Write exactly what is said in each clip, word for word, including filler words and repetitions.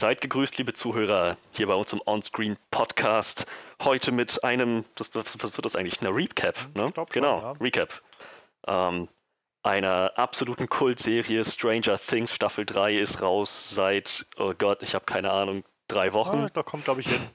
Seid gegrüßt, liebe Zuhörer, hier bei uns im Onscreen Podcast. Heute mit einem, das, was wird das eigentlich, eine Recap, ne? Ich glaub Genau, schon, ja. Recap. Ähm, einer absoluten Kultserie, Stranger Things Staffel drei ist raus seit, oh Gott, ich habe keine Ahnung, drei Wochen. Ah, da kommt, glaube ich, hin.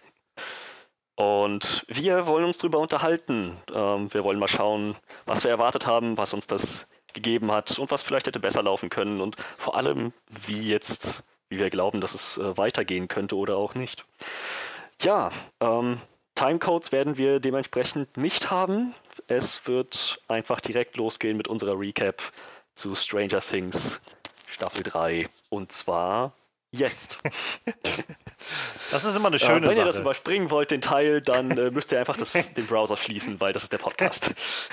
Und wir wollen uns drüber unterhalten. Ähm, wir wollen mal schauen, was wir erwartet haben, was uns das gegeben hat und was vielleicht hätte besser laufen können und vor allem, wie jetzt, wie wir glauben, dass es äh, weitergehen könnte oder auch nicht. Ja, ähm, Timecodes werden wir dementsprechend nicht haben. Es wird einfach direkt losgehen mit unserer Recap zu Stranger Things Staffel drei und zwar jetzt. Das ist immer eine schöne äh, wenn Sache. ihr das überspringen wollt, den Teil, dann äh, müsst ihr einfach das, den Browser schließen, weil das ist der Podcast.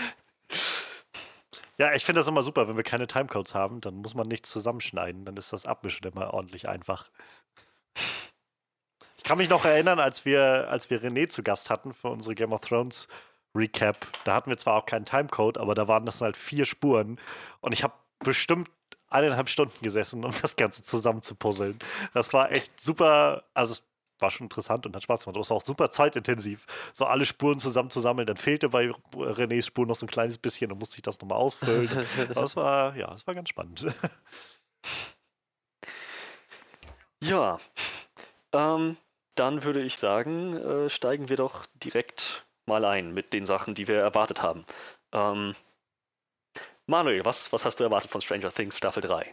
Ja, ich finde das immer super, wenn wir keine Timecodes haben, dann muss man nichts zusammenschneiden, dann ist das Abmischen immer ordentlich einfach. Ich kann mich noch erinnern, als wir, als wir René zu Gast hatten für unsere Game of Thrones Recap, da hatten wir zwar auch keinen Timecode, aber da waren das halt vier Spuren und ich habe bestimmt eineinhalb Stunden gesessen, um das Ganze zusammen zu puzzeln. Das war echt super, also es war schon interessant und hat Spaß gemacht, aber es war auch super zeitintensiv, so alle Spuren zusammenzusammeln. Dann fehlte bei Renés Spur noch so ein kleines bisschen, dann musste ich das nochmal ausfüllen. Aber es war, ja, es war ganz spannend. Ja, ähm, dann würde ich sagen, äh, steigen wir doch direkt mal ein mit den Sachen, die wir erwartet haben. Ähm, Manuel, was, was hast du erwartet von Stranger Things Staffel drei?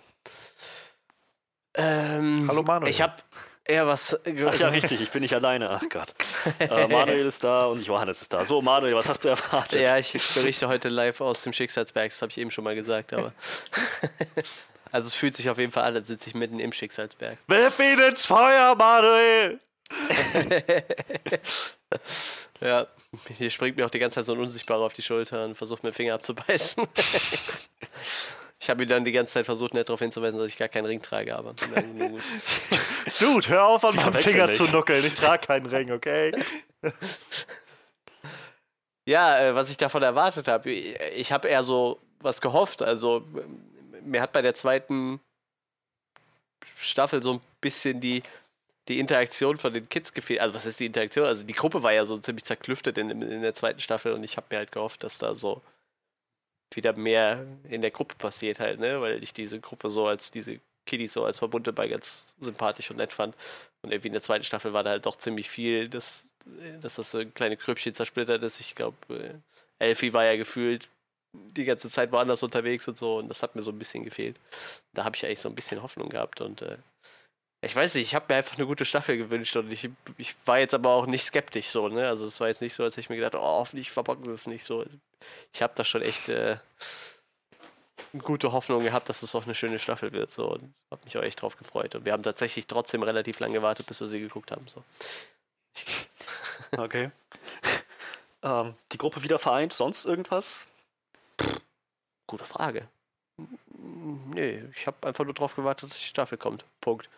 Ähm, Hallo Manuel. Ich habe eher was... Ach ja, richtig, ich bin nicht alleine. Ach Gott. Äh, Manuel ist da und Johannes ist da. So, Manuel, was hast du erwartet? Ja, ich berichte heute live aus dem Schicksalsberg, das habe ich eben schon mal gesagt, aber... Also es fühlt sich auf jeden Fall an, als sitze ich mitten im Schicksalsberg. Wirf ihn ins Feuer, Manuel! Ja, hier springt mir auch die ganze Zeit so ein Unsichtbarer auf die Schulter und versucht mir den Finger abzubeißen. Ich habe ihn dann die ganze Zeit versucht, nicht darauf hinzuweisen, dass ich gar keinen Ring trage, aber na, nur gut. Dude, hör auf, an Sie meinem verwechseln Finger nicht. zu nuckeln. Ich trage keinen Ring, okay? Ja, äh, was ich davon erwartet habe, ich, ich habe eher so was gehofft. Also ähm, mir hat bei der zweiten Staffel so ein bisschen die, die Interaktion von den Kids gefehlt. Also was ist die Interaktion? Also die Gruppe war ja so ziemlich zerklüftet in, in der zweiten Staffel und ich habe mir halt gehofft, dass da so wieder mehr in der Gruppe passiert halt, ne? Weil ich diese Gruppe so als, diese Kiddies so als Verbund dabei ganz sympathisch und nett fand. Und irgendwie in der zweiten Staffel war da halt doch ziemlich viel, dass, dass das so ein kleine Krüppchen zersplittert ist. Ich glaube, Elfie war ja gefühlt die ganze Zeit woanders unterwegs und so und das hat mir so ein bisschen gefehlt. Da habe ich eigentlich so ein bisschen Hoffnung gehabt und äh, ich weiß nicht, ich habe mir einfach eine gute Staffel gewünscht und ich, ich war jetzt aber auch nicht skeptisch so, ne? Also es war jetzt nicht so, als hätte ich mir gedacht, oh, hoffentlich verbocken sie es nicht so. Ich habe da schon echt äh, eine gute Hoffnung gehabt, dass es auch eine schöne Staffel wird so und habe mich auch echt drauf gefreut und wir haben tatsächlich trotzdem relativ lange gewartet, bis wir sie geguckt haben. So. Okay. ähm, die Gruppe wieder vereint, sonst irgendwas? Gute Frage. Nee, ich habe einfach nur drauf gewartet, dass die Staffel kommt. Punkt.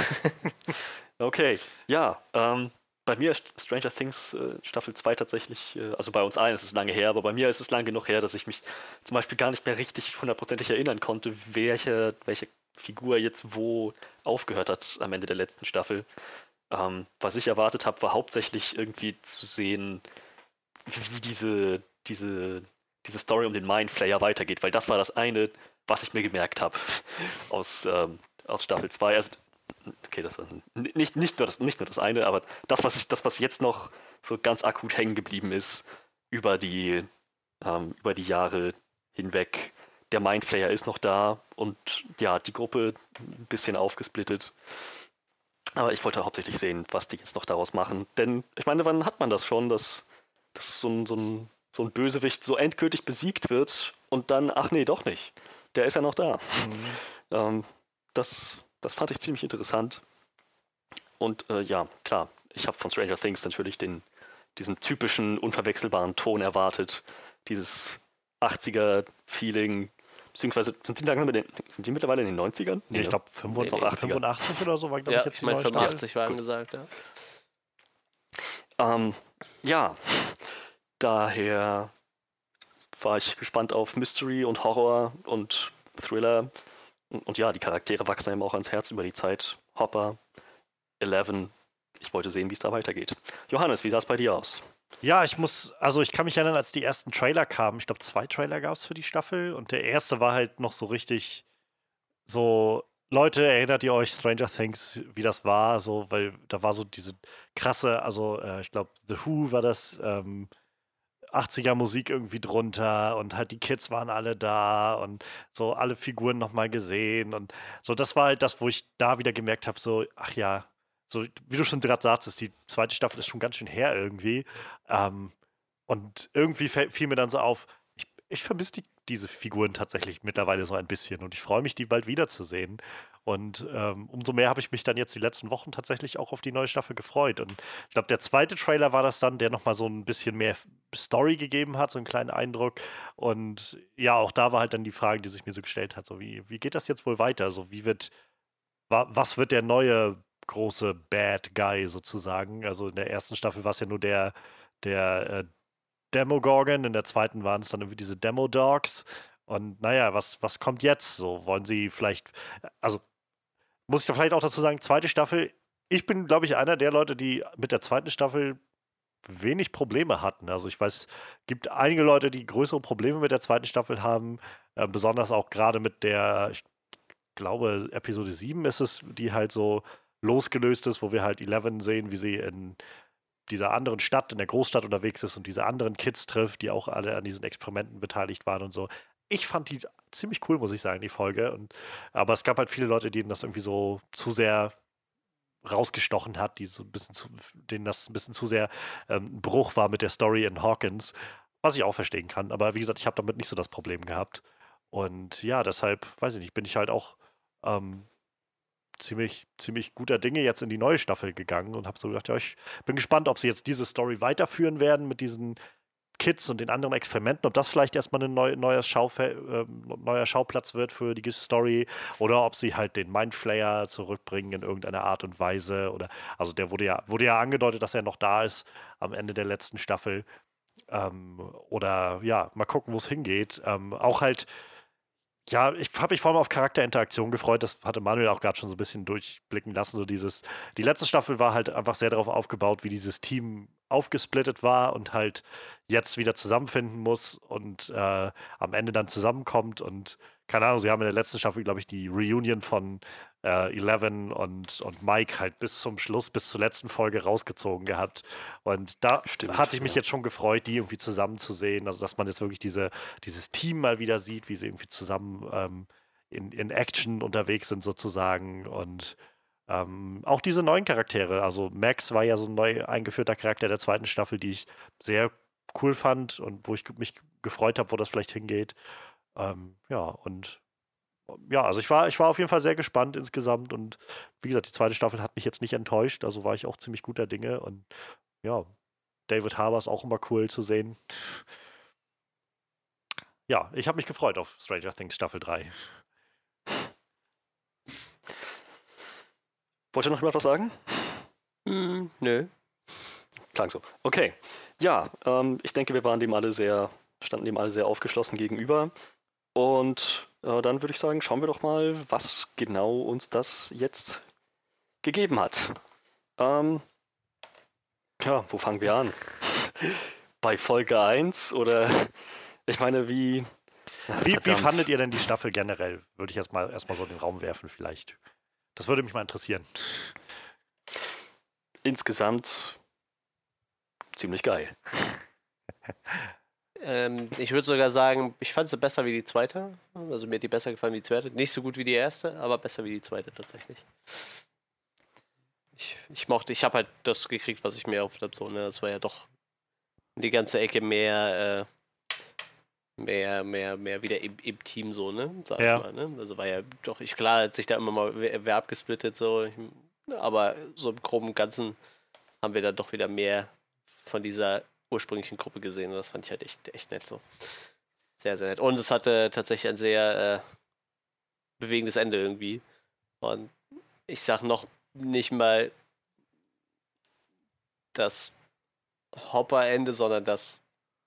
Okay, ja, ähm, bei mir ist Stranger Things äh, Staffel zwei tatsächlich, äh, also bei uns allen ist es lange her, aber bei mir ist es lang genug her, dass ich mich zum Beispiel gar nicht mehr richtig hundertprozentig erinnern konnte, welche, welche Figur jetzt wo aufgehört hat am Ende der letzten Staffel. Ähm, was ich erwartet habe, war hauptsächlich irgendwie zu sehen, wie diese, diese, diese Story um den Mindflayer weitergeht, weil das war das eine, was ich mir gemerkt habe aus, ähm, aus Staffel zwei. Also, okay, das war nicht, nicht, nur das, nicht nur das eine, aber das, was ich, das, was jetzt noch so ganz akut hängen geblieben ist über die, ähm, über die Jahre hinweg. Der Mindflayer ist noch da und ja, die Gruppe ein bisschen aufgesplittet. Aber ich wollte hauptsächlich sehen, was die jetzt noch daraus machen. Denn ich meine, wann hat man das schon, dass, dass so, ein, so, ein, so ein Bösewicht so endgültig besiegt wird und dann, ach nee, doch nicht. Der ist ja noch da. Mhm. Ähm, das, das fand ich ziemlich interessant. Und äh, ja, klar, ich habe von Stranger Things natürlich den, diesen typischen, unverwechselbaren Ton erwartet. Dieses achtziger-Feeling. Beziehungsweise, sind die, langsam den, sind die mittlerweile in den neunzigern? Nee, ich glaube fünfundachtzig oder so war, glaube ja, ich, jetzt die ich meine neue fünfundachtzig Staffel. war angesagt, ja. Ähm, ja, daher war ich gespannt auf Mystery und Horror und Thriller. Und, und ja, die Charaktere wachsen einem auch ans Herz über die Zeit. Hopper, Eleven. Ich wollte sehen, wie es da weitergeht. Johannes, wie sah es bei dir aus? Ja, ich muss, also ich kann mich erinnern, als die ersten Trailer kamen, ich glaube, zwei Trailer gab es für die Staffel und der erste war halt noch so richtig so, Leute, erinnert ihr euch Stranger Things, wie das war? So, weil da war so diese krasse, also äh, ich glaube, The Who war das, ähm, achtziger Musik irgendwie drunter und halt die Kids waren alle da und so alle Figuren nochmal gesehen und so, das war halt das, wo ich da wieder gemerkt habe, so, ach ja, so, wie du schon gerade sagtest, die zweite Staffel ist schon ganz schön her irgendwie. Ähm, und irgendwie fäll- fiel mir dann so auf, ich, ich vermisse die, diese Figuren tatsächlich mittlerweile so ein bisschen und ich freue mich, die bald wiederzusehen. Und ähm, umso mehr habe ich mich dann jetzt die letzten Wochen tatsächlich auch auf die neue Staffel gefreut. Und ich glaube, der zweite Trailer war das dann, der nochmal so ein bisschen mehr F- Story gegeben hat, so einen kleinen Eindruck. Und ja, auch da war halt dann die Frage, die sich mir so gestellt hat, so wie, wie geht das jetzt wohl weiter? So, wie wird, wa was wird der neue große Bad Guy sozusagen? Also in der ersten Staffel war es ja nur der, der äh, Demogorgon, in der zweiten waren es dann irgendwie diese Demo-Dogs. Und naja, was, was kommt jetzt? So, wollen sie vielleicht, also muss ich da vielleicht auch dazu sagen, zweite Staffel, ich bin, glaube ich, einer der Leute, die mit der zweiten Staffel wenig Probleme hatten. Also ich weiß, gibt einige Leute, die größere Probleme mit der zweiten Staffel haben, äh, besonders auch gerade mit der, ich glaube, Episode sieben ist es, die halt so losgelöst ist, wo wir halt Eleven sehen, wie sie in dieser anderen Stadt, in der Großstadt unterwegs ist und diese anderen Kids trifft, die auch alle an diesen Experimenten beteiligt waren und so. Ich fand die ziemlich cool, muss ich sagen, die Folge. Und, aber es gab halt viele Leute, denen das irgendwie so zu sehr rausgestochen hat, die so ein bisschen zu, denen das ein bisschen zu sehr ähm, ein Bruch war mit der Story in Hawkins, was ich auch verstehen kann. Aber wie gesagt, ich habe damit nicht so das Problem gehabt. Und ja, deshalb, weiß ich nicht, bin ich halt auch ähm, ziemlich, ziemlich guter Dinge jetzt in die neue Staffel gegangen und habe so gedacht, ja, ich bin gespannt, ob sie jetzt diese Story weiterführen werden mit diesen Kids und den anderen Experimenten, ob das vielleicht erstmal ein neu, neues Schaufe äh, neuer Schauplatz wird für die Story oder ob sie halt den Mindflayer zurückbringen in irgendeiner Art und Weise oder, also der wurde ja, wurde ja angedeutet, dass er noch da ist am Ende der letzten Staffel. Ähm, oder ja, mal gucken, wo es hingeht. Ähm, auch halt ja, ich habe mich vor allem auf Charakterinteraktion gefreut. Das hatte Manuel auch gerade schon so ein bisschen durchblicken lassen. So dieses, die letzte Staffel war halt einfach sehr darauf aufgebaut, wie dieses Team aufgesplittet war und halt jetzt wieder zusammenfinden muss und äh, am Ende dann zusammenkommt. Und keine Ahnung, sie haben in der letzten Staffel, glaube ich, die Reunion von äh, Eleven und, und Mike halt bis zum Schluss, bis zur letzten Folge rausgezogen gehabt. Und da Stimmt, hatte ich mich ja. jetzt schon gefreut, die irgendwie zusammenzusehen. Also, dass man jetzt wirklich diese, dieses Team mal wieder sieht, wie sie irgendwie zusammen ähm, in, in Action unterwegs sind sozusagen und ähm, auch diese neuen Charaktere, also Max war ja so ein neu eingeführter Charakter der zweiten Staffel, die ich sehr cool fand und wo ich mich gefreut habe, wo das vielleicht hingeht. Ähm, ja, und ja, also ich war, ich war auf jeden Fall sehr gespannt insgesamt und wie gesagt, die zweite Staffel hat mich jetzt nicht enttäuscht, also war ich auch ziemlich guter Dinge und ja, David Harbour ist auch immer cool zu sehen. Ja, ich habe mich gefreut auf Stranger Things Staffel drei. Wollt ihr noch jemand was sagen? Hm, nö. Klang so. Okay. Ja, ähm, ich denke, wir waren dem alle sehr, standen dem alle sehr aufgeschlossen gegenüber. Und äh, dann würde ich sagen, schauen wir doch mal, was genau uns das jetzt gegeben hat. Ähm, ja, wo fangen wir an? Bei Folge eins oder ich meine, wie. Wie, wie Verdammt. fandet ihr denn die Staffel generell? Würde ich jetzt mal erstmal so in den Raum werfen, vielleicht. Das würde mich mal interessieren. Insgesamt ziemlich geil. Ähm, ich würde sogar sagen, ich fand sie besser wie die zweite. Also mir hat die besser gefallen wie die zweite. Nicht so gut wie die erste, aber besser wie die zweite tatsächlich. Ich, ich mochte, ich habe halt das gekriegt, was ich mir erhofft habe. So, ne? Das war ja doch die ganze Ecke mehr, äh, mehr, mehr, mehr wieder im, im Team so, ne? Sag Ja. ich mal, ne? Also war ja doch, ich klar, hat sich da immer mal wer, wer abgesplittet, so. Ich, aber so im Groben und Ganzen haben wir dann doch wieder mehr von dieser ursprünglichen Gruppe gesehen und das fand ich halt echt, echt nett so. Sehr, sehr nett. Und es hatte tatsächlich ein sehr äh, bewegendes Ende irgendwie. Und ich sag noch nicht mal das Hopper-Ende, sondern das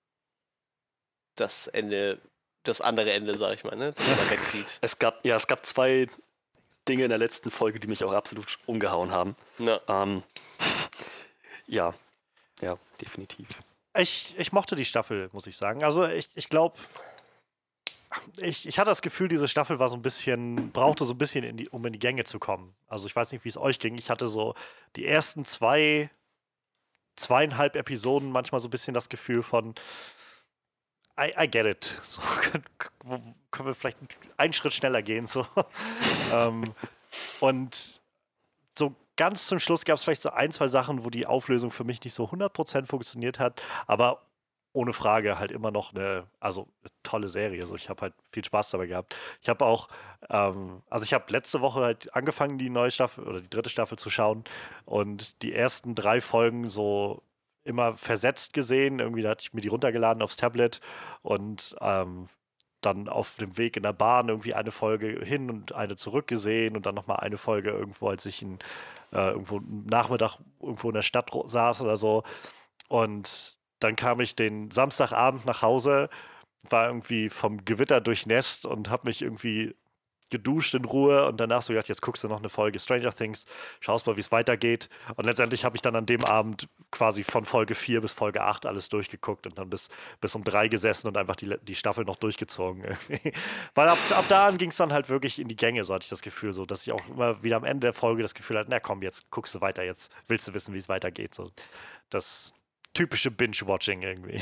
das Ende, das andere Ende, sag ich mal, ne? Das man wegsieht. Es gab, ja, es gab zwei Dinge in der letzten Folge, die mich auch absolut umgehauen haben. Ja. Ähm, ja, ja, definitiv. Ich, ich mochte die Staffel, muss ich sagen. Also ich, ich glaube, ich, ich hatte das Gefühl, diese Staffel war so ein bisschen, brauchte so ein bisschen, in die, um in die Gänge zu kommen. Also ich weiß nicht, wie es euch ging. Ich hatte so die ersten zwei, zweieinhalb Episoden manchmal so ein bisschen das Gefühl von I, I get it. So, können, können wir vielleicht einen Schritt schneller gehen. So. ähm, und so ganz zum Schluss gab es vielleicht so ein, zwei Sachen, wo die Auflösung für mich nicht so hundert Prozent funktioniert hat, aber ohne Frage halt immer noch eine, also eine tolle Serie. Also ich habe halt viel Spaß dabei gehabt. Ich habe auch, ähm, also ich habe letzte Woche halt angefangen, die neue Staffel oder die dritte Staffel zu schauen und die ersten drei Folgen so immer versetzt gesehen. Irgendwie da hatte ich mir die runtergeladen aufs Tablet und ähm, dann auf dem Weg in der Bahn irgendwie eine Folge hin und eine zurück gesehen und dann nochmal eine Folge irgendwo, als ich in, äh, irgendwo am Nachmittag irgendwo in der Stadt ro- saß oder so. Und dann kam ich den Samstagabend nach Hause, war irgendwie vom Gewitter durchnässt und habe mich irgendwie geduscht in Ruhe und danach so gedacht, jetzt guckst du noch eine Folge Stranger Things, schaust mal, wie es weitergeht. Und letztendlich habe ich dann an dem Abend quasi von Folge vier bis Folge acht alles durchgeguckt und dann bis, bis um drei gesessen und einfach die, die Staffel noch durchgezogen. Irgendwie. Weil ab, ab da an ging es dann halt wirklich in die Gänge, so hatte ich das Gefühl, so dass ich auch immer wieder am Ende der Folge das Gefühl hatte, na komm, jetzt guckst du weiter, jetzt willst du wissen, wie es weitergeht. So das typische Binge-Watching irgendwie.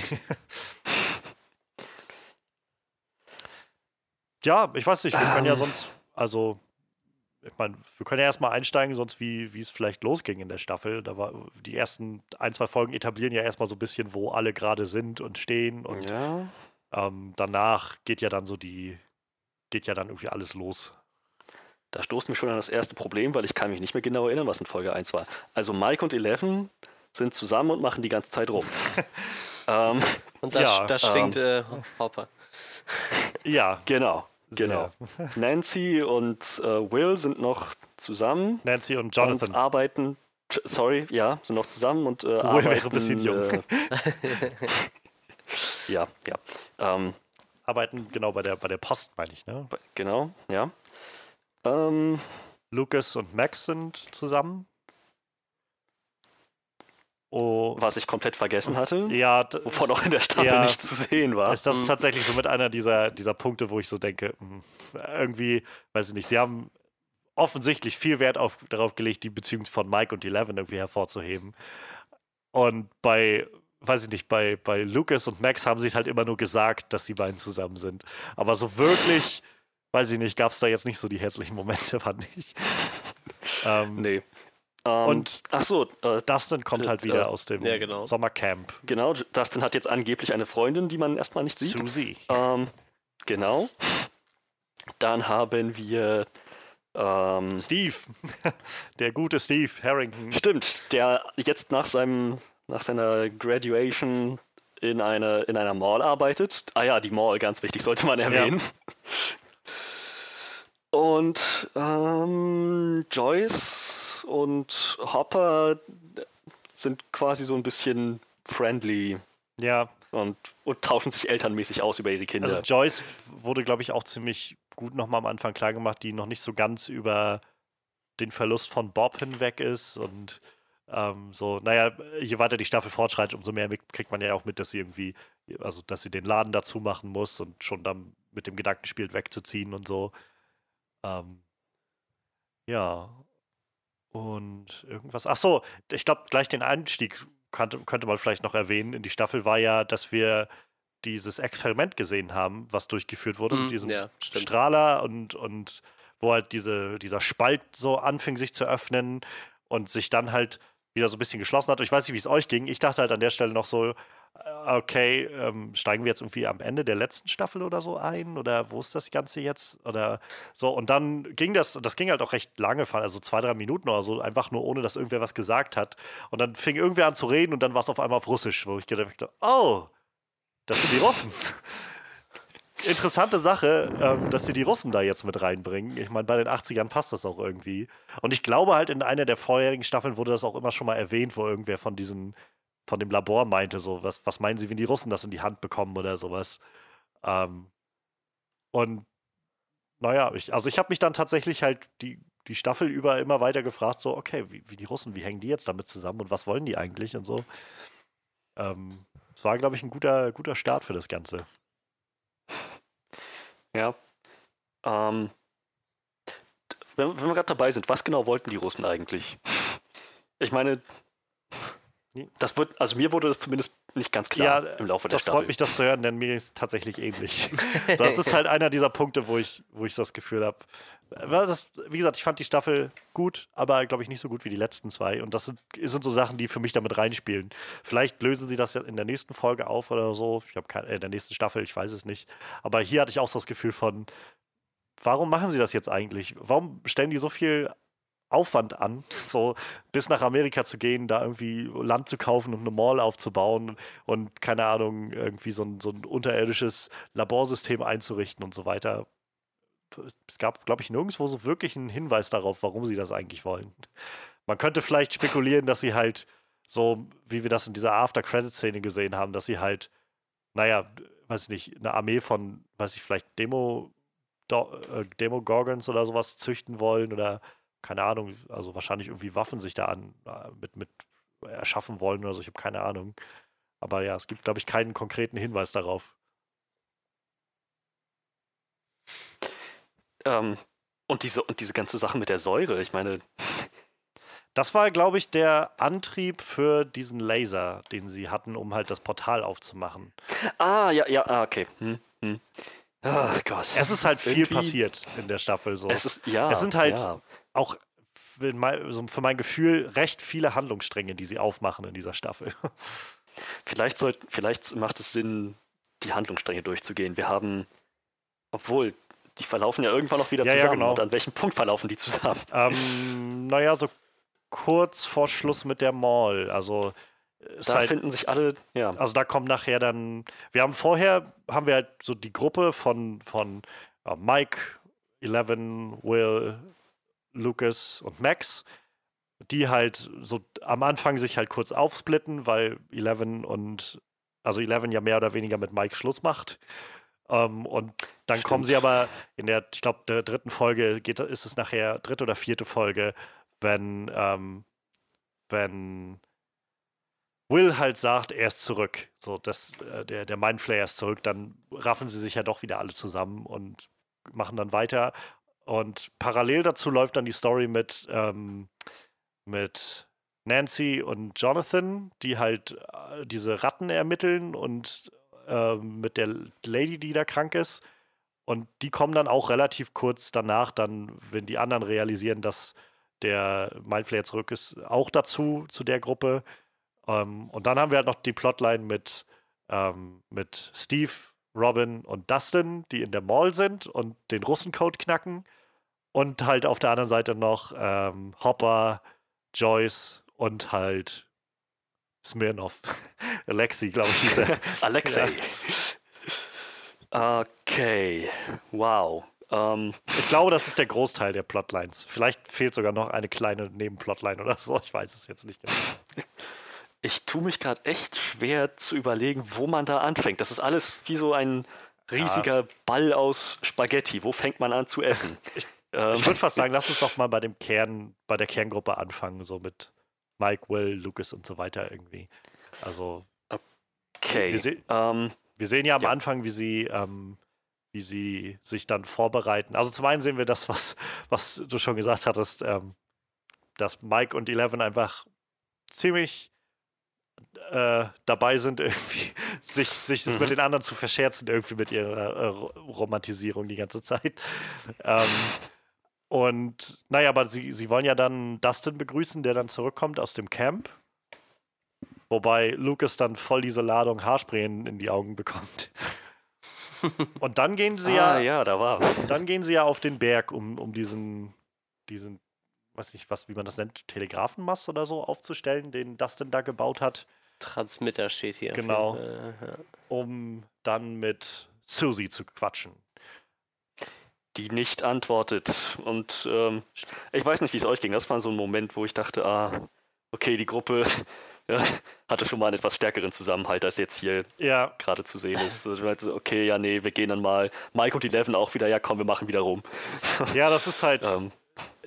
Ja, ich weiß nicht, wir können ja sonst, also, ich meine, wir können ja erstmal einsteigen, sonst wie, wie es vielleicht losging in der Staffel. Da war die ersten ein, zwei Folgen etablieren ja erstmal so ein bisschen, wo alle gerade sind und stehen und Ja. ähm, danach geht ja dann so die, geht ja dann irgendwie alles los. Da stoßen wir schon an das erste Problem, weil ich kann mich nicht mehr genau erinnern, was in Folge eins war. Also Mike und Eleven sind zusammen und machen die ganze Zeit rum. ähm, Und das, Ja, das stinkt äh, Hopper. Ja, genau, genau. Nancy und äh, Will sind noch zusammen Nancy und und Jonathan. arbeiten, t- sorry, ja, sind noch zusammen und äh, Will arbeiten. wäre ein bisschen jung. Äh, ja, ja. Ähm, Arbeiten genau bei der, bei der Post, meine ich, ne? bei- genau, ja. Ähm, Lucas und Max sind zusammen. Oh, was ich komplett vergessen hatte, ja, d- wovon auch in der Staffel ja, nicht zu sehen war. ist das Mhm. tatsächlich so mit einer dieser, dieser Punkte, wo ich so denke, mh, irgendwie, weiß ich nicht, sie haben offensichtlich viel Wert auf, darauf gelegt, die Beziehung von Mike und Eleven irgendwie hervorzuheben. Und bei, weiß ich nicht, bei, bei Lucas und Max haben sie es halt immer nur gesagt, dass die beiden zusammen sind. Aber so wirklich, weiß ich nicht, gab es da jetzt nicht so die herzlichen Momente, fand ich. Ähm, Nee. Ähm, Und- ach so, äh, Dustin kommt halt wieder Äh, aus dem ja, genau. Sommercamp. genau, Dustin hat jetzt angeblich eine Freundin, die man erstmal nicht sieht. Susie. Ähm, genau. Dann haben wir ähm, Steve. Der gute Steve Harrington. stimmt, der jetzt nach seinem nach seiner Graduation in, eine, in einer Mall arbeitet. Ah ja, die Mall, ganz wichtig, sollte man erwähnen. Und ähm, Joyce und Hopper sind quasi so ein bisschen friendly Ja, und, und tauschen sich elternmäßig aus über ihre Kinder. also Joyce wurde, glaube ich, auch ziemlich gut nochmal am Anfang klargemacht, die noch nicht so ganz über den Verlust von Bob hinweg ist und ähm, so, naja, je weiter die Staffel fortschreitet, umso mehr mit, kriegt man ja auch mit, dass sie irgendwie, also dass sie den Laden dazu machen muss und schon dann mit dem Gedanken spielt, wegzuziehen und so. Ähm, ja. Und irgendwas. Ach so, ich glaube, gleich den Einstieg könnte, könnte man vielleicht noch erwähnen. In die Staffel war ja, dass wir dieses Experiment gesehen haben, was durchgeführt wurde Mhm, mit diesem ja, stimmt. Strahler und, und wo halt diese, dieser Spalt so anfing sich zu öffnen und sich dann halt wieder so ein bisschen geschlossen hat. Ich weiß nicht, wie es euch ging. Ich dachte halt an der Stelle noch so, äh, okay, ähm, steigen wir jetzt irgendwie am Ende der letzten Staffel oder so ein? Oder wo ist das Ganze jetzt? Oder so, und dann ging das, und das ging halt auch recht lange, also zwei, drei Minuten oder so, einfach nur ohne, dass irgendwer was gesagt hat. Und dann fing irgendwer an zu reden und dann war es auf einmal auf Russisch, wo ich gedacht habe, oh, das sind die Russen. Interessante Sache, ähm, dass sie die Russen da jetzt mit reinbringen. Ich meine, bei den achtzigern passt das auch irgendwie. Und ich glaube halt, in einer der vorherigen Staffeln wurde das auch immer schon mal erwähnt, wo irgendwer von diesen, von dem Labor meinte, so, was, was meinen sie, wenn die Russen das in die Hand bekommen oder sowas. Ähm, und naja, ich, also ich habe mich dann tatsächlich halt die die Staffel über immer weiter gefragt, so, okay, wie, wie die Russen, wie hängen die jetzt damit zusammen und was wollen die eigentlich und so. Ähm, es war, glaube ich, ein guter, guter Start für das Ganze. Ja. Ähm, wenn, wenn wir gerade dabei sind, was genau wollten die Russen eigentlich? Ich meine, das wird, also mir wurde das zumindest nicht ganz klar ja, im Laufe der das Staffel. freut mich, das zu hören, denn mir ist tatsächlich ähnlich. Das ist halt einer dieser Punkte, wo ich, wo ich das Gefühl habe. Wie gesagt, ich fand die Staffel gut, aber glaube ich nicht so gut wie die letzten zwei. Und das sind, sind so Sachen, die für mich damit reinspielen. Vielleicht lösen sie das ja in der nächsten Folge auf oder so. Ich habe keine, in der nächsten Staffel, ich weiß es nicht. Aber hier hatte ich auch so das Gefühl von, warum machen sie das jetzt eigentlich? Warum stellen die so viel Aufwand an, so bis nach Amerika zu gehen, da irgendwie Land zu kaufen und eine Mall aufzubauen und, keine Ahnung, irgendwie so ein, so ein unterirdisches Laborsystem einzurichten und so weiter. Es gab, glaube ich, nirgendwo so wirklich einen Hinweis darauf, warum sie das eigentlich wollen. Man könnte vielleicht spekulieren, dass sie halt so, wie wir das in dieser After-Credit-Szene gesehen haben, dass sie halt, naja, weiß ich nicht, eine Armee von, weiß ich, vielleicht Demo, äh, Demo-Gorgons oder sowas züchten wollen oder keine Ahnung, also wahrscheinlich irgendwie Waffen sich da an, mit, mit erschaffen wollen oder so, ich habe keine Ahnung. Aber ja, es gibt, glaube ich, keinen konkreten Hinweis darauf. Ähm, und, diese, und diese ganze Sache mit der Säure, ich meine... Das war, glaube ich, der Antrieb für diesen Laser, den sie hatten, um halt das Portal aufzumachen. Ah, ja, ja, ah, okay. Hm, hm. Oh Gott. Es ist halt viel Irgendwie... passiert in der Staffel so. Es ist, ja, es sind halt ja. auch für mein, so für mein Gefühl recht viele Handlungsstränge, die sie aufmachen in dieser Staffel. Vielleicht, sollt, vielleicht macht es Sinn, die Handlungsstränge durchzugehen. Wir haben, obwohl, die verlaufen ja irgendwann noch wieder ja, zusammen. Ja, genau. Und an welchem Punkt verlaufen die zusammen? Ähm, naja, so kurz vor Schluss mit der Mall. Also da halt, finden sich alle, ja. Also da kommt nachher dann, wir haben vorher, haben wir halt so die Gruppe von, von uh, Mike, Eleven, Will, Lucas und Max, die halt so am Anfang sich halt kurz aufsplitten, weil Eleven und, also Eleven ja mehr oder weniger mit Mike Schluss macht. Um, und dann Stimmt. kommen sie aber in der, ich glaube, der dritten Folge geht, ist es nachher, dritte oder vierte Folge, wenn, ähm, wenn Will halt sagt, er ist zurück. So, das, äh, der, der Mindflayer ist zurück, dann raffen sie sich ja doch wieder alle zusammen und machen dann weiter. Und parallel dazu läuft dann die Story mit, ähm, mit Nancy und Jonathan, die halt äh, diese Ratten ermitteln und äh, mit der Lady, die da krank ist. Und die kommen dann auch relativ kurz danach, dann, wenn die anderen realisieren, dass der Mindflayer zurück ist, auch dazu, zu der Gruppe. Um, und dann haben wir halt noch die Plotline mit, ähm, mit Steve, Robin und Dustin, die in der Mall sind und den Russencode knacken. Und halt auf der anderen Seite noch ähm, Hopper, Joyce und halt Smirnoff. Alexei, glaube ich, hieß er. Alexei. Ja. Okay, wow. Um, ich glaube, das ist der Großteil der Plotlines. Vielleicht fehlt sogar noch eine kleine Nebenplotline oder so. Ich weiß es jetzt nicht genau. Ich tue mich gerade echt schwer zu überlegen, wo man da anfängt. Das ist alles wie so ein riesiger ja. Ball aus Spaghetti. Wo fängt man an zu essen? Ich, ähm, ich würde fast sagen, lass uns doch mal bei dem Kern, bei der Kerngruppe anfangen, so mit Mike, Will, Lucas und so weiter irgendwie. Also okay. Wir, se- um, wir sehen ja am ja. Anfang, wie sie, ähm, wie sie sich dann vorbereiten. Also zum einen sehen wir das, was, was du schon gesagt hattest, ähm, dass Mike und Eleven einfach ziemlich Äh, dabei sind, irgendwie sich, sich mhm. mit den anderen zu verscherzen, irgendwie mit ihrer äh, Romantisierung die ganze Zeit. Ähm, und naja, aber sie, sie wollen ja dann Dustin begrüßen, der dann zurückkommt aus dem Camp. Wobei Lucas dann voll diese Ladung Haarspray in, in die Augen bekommt. Und dann gehen sie ah, ja, ja da war. Dann gehen sie ja auf den Berg, um, um diesen, diesen, weiß nicht, was, wie man das nennt, Telegrafenmast oder so aufzustellen, den Dustin da gebaut hat. Transmitter steht hier. Genau. Äh, ja. Um dann mit Susie zu quatschen. Die nicht antwortet. Und ähm, ich weiß nicht, wie es euch ging. Das war so ein Moment, wo ich dachte, ah, okay, die Gruppe ja, hatte schon mal einen etwas stärkeren Zusammenhalt, als jetzt hier ja. gerade zu sehen ist. Also, okay, ja, nee, wir gehen dann mal. Mike und Eleven auch wieder, ja komm, wir machen wieder rum. Ja, das ist halt... ähm,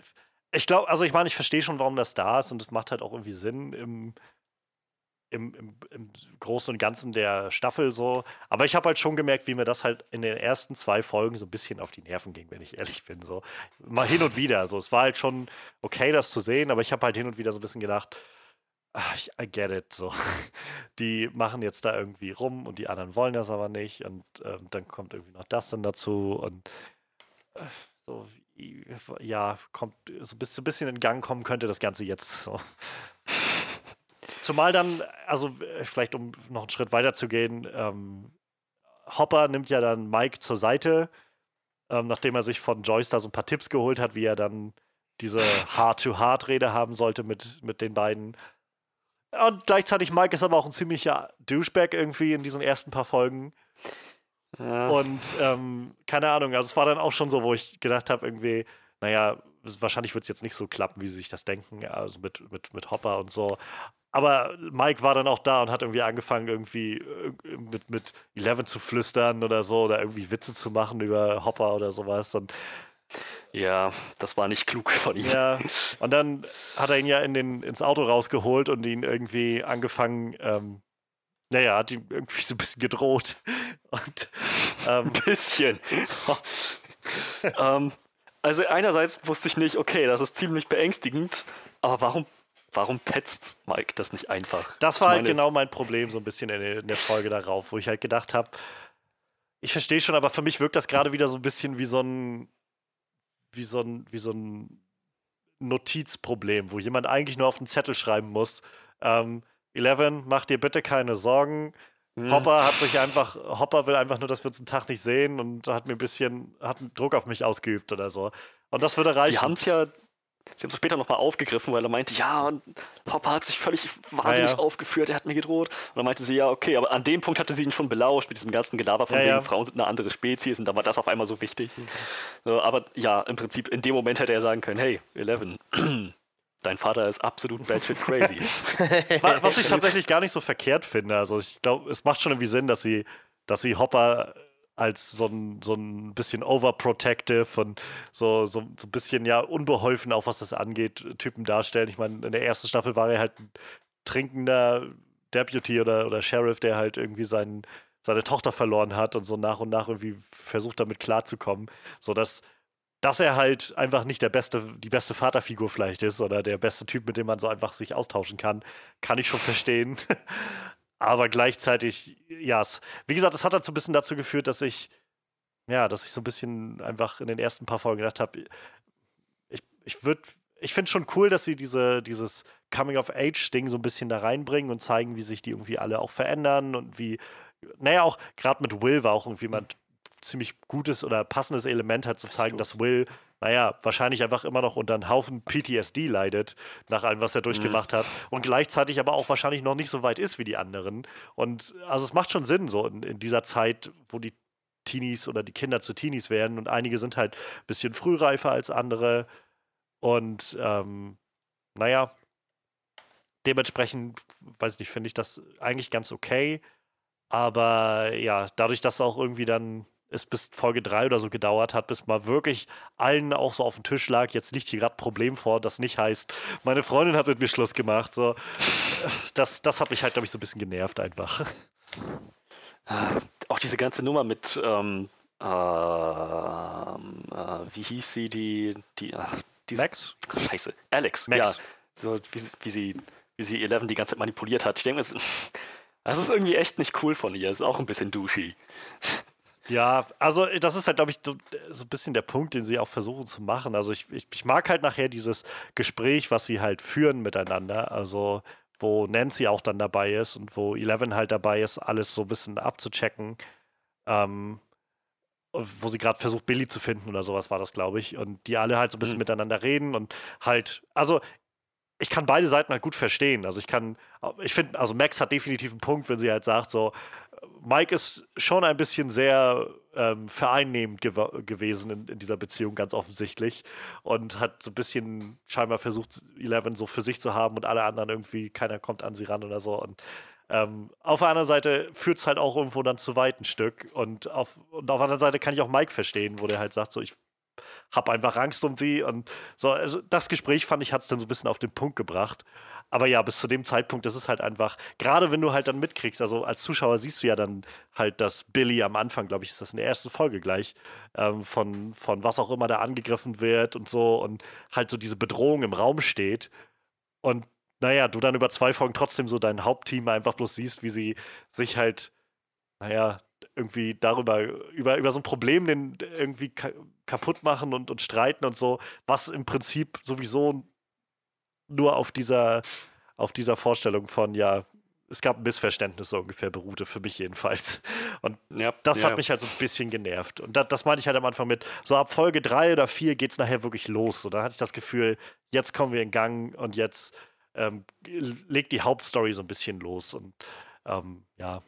ich glaube, also ich meine, ich verstehe schon, warum das da ist und es macht halt auch irgendwie Sinn im, im, im, im Großen und Ganzen der Staffel so. Aber ich habe halt schon gemerkt, wie mir das halt in den ersten zwei Folgen so ein bisschen auf die Nerven ging, wenn ich ehrlich bin. So. Mal hin und wieder. So. Es war halt schon okay, das zu sehen, aber ich habe halt hin und wieder so ein bisschen gedacht, ach, ich, I get it. So. Die machen jetzt da irgendwie rum und die anderen wollen das aber nicht. Und ähm, dann kommt irgendwie noch das dann dazu und äh, so, wie- ja, kommt so ein bisschen, bisschen in Gang kommen könnte das Ganze jetzt so. Zumal dann, also äh, vielleicht um noch einen Schritt weiter zu gehen, ähm, Hopper nimmt ja dann Mike zur Seite, ähm, nachdem er sich von Joyce da so ein paar Tipps geholt hat, wie er dann diese Heart-to-Heart-Rede haben sollte mit, mit den beiden. Und gleichzeitig Mike ist aber auch ein ziemlicher Douchebag irgendwie in diesen ersten paar Folgen. Ja. Und ähm, keine Ahnung, also es war dann auch schon so, wo ich gedacht habe, irgendwie, naja, wahrscheinlich wird es jetzt nicht so klappen, wie sie sich das denken, also mit, mit, mit Hopper und so. Aber Mike war dann auch da und hat irgendwie angefangen, irgendwie äh, mit, mit Eleven zu flüstern oder so, oder irgendwie Witze zu machen über Hopper oder sowas. Und Ja, das war nicht klug von ihm. ja, und dann hat er ihn ja in den, ins Auto rausgeholt und ihn irgendwie angefangen, ähm, naja, hat ihm irgendwie so ein bisschen gedroht. Und ähm, Ein bisschen. ähm, also einerseits wusste ich nicht, okay, das ist ziemlich beängstigend, aber warum, warum petzt Mike das nicht einfach? das war Ich halt meine, genau mein Problem so ein bisschen in der, in der Folge darauf, wo ich halt gedacht habe, ich verstehe schon, aber für mich wirkt das gerade wieder so ein bisschen wie so ein, wie so ein, wie so ein Notizproblem, wo jemand eigentlich nur auf einen Zettel schreiben muss, ähm, Eleven, mach dir bitte keine Sorgen. hm, Hopper hat sich einfach, Hopper will einfach nur, dass wir uns einen Tag nicht sehen und hat mir ein bisschen, hat einen Druck auf mich ausgeübt oder so. Und das würde reichen. Sie haben es ja, sie haben es später nochmal aufgegriffen, weil er meinte, ja, und Hopper hat sich völlig wahnsinnig Ja, ja. aufgeführt, er hat mir gedroht. Und dann meinte sie, ja, okay, aber an dem Punkt hatte sie ihn schon belauscht, mit diesem ganzen Gelaber von Ja, wegen, ja. Frauen sind eine andere Spezies und dann war das auf einmal so wichtig. So, aber ja, im Prinzip, in dem Moment hätte er sagen können, hey, Eleven, dein Vater ist absolut batshit crazy. Wa- Was ich tatsächlich gar nicht so verkehrt finde. Also ich glaube, es macht schon irgendwie Sinn, dass sie, dass sie Hopper als so ein, so ein bisschen overprotective und so, so, so ein bisschen ja unbeholfen, auch was das angeht, Typen darstellen. Ich meine, in der ersten Staffel war er halt ein trinkender Deputy oder, oder Sheriff, der halt irgendwie seinen, seine Tochter verloren hat und so nach und nach irgendwie versucht, damit klarzukommen. So dass dass er halt einfach nicht der beste, die beste Vaterfigur vielleicht ist oder der beste Typ, mit dem man so einfach sich austauschen kann, kann ich schon verstehen. Aber gleichzeitig, ja, es, wie gesagt, es hat halt so ein bisschen dazu geführt, dass ich, ja, dass ich so ein bisschen einfach in den ersten paar Folgen gedacht habe, ich, ich würde, ich finde schon cool, dass sie diese, dieses Coming-of-Age-Ding so ein bisschen da reinbringen und zeigen, wie sich die irgendwie alle auch verändern und wie, naja, auch gerade mit Will war auch irgendwie mal ein ziemlich gutes oder passendes Element halt zu zeigen, dass Will, naja, wahrscheinlich einfach immer noch unter einen Haufen P T S D leidet, nach allem, was er durchgemacht hat und gleichzeitig aber auch wahrscheinlich noch nicht so weit ist wie die anderen. Und also es macht schon Sinn, so in, in dieser Zeit, wo die Teenies oder die Kinder zu Teenies werden und einige sind halt ein bisschen frühreifer als andere und ähm, naja, dementsprechend, weiß ich nicht, finde ich das eigentlich ganz okay. Aber ja, dadurch, dass auch irgendwie dann es bis Folge drei oder so gedauert hat, bis mal wirklich allen auch so auf dem Tisch lag, jetzt liegt hier gerade ein Problem vor, das nicht heißt, meine Freundin hat mit mir Schluss gemacht. So, das, das hat mich halt, glaube ich, so ein bisschen genervt einfach. Ah, auch diese ganze Nummer mit, ähm, ähm, äh, wie hieß sie, die, die, ach, diese, Max? Scheiße, Alex, Max. ja, so wie, sie- wie sie, wie sie Eleven die ganze Zeit manipuliert hat. Ich denke, das, das ist irgendwie echt nicht cool von ihr, ist auch ein bisschen douchey. Ja, also das ist halt, glaube ich, so, so ein bisschen der Punkt, den sie auch versuchen zu machen. Also ich, ich, ich mag halt nachher dieses Gespräch, was sie halt führen miteinander. Also wo Nancy auch dann dabei ist und wo Eleven halt dabei ist, alles so ein bisschen abzuchecken. Ähm, wo sie gerade versucht, Billy zu finden oder sowas war das, glaube ich. Und die alle halt so ein bisschen Hm. miteinander reden und halt, also ich kann beide Seiten halt gut verstehen. Also ich kann, ich finde, also Max hat definitiv einen Punkt, wenn sie halt sagt, so, Mike ist schon ein bisschen sehr ähm, vereinnehmend gew gewesen in, in dieser Beziehung, ganz offensichtlich. Und hat so ein bisschen scheinbar versucht, Eleven so für sich zu haben und alle anderen irgendwie, keiner kommt an sie ran oder so. Und ähm, auf der anderen Seite führt es halt auch irgendwo dann zu weit ein Stück. Und auf, und auf der anderen Seite kann ich auch Mike verstehen, wo der halt sagt, so, ich habe einfach Angst um sie und so. Also das Gespräch, fand ich, hat es dann so ein bisschen auf den Punkt gebracht. Aber ja, bis zu dem Zeitpunkt, das ist halt einfach, gerade wenn du halt dann mitkriegst, also als Zuschauer siehst du ja dann halt, dass Billy am Anfang, glaube ich, ist das in der ersten Folge gleich, ähm, von, von was auch immer da angegriffen wird und so und halt so diese Bedrohung im Raum steht. Und naja, du dann über zwei Folgen trotzdem so dein Hauptteam einfach bloß siehst, wie sie sich halt, naja, irgendwie darüber, über, über so ein Problem den irgendwie ka kaputt machen und, und streiten und so, was im Prinzip sowieso nur auf dieser, auf dieser Vorstellung von, ja, es gab ein Missverständnis so ungefähr beruhte, für mich jedenfalls. Und Ja, das ja, hat mich halt so ein bisschen genervt. Und das, das meinte ich halt am Anfang mit, so ab Folge drei oder vier geht es nachher wirklich los. Und da hatte ich das Gefühl, jetzt kommen wir in Gang und jetzt ähm, legt die Hauptstory so ein bisschen los. Und ähm, ja.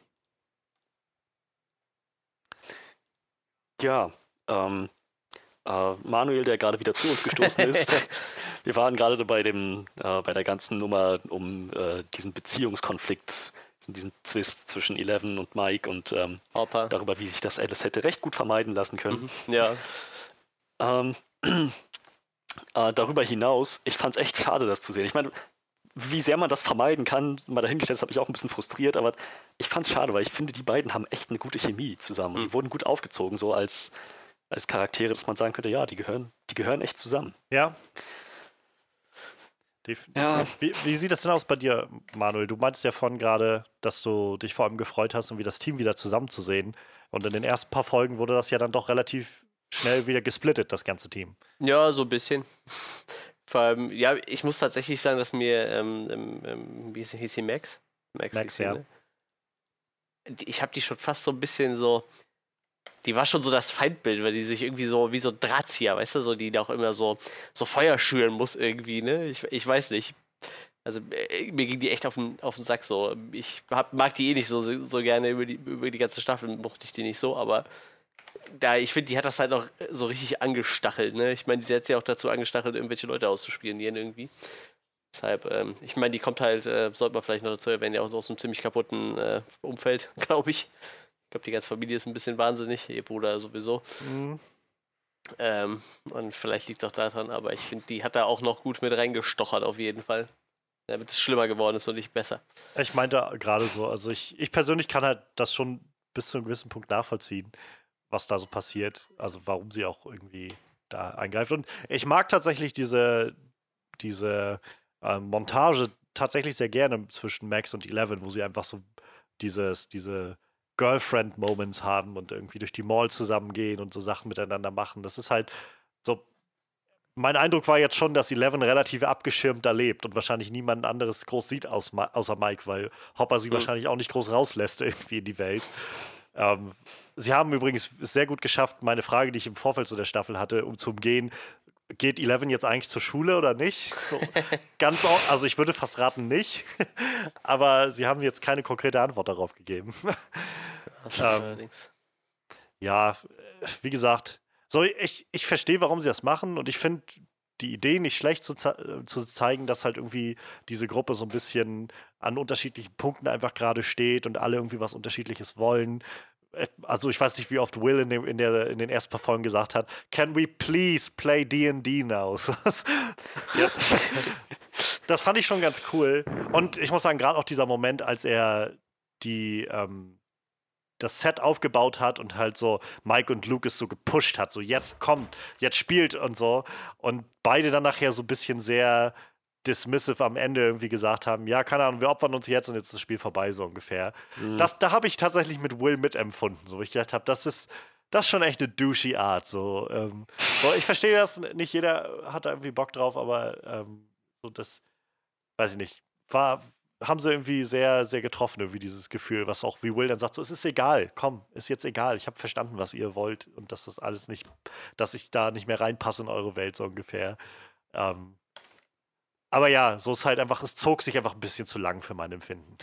Ja, ähm, äh, Manuel, der gerade wieder zu uns gestoßen ist. Wir waren gerade bei dem, äh, bei der ganzen Nummer um äh, diesen Beziehungskonflikt, diesen Zwist zwischen Eleven und Mike und ähm, Hopper. darüber, wie sich das alles hätte recht gut vermeiden lassen können. Mhm. Ja. Ähm, äh, darüber hinaus, ich fand es echt schade, das zu sehen. Ich meine, wie sehr man das vermeiden kann, mal dahingestellt, das hat mich auch ein bisschen frustriert, aber ich fand es schade, weil ich finde, die beiden haben echt eine gute Chemie zusammen. Und Mhm. die wurden gut aufgezogen, so als, als Charaktere, dass man sagen könnte, ja, die gehören, die gehören echt zusammen. Ja. Ja. Wie, wie sieht das denn aus bei dir, Manuel? Du meintest ja vorhin gerade, dass du dich vor allem gefreut hast, irgendwie das Team wieder zusammenzusehen. Und in den ersten paar Folgen wurde das ja dann doch relativ schnell wieder gesplittet, das ganze Team. Ja, so ein bisschen. Vor allem, ja, ich muss tatsächlich sagen, dass mir, ähm, ähm, wie hieß sie, Max? Max, hieß sie, ja. ne? Ich habe die schon fast so ein bisschen so, die war schon so das Feindbild, weil die sich irgendwie so, wie so Drahtzieher, weißt du, so, die da auch immer so, so Feuer schüren muss irgendwie, ne? Ich, ich weiß nicht. Also äh, mir ging die echt auf den, auf den Sack so. Ich hab, mag die eh nicht so, so gerne über die, über die ganze Staffel, mochte ich die nicht so, aber da, ich finde, die hat das halt auch so richtig angestachelt, ne? Ich meine, sie hat sie auch dazu angestachelt, irgendwelche Leute auszuspionieren irgendwie. Deshalb, ähm, ich meine, die kommt halt, äh, sollte man vielleicht noch dazu erwähnen, ja auch aus einem ziemlich kaputten äh, Umfeld, glaube ich. Ich glaube, die ganze Familie ist ein bisschen wahnsinnig, ihr Bruder sowieso. Mhm. Ähm, und vielleicht liegt es auch daran, aber ich finde, die hat da auch noch gut mit reingestochert, auf jeden Fall. Damit es schlimmer geworden ist und nicht besser. Ich meinte gerade so, also ich, ich persönlich kann halt das schon bis zu einem gewissen Punkt nachvollziehen, was da so passiert. Also warum sie auch irgendwie da eingreift. Und ich mag tatsächlich diese, diese äh, Montage tatsächlich sehr gerne zwischen Max und Eleven, wo sie einfach so dieses, diese Girlfriend-Moments haben und irgendwie durch die Mall zusammengehen und so Sachen miteinander machen. Das ist halt so. Mein Eindruck war jetzt schon, dass Eleven relativ abgeschirmt da lebt und wahrscheinlich niemand anderes groß sieht aus, außer Mike, weil Hopper sie mhm. wahrscheinlich auch nicht groß rauslässt irgendwie in die Welt. Ähm, sie haben übrigens sehr gut geschafft, meine Frage, die ich im Vorfeld zu der Staffel hatte, um zu umgehen, geht Eleven jetzt eigentlich zur Schule oder nicht? So, ganz auch, also ich würde fast raten, nicht. Aber sie haben jetzt keine konkrete Antwort darauf gegeben. ähm, ja, wie gesagt, so, ich, ich verstehe, warum sie das machen und ich finde die Idee nicht schlecht zu, ze zu zeigen, dass halt irgendwie diese Gruppe so ein bisschen an unterschiedlichen Punkten einfach gerade steht und alle irgendwie was Unterschiedliches wollen. Also ich weiß nicht, wie oft Will in, dem, in, der, in den ersten paar Folgen gesagt hat, can we please play D and D now? Ja. Das fand ich schon ganz cool. Und ich muss sagen, gerade auch dieser Moment, als er die ähm, das Set aufgebaut hat und halt so Mike und Lucas so gepusht hat, so jetzt kommt, jetzt spielt und so. Und beide dann nachher so ein bisschen sehr dismissive am Ende irgendwie gesagt haben, ja, keine Ahnung, wir opfern uns jetzt und jetzt ist das Spiel vorbei, so ungefähr. Mhm. Das, da habe ich tatsächlich mit Will mitempfunden, so, wo ich gedacht habe, das ist, das ist schon echt eine douchey Art, so. Ähm, so ich verstehe das, nicht jeder hat da irgendwie Bock drauf, aber ähm, so das, weiß ich nicht, war haben sie irgendwie sehr, sehr getroffen, irgendwie dieses Gefühl, was auch wie Will dann sagt, so, es ist egal, komm, ist jetzt egal, ich habe verstanden, was ihr wollt und dass das alles nicht, dass ich da nicht mehr reinpasse in eure Welt, so ungefähr. Ähm, aber ja, so ist halt einfach, es zog sich einfach ein bisschen zu lang für mein Empfinden.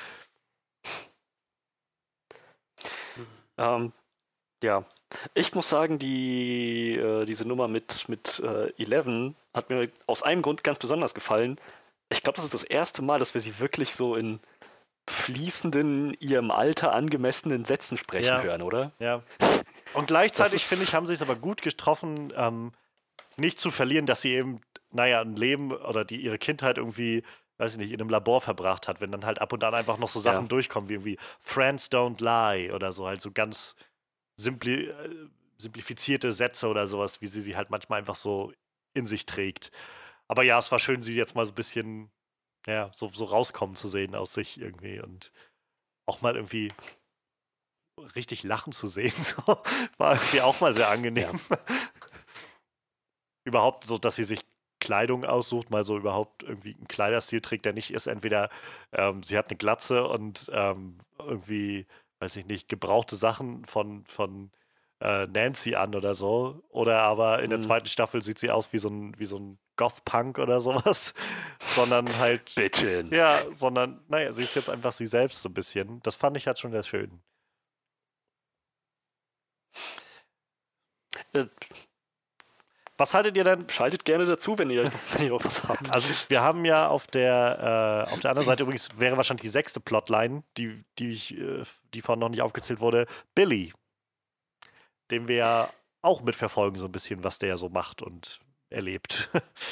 Ähm, ja, ich muss sagen, die, äh, diese Nummer mit, mit äh, Eleven hat mir aus einem Grund ganz besonders gefallen. Ich glaube, das ist das erste Mal, dass wir sie wirklich so in, fließenden, ihrem Alter angemessenen Sätzen sprechen Ja. hören, oder? Ja. Und gleichzeitig, Das ist- finde ich, haben sie es aber gut getroffen, ähm, nicht zu verlieren, dass sie eben, naja, ein Leben oder die ihre Kindheit irgendwie, weiß ich nicht, in einem Labor verbracht hat, wenn dann halt ab und an einfach noch so Sachen Ja. durchkommen, wie irgendwie Friends don't lie oder so, halt so ganz simpli äh, simplifizierte Sätze oder sowas, wie sie sie halt manchmal einfach so in sich trägt. Aber ja, es war schön, sie jetzt mal so ein bisschen, ja, so, so rauskommen zu sehen aus sich irgendwie und auch mal irgendwie richtig lachen zu sehen, so, war irgendwie auch mal sehr angenehm. Überhaupt so, dass sie sich Kleidung aussucht, mal so überhaupt irgendwie einen Kleiderstil trägt, der nicht ist, entweder ähm, sie hat eine Glatze und ähm, irgendwie, weiß ich nicht, gebrauchte Sachen von, von äh, Nancy an oder so, oder aber in der Mhm. zweiten Staffel sieht sie aus wie so ein, wie so ein Goth-Punk oder sowas, sondern halt, Bitchin. ja, sondern, naja, sie ist jetzt einfach sie selbst so ein bisschen. Das fand ich halt schon sehr schön. Äh, Was haltet ihr denn? Schaltet gerne dazu, wenn ihr, wenn ihr noch was habt. Also wir haben ja auf der äh, auf der anderen Seite übrigens wäre wahrscheinlich die sechste Plotline, die die ich äh, die vorhin noch nicht aufgezählt wurde, Billy, den wir ja auch mitverfolgen so ein bisschen, was der so macht und erlebt.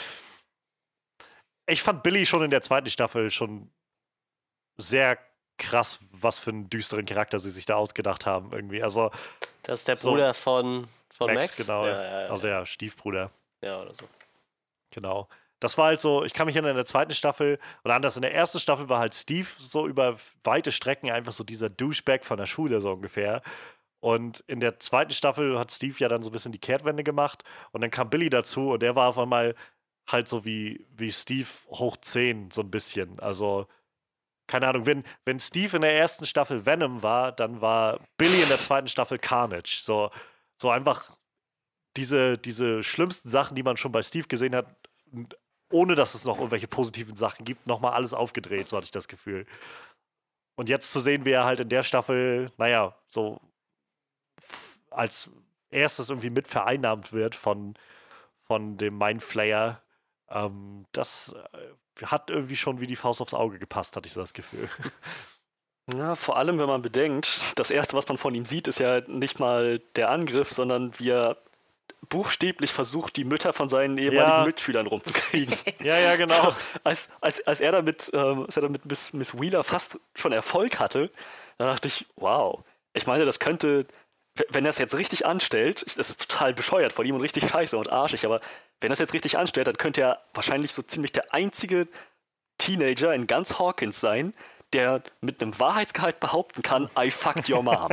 Ich fand Billy schon in der zweiten Staffel schon sehr krass, was für einen düsteren Charakter sie sich da ausgedacht haben irgendwie. Also Das ist der So. Bruder von, von Max, Max. genau, Ja, ja, ja, also der Stiefbruder. ja, oder so. Genau. Das war halt so, ich kann mich erinnern, in der zweiten Staffel, oder anders, in der ersten Staffel war halt Steve so über weite Strecken einfach so dieser Douchebag von der Schule, so ungefähr. Und in der zweiten Staffel hat Steve ja dann so ein bisschen die Kehrtwende gemacht und dann kam Billy dazu und der war auf einmal halt so wie, wie Steve hoch zehn, so ein bisschen. Also, keine Ahnung, wenn, wenn Steve in der ersten Staffel Venom war, dann war Billy in der zweiten Staffel Carnage. So, so einfach diese, diese schlimmsten Sachen, die man schon bei Steve gesehen hat, n- ohne dass es noch irgendwelche positiven Sachen gibt, nochmal alles aufgedreht, so hatte ich das Gefühl. Und jetzt zu sehen, wie er halt in der Staffel, naja, so f- als erstes irgendwie mit vereinnahmt wird von, von dem Mindflayer, ähm, das äh, hat irgendwie schon wie die Faust aufs Auge gepasst, hatte ich so das Gefühl. Ja, vor allem, wenn man bedenkt, das Erste, was man von ihm sieht, ist ja nicht mal der Angriff, sondern wie er buchstäblich versucht, die Mütter von seinen ehemaligen Ja. Mitschülern rumzukriegen. Ja, ja, genau. So, als, als, als er damit, ähm, als er damit Miss, Miss Wheeler fast schon Erfolg hatte, da dachte ich, wow. Ich meine, das könnte, w- wenn er es jetzt richtig anstellt, ich- das ist total bescheuert von ihm und richtig scheiße und arschig, aber wenn er es jetzt richtig anstellt, dann könnte er wahrscheinlich so ziemlich der einzige Teenager in ganz Hawkins sein, der mit einem Wahrheitsgehalt behaupten kann, I fucked your mom. Der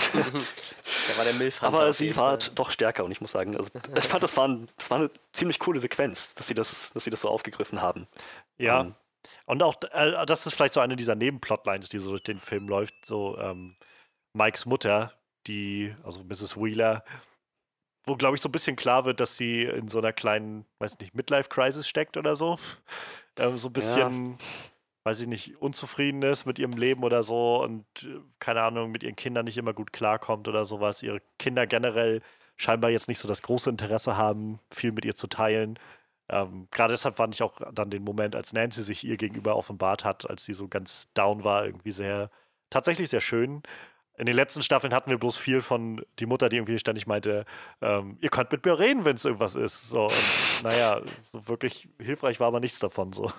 war der Milf. Aber sie war doch stärker und ich muss sagen, also ich fand, das war, ein, das war eine ziemlich coole Sequenz, dass sie das, dass sie das so aufgegriffen haben. Ja. Ähm, Und auch, äh, das ist vielleicht so eine dieser Nebenplotlines, die so durch den Film läuft. So, ähm, Mikes Mutter, die, also Misses Wheeler, wo, glaube ich, so ein bisschen klar wird, dass sie in so einer kleinen, weiß nicht, Midlife-Crisis steckt oder so. Ähm, so ein bisschen, weiß ich nicht, unzufrieden ist mit ihrem Leben oder so und, äh, keine Ahnung, mit ihren Kindern nicht immer gut klarkommt oder sowas. Ihre Kinder generell scheinbar jetzt nicht so das große Interesse haben, viel mit ihr zu teilen. Ähm, Gerade deshalb fand ich auch dann den Moment, als Nancy sich ihr gegenüber offenbart hat, als sie so ganz down war, irgendwie sehr, tatsächlich sehr schön. In den letzten Staffeln hatten wir bloß viel von die Mutter, die irgendwie ständig meinte, ähm, ihr könnt mit mir reden, wenn es irgendwas ist. So, und naja, so wirklich hilfreich war aber nichts davon. So.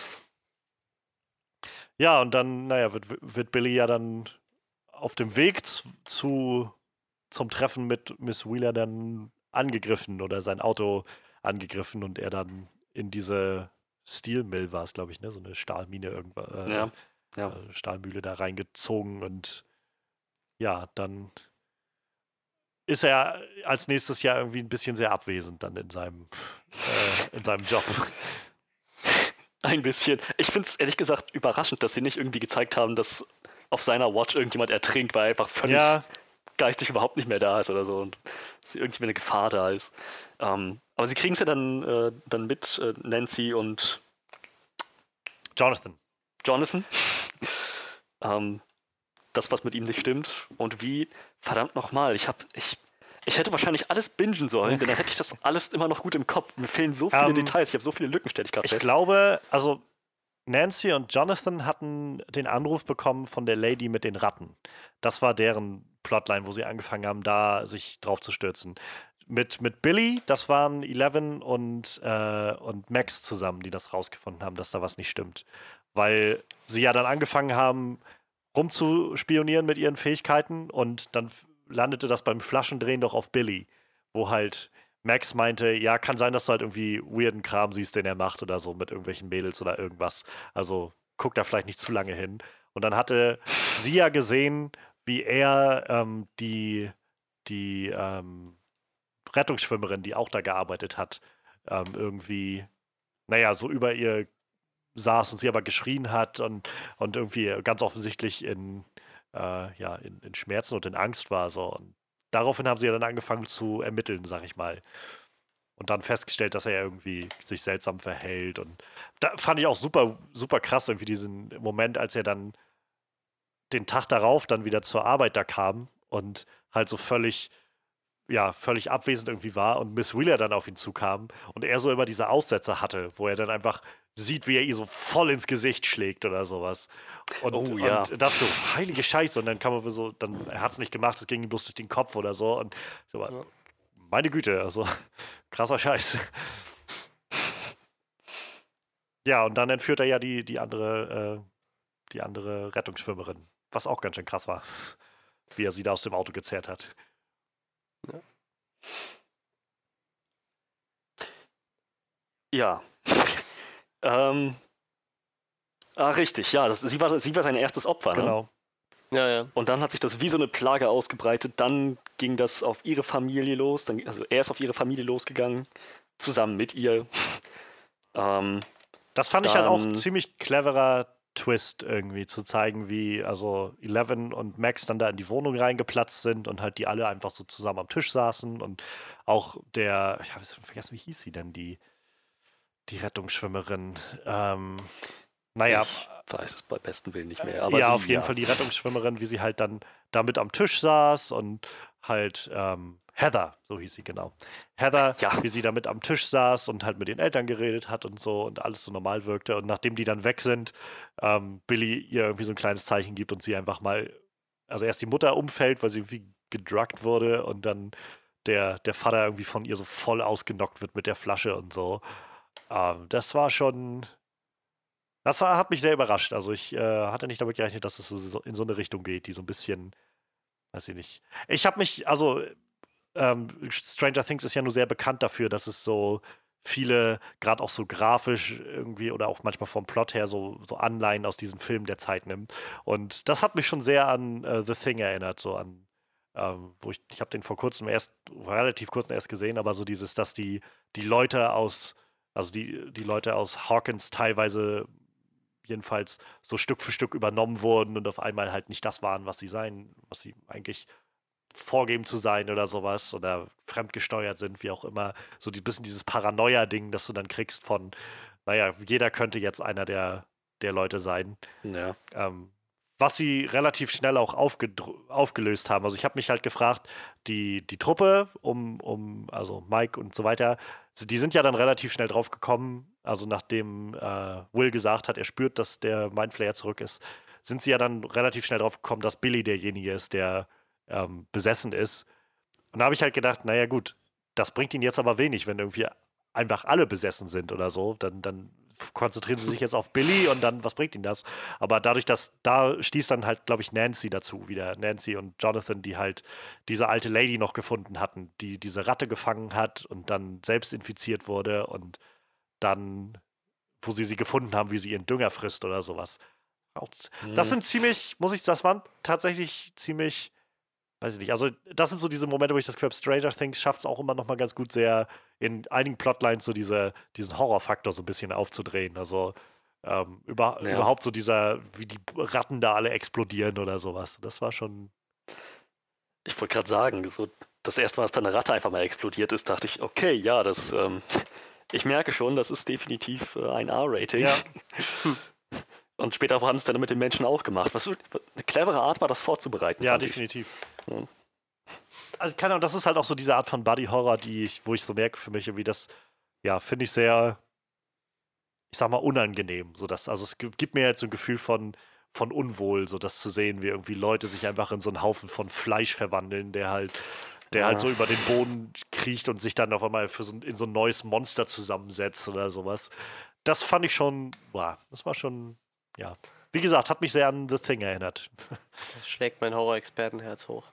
Ja, und dann, naja, wird, wird Billy ja dann auf dem Weg zu, zu zum Treffen mit Miss Wheeler dann angegriffen oder sein Auto angegriffen und er dann in diese Steel Mill war es, glaube ich, ne? So eine Stahlmine irgendwas, äh, ja, ja. äh, Stahlmühle da reingezogen und ja, dann ist er als nächstes Jahr irgendwie ein bisschen sehr abwesend dann in seinem, äh, in seinem Job. Ein bisschen. Ich finde es ehrlich gesagt überraschend, dass sie nicht irgendwie gezeigt haben, dass auf seiner Watch irgendjemand ertrinkt, weil er einfach völlig Ja, geistig überhaupt nicht mehr da ist oder so und dass irgendwie eine Gefahr da ist. Ähm, aber sie kriegen es ja dann, äh, dann mit, äh, Nancy und Jonathan. Jonathan. ähm, das, was mit ihm nicht stimmt. Und wie, verdammt nochmal, ich hab, ich, ich hätte wahrscheinlich alles bingen sollen, denn dann hätte ich das alles immer noch gut im Kopf. Mir fehlen so viele Ähm, Details, ich habe so viele Lücken, stelle ich gerade Ich fest. glaube, also Nancy und Jonathan hatten den Anruf bekommen von der Lady mit den Ratten. Das war deren Plotline, wo sie angefangen haben, da sich drauf zu stürzen. Mit, mit Billy, das waren Eleven und, äh, und Max zusammen, die das rausgefunden haben, dass da was nicht stimmt. Weil sie ja dann angefangen haben, rumzuspionieren mit ihren Fähigkeiten und dann f- landete das beim Flaschendrehen doch auf Billy, wo halt Max meinte, ja, kann sein, dass du halt irgendwie weirden Kram siehst, den er macht oder so mit irgendwelchen Mädels oder irgendwas. Also guck da vielleicht nicht zu lange hin. Und dann hatte sie ja gesehen, wie er ähm, die, die ähm, Rettungsschwimmerin, die auch da gearbeitet hat, ähm, irgendwie, naja, so über ihr saß und sie aber geschrien hat und, und irgendwie ganz offensichtlich in, äh, ja, in, in Schmerzen und in Angst war. So. Und daraufhin haben sie ja dann angefangen zu ermitteln, sag ich mal. Und dann festgestellt, dass er irgendwie sich seltsam verhält. Und da fand ich auch super, super krass, irgendwie diesen Moment, als er dann den Tag darauf dann wieder zur Arbeit da kam und halt so völlig, ja, völlig abwesend irgendwie war und Miss Wheeler dann auf ihn zukam und er so immer diese Aussätze hatte, wo er dann einfach sieht, wie er ihr so voll ins Gesicht schlägt oder sowas. Und, Oh, ja. und dachte so, heilige Scheiße. Und dann kam er so, dann, er hat es nicht gemacht, es ging ihm bloß durch den Kopf oder so. Und so, Ja. meine Güte, also krasser Scheiß. Ja, und dann entführt er ja die, die andere, äh, die andere Rettungsschwimmerin, was auch ganz schön krass war, wie er sie da aus dem Auto gezerrt hat. Ja. ähm. Ah, richtig, ja. Das, sie, war, sie war sein erstes Opfer, ne? Genau. Ja, ja. Und dann hat sich das wie so eine Plage ausgebreitet. Dann ging das auf ihre Familie los. Dann, also er ist auf ihre Familie losgegangen, zusammen mit ihr. ähm, Das fand ich halt auch Dann- ein ziemlich cleverer Twist irgendwie, zu zeigen, wie also Eleven und Max dann da in die Wohnung reingeplatzt sind und halt die alle einfach so zusammen am Tisch saßen und auch der, ich habe jetzt vergessen, wie hieß sie denn, die, die Rettungsschwimmerin. Ähm, naja, Ich weiß es bei besten Willen nicht mehr. Aber ja, sie, auf jeden ja. Fall die Rettungsschwimmerin, wie sie halt dann damit am Tisch saß und halt ähm, Heather, so hieß sie, genau. Heather, Ja. wie sie damit am Tisch saß und halt mit den Eltern geredet hat und so und alles so normal wirkte. Und nachdem die dann weg sind, ähm, Billy ihr irgendwie so ein kleines Zeichen gibt und sie einfach mal, also erst die Mutter umfällt, weil sie irgendwie gedruckt wurde und dann der, der Vater irgendwie von ihr so voll ausgenockt wird mit der Flasche und so. Ähm, das war schon, das war, hat mich sehr überrascht. Also ich äh, hatte nicht damit gerechnet, dass es so in so eine Richtung geht, die so ein bisschen, weiß ich nicht. Ich habe mich, also ähm, Stranger Things ist ja nur sehr bekannt dafür, dass es so viele, gerade auch so grafisch irgendwie oder auch manchmal vom Plot her so, so Anleihen aus diesen Filmen der Zeit nimmt. Und das hat mich schon sehr an äh, The Thing erinnert, so an, ähm, wo ich, ich habe den vor kurzem erst, relativ kurzem erst gesehen, aber so dieses, dass die, die Leute aus, also die, die Leute aus Hawkins teilweise jedenfalls so Stück für Stück übernommen wurden und auf einmal halt nicht das waren, was sie sein, was sie eigentlich vorgeben zu sein oder sowas oder fremdgesteuert sind, wie auch immer. So ein bisschen dieses Paranoia-Ding, das du dann kriegst von, naja, jeder könnte jetzt einer der, der Leute sein. Ja. Ähm, was sie relativ schnell auch aufgedr- aufgelöst haben. Also ich habe mich halt gefragt, die, die Truppe um, um, also Mike und so weiter, so, die sind ja dann relativ schnell drauf gekommen, also nachdem äh, Will gesagt hat, er spürt, dass der Mindflayer zurück ist, sind sie ja dann relativ schnell drauf gekommen, dass Billy derjenige ist, der ähm, besessen ist. Und da habe ich halt gedacht, naja gut, das bringt ihnen jetzt aber wenig, wenn irgendwie einfach alle besessen sind oder so, dann, dann konzentrieren sie sich jetzt auf Billy und dann, was bringt ihnen das? Aber dadurch, dass da stieß dann halt, glaube ich, Nancy dazu wieder. Nancy und Jonathan, die halt diese alte Lady noch gefunden hatten, die diese Ratte gefangen hat und dann selbst infiziert wurde und dann, wo sie sie gefunden haben, wie sie ihren Dünger frisst oder sowas. Das sind ziemlich, muss ich, das waren tatsächlich ziemlich, weiß ich nicht, also das sind so diese Momente, wo ich das Gefühl habe, Stranger Things schafft es auch immer noch mal ganz gut, sehr in einigen Plotlines so diese, diesen Horrorfaktor so ein bisschen aufzudrehen. Also ähm, über, Ja. überhaupt so dieser, wie die Ratten da alle explodieren oder sowas. Das war schon, Ich wollte gerade sagen, so das erste Mal, dass da eine Ratte einfach mal explodiert ist, dachte ich, okay, ja, das, ähm, ich merke schon, das ist definitiv äh, ein R-Rating. ja, Und später haben es dann mit den Menschen auch gemacht. Was für eine clevere Art war, das vorzubereiten. ja, fand ich. definitiv. Ja. Also keine Ahnung, das ist halt auch so diese Art von Buddy Horror, die ich, wo ich so merke für mich irgendwie, das, ja, finde ich sehr, ich sag mal, unangenehm. So dass, also es gibt, gibt mir jetzt so ein Gefühl von, von Unwohl, so das zu sehen, wie irgendwie Leute sich einfach in so einen Haufen von Fleisch verwandeln, der halt, der Ja. halt so über den Boden kriecht und sich dann auf einmal für so, ein- in so ein neues Monster zusammensetzt oder sowas. Das fand ich schon, boah, das war schon, ja. Wie gesagt, hat mich sehr an The Thing erinnert. Da schlägt mein Horror-Expertenherz hoch.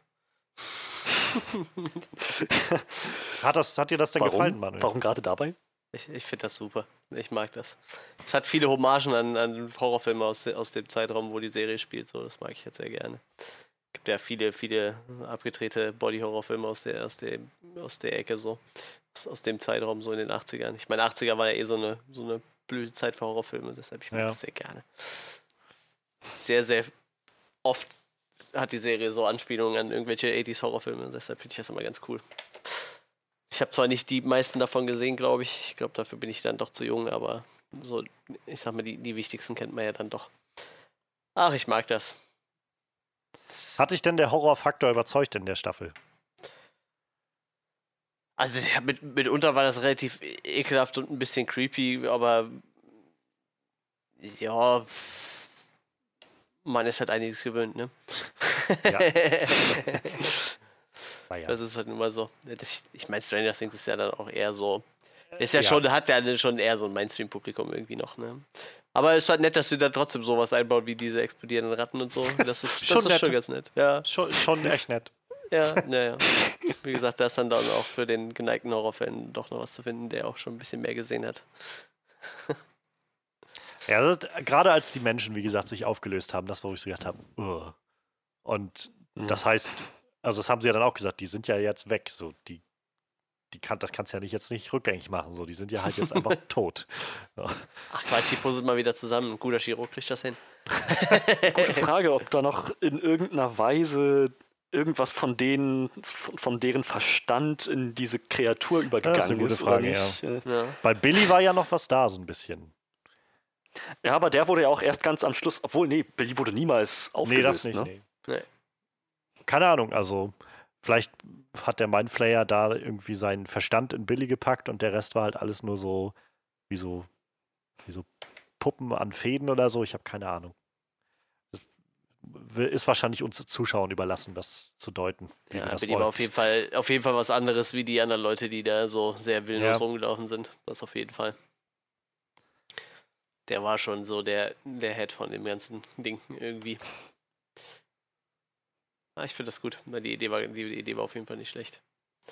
Hat, das, hat dir das denn Warum? gefallen, Manuel? Warum gerade dabei? Ich, ich finde das super. Ich mag das. Es hat viele Hommagen an, an Horrorfilme aus, de, aus dem Zeitraum, wo die Serie spielt. So, das mag ich jetzt sehr gerne. Es gibt ja viele, viele abgedrehte Body-Horrorfilme aus der, aus, der, aus der Ecke, so. Aus, aus dem Zeitraum, so in den achtzigern. Ich meine, achtziger war ja eh so eine, so eine blöde Zeit für Horrorfilme, deshalb ich mag Ja. das sehr gerne. Sehr, sehr oft hat die Serie so Anspielungen an irgendwelche achtziger Horrorfilme, deshalb finde ich das immer ganz cool. Ich habe zwar nicht die meisten davon gesehen, glaube ich. Ich glaube, dafür bin ich dann doch zu jung, aber so, ich sag mal, die, die wichtigsten kennt man ja dann doch. Ach, ich mag das. Hat dich denn der Horrorfaktor überzeugt in der Staffel? Also ja, mit, mitunter war das relativ e- ekelhaft und ein bisschen creepy, aber ja, man ist halt einiges gewöhnt, ne? Ja. Naja. Das ist halt nun mal so. Das, ich meine, Stranger Things ist ja dann auch eher so. Ist ja, Ja. schon, hat ja schon eher so ein Mainstream-Publikum irgendwie noch, ne? Aber es ist halt nett, dass sie da trotzdem sowas einbauen wie diese explodierenden Ratten und so. Das ist, das Schon ist nett. schon ganz nett. Ja, Schon, schon echt nett. ja, ja, ja. Wie gesagt, da ist dann, dann auch für den geneigten Horrorfan doch noch was zu finden, der auch schon ein bisschen mehr gesehen hat. Ja, das, gerade als die Menschen, wie gesagt, sich aufgelöst haben, das, wo ich so gedacht habe, "Ugh." Und Mhm. das heißt, also das haben sie ja dann auch gesagt, die sind ja jetzt weg, so, die, die kann, das kannst du ja nicht jetzt nicht rückgängig machen, so, die sind ja halt jetzt einfach tot. So. Ach Quatsch, die puzzelt mal wieder zusammen. Ein guter Chirurg kriegt das hin. Gute Frage, ob da noch in irgendeiner Weise irgendwas von denen, von, von deren Verstand in diese Kreatur übergegangen Das ist eine gute ist Frage, oder nicht. Äh, Ja. Bei Billy war ja noch was da, so ein bisschen. Ja, aber der wurde ja auch erst ganz am Schluss, obwohl, nee, Billy wurde niemals aufgelöst. Nee, das nicht, ne? nee. Nee. Keine Ahnung, also vielleicht hat der Mindflayer da irgendwie seinen Verstand in Billy gepackt und der Rest war halt alles nur so wie so, wie so Puppen an Fäden oder so, ich habe keine Ahnung. Das ist wahrscheinlich uns Zuschauern überlassen, das zu deuten. Wie wir Ja, das Billy war wollen. auf jeden Fall auf jeden Fall was anderes wie die anderen Leute, die da so sehr willenlos Ja. rumgelaufen sind. Das auf jeden Fall. Der war schon so der, der Head von dem ganzen Ding irgendwie. Ah, ich finde das gut. weil Die Idee, war, die Idee war auf jeden Fall nicht schlecht.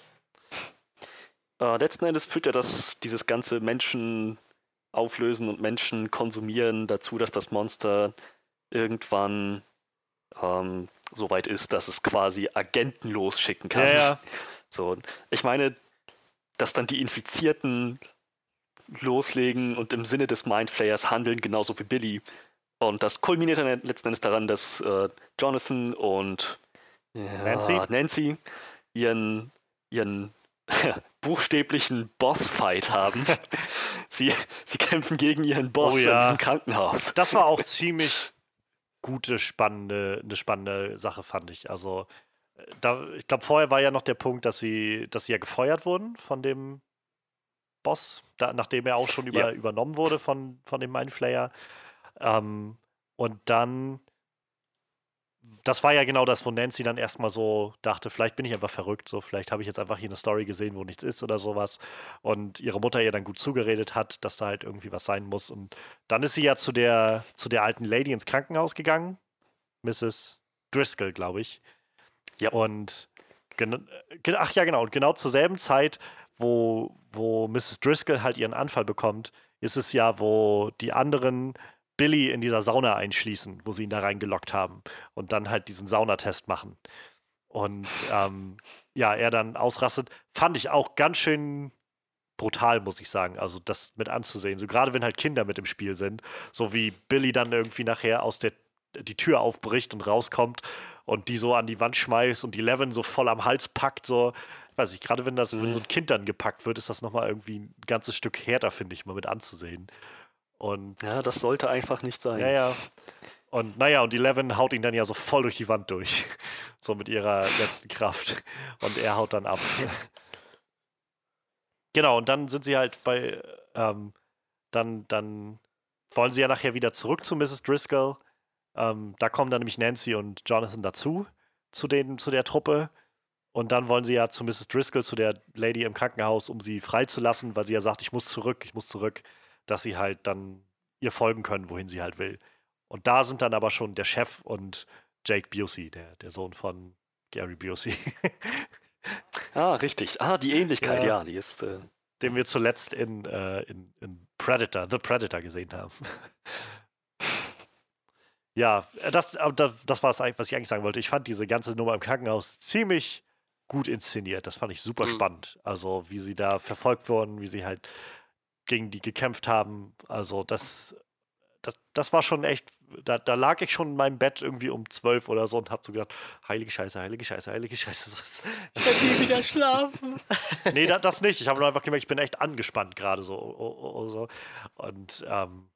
Äh, letzten Endes führt ja das, dieses ganze Menschen auflösen und Menschen konsumieren dazu, dass das Monster irgendwann ähm, so weit ist, dass es quasi Agenten losschicken kann. Ja, ja. So, ich meine, dass dann die Infizierten loslegen und im Sinne des Mindflayers handeln, genauso wie Billy. Und das kulminiert dann letzten Endes daran, dass äh, Jonathan und ja, Nancy? Nancy ihren, ihren buchstäblichen Bossfight haben. sie, sie kämpfen gegen ihren Boss Oh ja. in diesem Krankenhaus. Das war auch ziemlich gute, spannende, eine spannende Sache, fand ich. Also, äh, da, ich glaube, vorher war ja noch der Punkt, dass sie, dass sie ja gefeuert wurden von dem Boss, da, nachdem er auch schon über, Ja. übernommen wurde von, von dem Mindflayer. Ähm, und dann, das war ja genau das, wo Nancy dann erstmal so dachte, vielleicht bin ich einfach verrückt, so vielleicht habe ich jetzt einfach hier eine Story gesehen, wo nichts ist oder sowas. Und ihre Mutter ihr dann gut zugeredet hat, dass da halt irgendwie was sein muss. Und dann ist sie ja zu der, zu der alten Lady ins Krankenhaus gegangen, Misses Driscoll, glaube ich. Ja. Und gen- ge- ach ja, genau, und genau zur selben Zeit, wo, wo Misses Driscoll halt ihren Anfall bekommt, ist es ja, wo die anderen Billy in dieser Sauna einschließen, wo sie ihn da reingelockt haben und dann halt diesen Saunatest machen. Und ähm, ja, er dann ausrastet, fand ich auch ganz schön brutal, muss ich sagen, also das mit anzusehen. So gerade wenn halt Kinder mit im Spiel sind, so wie Billy dann irgendwie nachher aus der die Tür aufbricht und rauskommt und die so an die Wand schmeißt und die Levin so voll am Hals packt, so, weiß ich, gerade wenn das, Mhm. wenn so ein Kind dann gepackt wird, ist das nochmal irgendwie ein ganzes Stück härter, finde ich, mal mit anzusehen. Und Ja, das sollte einfach nicht sein. ja, ja. Und naja, und die Levin haut ihn dann ja so voll durch die Wand durch. So mit ihrer letzten Kraft. Und er haut dann ab. Genau, und dann sind sie halt bei, ähm, dann, dann wollen sie ja nachher wieder zurück zu Missus Driscoll. Ähm, da kommen dann nämlich Nancy und Jonathan dazu, zu, den, zu der Truppe. Und dann wollen sie ja zu Missus Driscoll, zu der Lady im Krankenhaus, um sie freizulassen, weil sie ja sagt, ich muss zurück, ich muss zurück, dass sie halt dann ihr folgen können, wohin sie halt will. Und da sind dann aber schon der Chef und Jake Busey, der, der Sohn von Gary Busey. Ah, richtig. Ah, die Ähnlichkeit, ja, Ja. die ist. Äh, Den wir zuletzt in, äh, in, in Predator, The Predator gesehen haben. Ja, das, aber das, das war es eigentlich, was ich eigentlich sagen wollte. Ich fand diese ganze Nummer im Krankenhaus ziemlich gut inszeniert. Das fand ich super Mhm. spannend. Also, wie sie da verfolgt wurden, wie sie halt gegen die gekämpft haben. Also, das, das, das war schon echt, da, da lag ich schon in meinem Bett irgendwie um zwölf oder so und hab so gedacht, heilige Scheiße, heilige Scheiße, heilige Scheiße. Das- Ich kann nie wieder schlafen. Nee, da, das nicht. Ich habe nur einfach gemerkt, ich bin echt angespannt gerade so, o- o- o- so. Und ähm,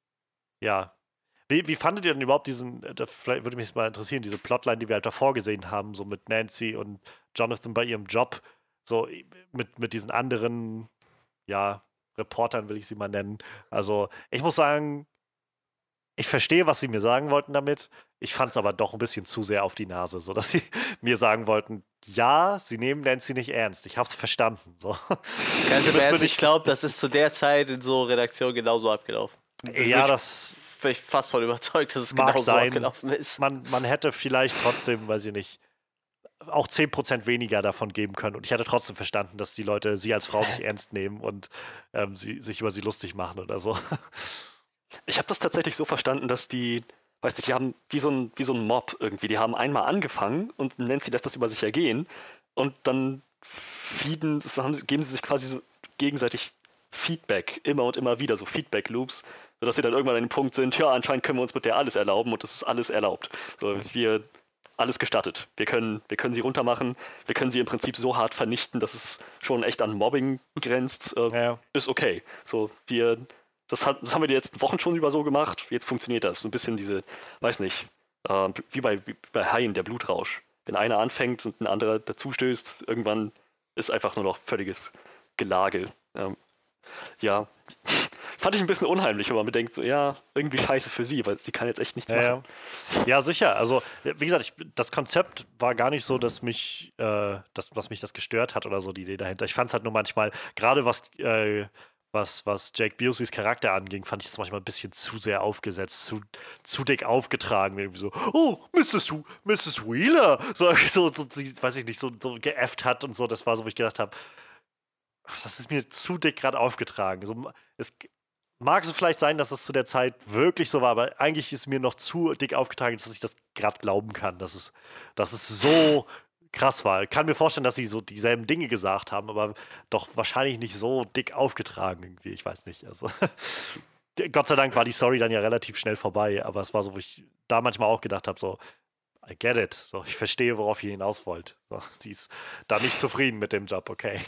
ja. Wie, wie fandet ihr denn überhaupt diesen, äh, da vielleicht würde mich jetzt mal interessieren, diese Plotline, die wir halt davor gesehen haben, so mit Nancy und Jonathan bei ihrem Job, so i- mit, mit diesen anderen, ja, Reportern will ich sie mal nennen. Also, ich muss sagen, ich verstehe, was sie mir sagen wollten damit. Ich fand es aber doch ein bisschen zu sehr auf die Nase, so dass sie mir sagen wollten, ja, sie nehmen Nancy nicht ernst. Ich hab's verstanden. So. Ganz Ihr im müsst mir Ernst, nicht- ich glaube, das ist zu der Zeit in so Redaktionen genauso abgelaufen. Ja, ich, das bin ich fast von überzeugt, dass es mag genauso sein. abgelaufen ist. man, man hätte vielleicht trotzdem, weiß ich nicht, auch zehn Prozent weniger davon geben können. Und ich hätte trotzdem verstanden, dass die Leute sie als Frau nicht ernst nehmen und ähm, sie, sich über sie lustig machen oder so. Ich habe das tatsächlich so verstanden, dass die, weiß nicht, die haben wie so ein, wie so ein Mob irgendwie, die haben einmal angefangen und Nancy lässt das über sich ergehen und dann feeden, das haben, sie- geben sie sich quasi so gegenseitig Feedback, immer und immer wieder, so Feedback-Loops, sodass sie dann irgendwann an dem Punkt sind, ja, anscheinend können wir uns mit der alles erlauben und das ist alles erlaubt. So, wir, alles gestattet. Wir können, wir können sie runtermachen, wir können sie im Prinzip so hart vernichten, dass es schon echt an Mobbing grenzt. Äh, Ja. Ist okay. So, wir, das, hat, das haben wir die letzten Wochen schon über so gemacht, jetzt funktioniert das. So ein bisschen diese, weiß nicht, äh, wie, bei, wie bei Haien, der Blutrausch. Wenn einer anfängt und ein anderer dazustößt, irgendwann ist einfach nur noch völliges Gelage. Ähm, ja, fand ich ein bisschen unheimlich, wenn man bedenkt, so, ja, irgendwie scheiße für sie, weil sie kann jetzt echt nichts Ja, machen. ja. ja, sicher. Also, wie gesagt, ich, das Konzept war gar nicht so, dass mich, äh, das, was mich das gestört hat oder so, die Idee dahinter. Ich fand es halt nur manchmal, gerade was, äh, was, was Jake Buseys Charakter anging, fand ich das manchmal ein bisschen zu sehr aufgesetzt, zu, zu dick aufgetragen. Irgendwie so, oh, Missus Wu- Missus Wheeler! So, so, so, sie, weiß ich nicht, so, so geäfft hat und so. Das war so, wo ich gedacht habe, das ist mir zu dick gerade aufgetragen. So, es mag so vielleicht sein, dass das zu der Zeit wirklich so war, aber eigentlich ist mir noch zu dick aufgetragen, dass ich das gerade glauben kann, dass es, dass es so krass war. Ich kann mir vorstellen, dass sie so dieselben Dinge gesagt haben, aber doch wahrscheinlich nicht so dick aufgetragen irgendwie. Ich weiß nicht. Also Gott sei Dank war die Story dann ja relativ schnell vorbei, aber es war so, wo ich da manchmal auch gedacht habe, so, I get it. So, ich verstehe, worauf ihr hinaus wollt. So, sie ist da nicht zufrieden mit dem Job, okay.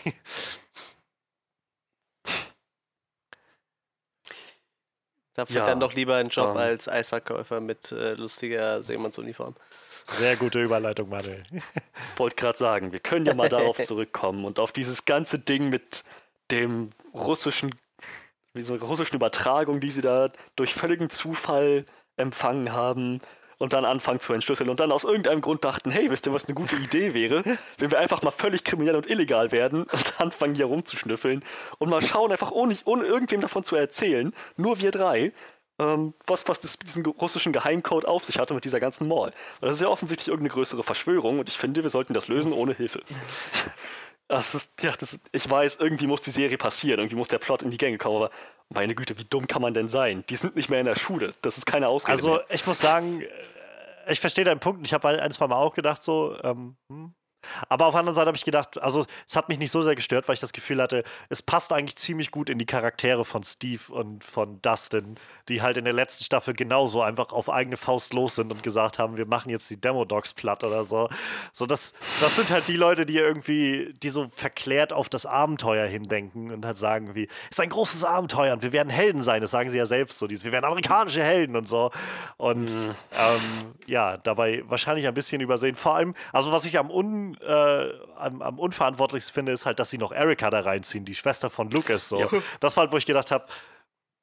Da vielleicht Ja, dann doch lieber einen Job ähm. als Eisverkäufer mit äh, lustiger Seemannsuniform. Sehr gute Überleitung, Manuel. Wollte gerade sagen, wir können ja mal darauf zurückkommen und auf dieses ganze Ding mit dem russischen, wie so eine russischen Übertragung, die sie da durch völligen Zufall empfangen haben und dann anfangen zu entschlüsseln und dann aus irgendeinem Grund dachten, hey, wisst ihr, was eine gute Idee wäre, wenn wir einfach mal völlig kriminell und illegal werden und anfangen hier rumzuschnüffeln und mal schauen, einfach ohne, ohne irgendwem davon zu erzählen, nur wir drei, ähm, was, was das mit diesem russischen Geheimcode auf sich hatte mit dieser ganzen Mall. Und das ist ja offensichtlich irgendeine größere Verschwörung und ich finde, wir sollten das lösen ohne Hilfe. Das ist, ja, das ist, ich weiß, irgendwie muss die Serie passieren, irgendwie muss der Plot in die Gänge kommen, aber meine Güte, wie dumm kann man denn sein? Die sind nicht mehr in der Schule, das ist keine Ausrede Also, mehr. ich muss sagen, äh, ich verstehe deinen Punkt und ich habe ein, zwei Mal auch gedacht, so, ähm, hm. Aber auf der anderen Seite habe ich gedacht, also es hat mich nicht so sehr gestört, weil ich das Gefühl hatte, es passt eigentlich ziemlich gut in die Charaktere von Steve und von Dustin, die halt in der letzten Staffel genauso einfach auf eigene Faust los sind und gesagt haben, wir machen jetzt die Demo-Dogs platt oder so. So, das, das sind halt die Leute, die irgendwie, die so verklärt auf das Abenteuer hindenken und halt sagen wie, es ist ein großes Abenteuer und wir werden Helden sein, das sagen sie ja selbst so, dieses, wir werden amerikanische Helden und so. Und Mhm. ähm, ja, dabei wahrscheinlich ein bisschen übersehen. Vor allem, also was ich am un Äh, am, am unverantwortlichsten finde, ist halt, dass sie noch Erika da reinziehen, die Schwester von Lucas. So. Ja. Das war halt, wo ich gedacht habe,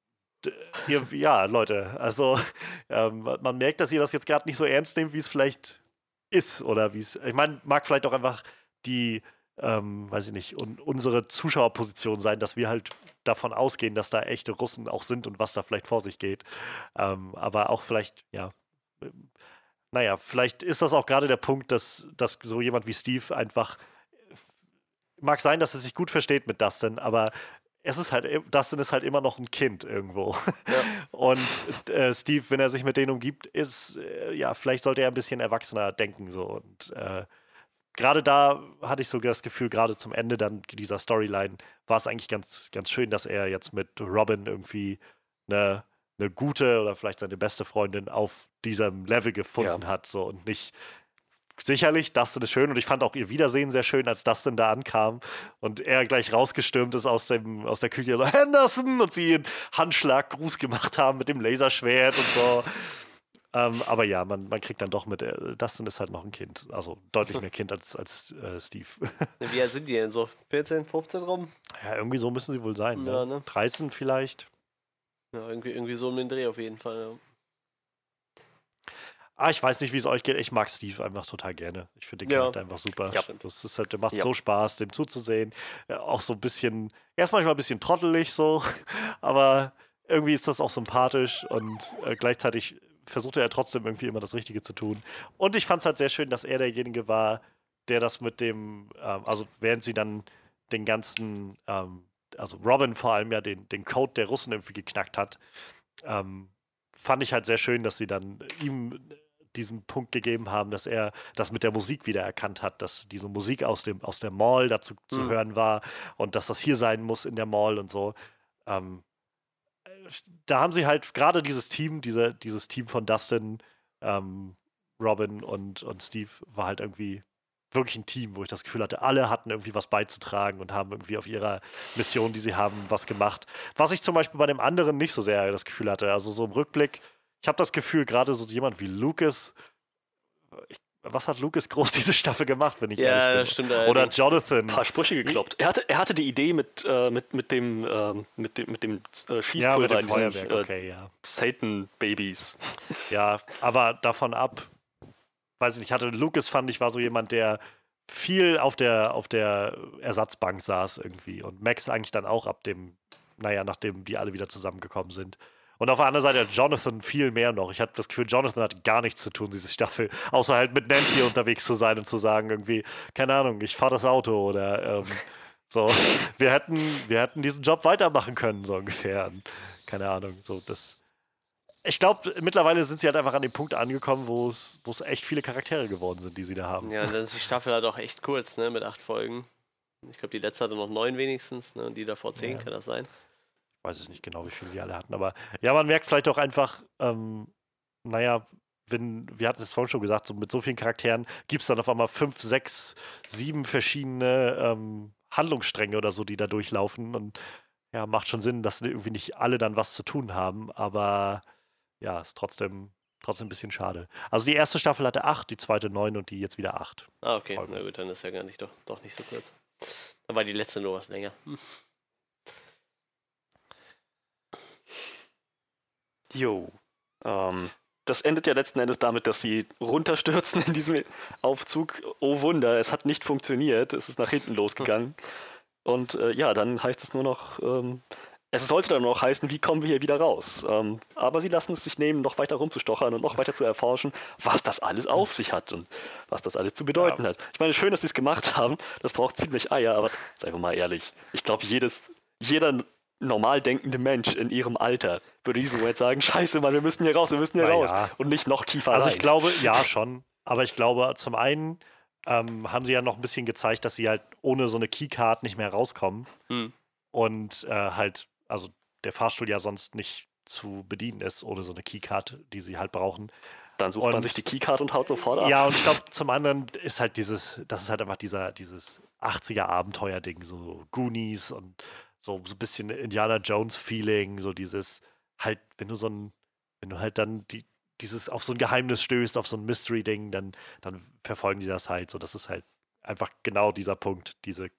d- ihr, ja, Leute, also ähm, man merkt, dass ihr das jetzt gerade nicht so ernst nehmt, wie es vielleicht ist oder wie es, ich meine, mag vielleicht auch einfach die, ähm, weiß ich nicht, un unsere Zuschauerposition sein, dass wir halt davon ausgehen, dass da echte Russen auch sind und was da vielleicht vor sich geht. Ähm, aber auch vielleicht, ja, ähm, naja, vielleicht ist das auch gerade der Punkt, dass, dass so jemand wie Steve einfach, mag sein, dass er sich gut versteht mit Dustin, aber es ist halt, im- Dustin ist halt immer noch ein Kind irgendwo. Ja. Und äh, Steve, wenn er sich mit denen umgibt, ist, äh, ja, vielleicht sollte er ein bisschen erwachsener denken so. Und äh, gerade da hatte ich so das Gefühl, gerade zum Ende dann dieser Storyline war es eigentlich ganz, ganz schön, dass er jetzt mit Robin irgendwie eine, eine gute oder vielleicht seine beste Freundin auf diesem Level gefunden Ja. hat so und nicht. Sicherlich, Dustin ist schön und ich fand auch ihr Wiedersehen sehr schön, als Dustin da ankam und er gleich rausgestürmt ist aus, dem, aus der Küche, so, Henderson, und sie einen Handschlaggruß gemacht haben mit dem Laserschwert und so. Ähm, aber ja, man, man kriegt dann doch mit, äh, Dustin ist halt noch ein Kind, also deutlich mehr Kind als, als äh, Steve. Wie alt sind die denn so? vierzehn, fünfzehn rum? Ja, irgendwie so müssen sie wohl sein. Ne? Ja, ne? dreizehn vielleicht. Ja, irgendwie, irgendwie so um den Dreh auf jeden Fall. Ja. Ah, ich weiß nicht, wie es euch geht. Ich mag Steve einfach total gerne. Ich finde den Ja. Charakter einfach super. Ja. Das ist halt, der macht Ja. so Spaß, dem zuzusehen. Ja, auch so ein bisschen, er ist manchmal ein bisschen trottelig so, aber irgendwie ist das auch sympathisch und äh, gleichzeitig versucht er trotzdem irgendwie immer das Richtige zu tun. Und ich fand es halt sehr schön, dass er derjenige war, der das mit dem, ähm, also während sie dann den ganzen, ähm, also Robin vor allem ja den, den Code der Russen irgendwie geknackt hat, ähm, fand ich halt sehr schön, dass sie dann ihm diesen Punkt gegeben haben, dass er das mit der Musik wieder erkannt hat, dass diese Musik aus dem aus der Mall dazu zu Mhm. hören war und dass das hier sein muss in der Mall und so. Ähm, äh, Da haben sie halt gerade dieses Team, diese, dieses Team von Dustin, ähm, Robin und, und Steve war halt irgendwie wirklich ein Team, wo ich das Gefühl hatte, alle hatten irgendwie was beizutragen und haben irgendwie auf ihrer Mission, die sie haben, was gemacht. Was ich zum Beispiel bei dem anderen nicht so sehr das Gefühl hatte. Also so im Rückblick, ich habe das Gefühl, gerade so jemand wie Lucas, ich, was hat Lucas groß diese Staffel gemacht, wenn ich Ja, ehrlich bin? das stimmt Oder allerdings. Jonathan. Ein paar Sprüche gekloppt. Er hatte, er hatte die Idee mit, äh, mit, mit dem, ähm, mit dem, mit dem äh, Ja, mit Schießpulver dem in diesen Feuerwerk, äh, okay, ja. Satan-Babys. Ja, aber davon ab, weiß ich nicht, hatte Lucas, fand ich, war so jemand, der viel auf der, auf der Ersatzbank saß irgendwie. Und Max eigentlich dann auch ab dem, naja, nachdem die alle wieder zusammengekommen sind. Und auf der anderen Seite Jonathan viel mehr noch. Ich hatte das Gefühl, Jonathan hat gar nichts zu tun, diese Staffel, außer halt mit Nancy unterwegs zu sein und zu sagen, irgendwie, keine Ahnung, ich fahre das Auto oder ähm, so. Wir hätten, wir hätten diesen Job weitermachen können, so ungefähr. Und, keine Ahnung, so das. Ich glaube, mittlerweile sind sie halt einfach an dem Punkt angekommen, wo es wo es echt viele Charaktere geworden sind, die sie da haben. Ja, und dann ist die Staffel halt auch echt kurz, ne, mit acht Folgen. Ich glaube, die letzte hatte noch neun wenigstens, ne, und die davor zehn, Ja. kann das sein? Ich weiß es nicht genau, wie viele die alle hatten, aber ja, man merkt vielleicht auch einfach, ähm, naja, wenn, wir hatten es vorhin schon gesagt, so mit so vielen Charakteren gibt es dann auf einmal fünf, sechs, sieben verschiedene ähm, Handlungsstränge oder so, die da durchlaufen und ja, macht schon Sinn, dass irgendwie nicht alle dann was zu tun haben, aber ja, ist trotzdem, trotzdem ein bisschen schade. Also die erste Staffel hatte acht, die zweite neun und die jetzt wieder acht. Ah, okay, Folgen. na gut, dann ist ja gar nicht doch, doch nicht so kurz. Dann war die letzte nur was länger. Hm. Jo. Ähm, das endet ja letzten Endes damit, dass sie runterstürzen in diesem Aufzug. Oh Wunder, es hat nicht funktioniert. Es ist nach hinten losgegangen. Und äh, ja, dann heißt es nur noch, ähm, es sollte dann noch heißen, wie kommen wir hier wieder raus? Ähm, aber sie lassen es sich nehmen, noch weiter rumzustochern und noch weiter zu erforschen, was das alles auf sich hat und was das alles zu bedeuten Ja. hat. Ich meine, schön, dass sie es gemacht haben. Das braucht ziemlich Eier, aber seien wir mal ehrlich. Ich glaube, jedes, jeder normal denkende Mensch in ihrem Alter würde diesen Moment sagen, scheiße, Mann, wir müssen hier raus, wir müssen hier Na raus. ja. Und nicht noch tiefer Also rein. ich glaube, ja schon. Aber ich glaube, zum einen ähm, haben sie ja noch ein bisschen gezeigt, dass sie halt ohne so eine Keycard nicht mehr rauskommen. Hm. Und äh, halt, also der Fahrstuhl ja sonst nicht zu bedienen ist, ohne so eine Keycard, die sie halt brauchen. Dann sucht man und- sich die Keycard und haut sofort ab. Ja, und ich glaube, zum anderen ist halt dieses, das ist halt einfach dieser, dieses achtziger-Abenteuer-Ding, so Goonies und so, so ein bisschen Indiana Jones-Feeling, so dieses, halt, wenn du so ein, wenn du halt dann die, dieses auf so ein Geheimnis stößt, auf so ein Mystery-Ding, dann, dann verfolgen die das halt so. Das ist halt einfach genau dieser Punkt, diese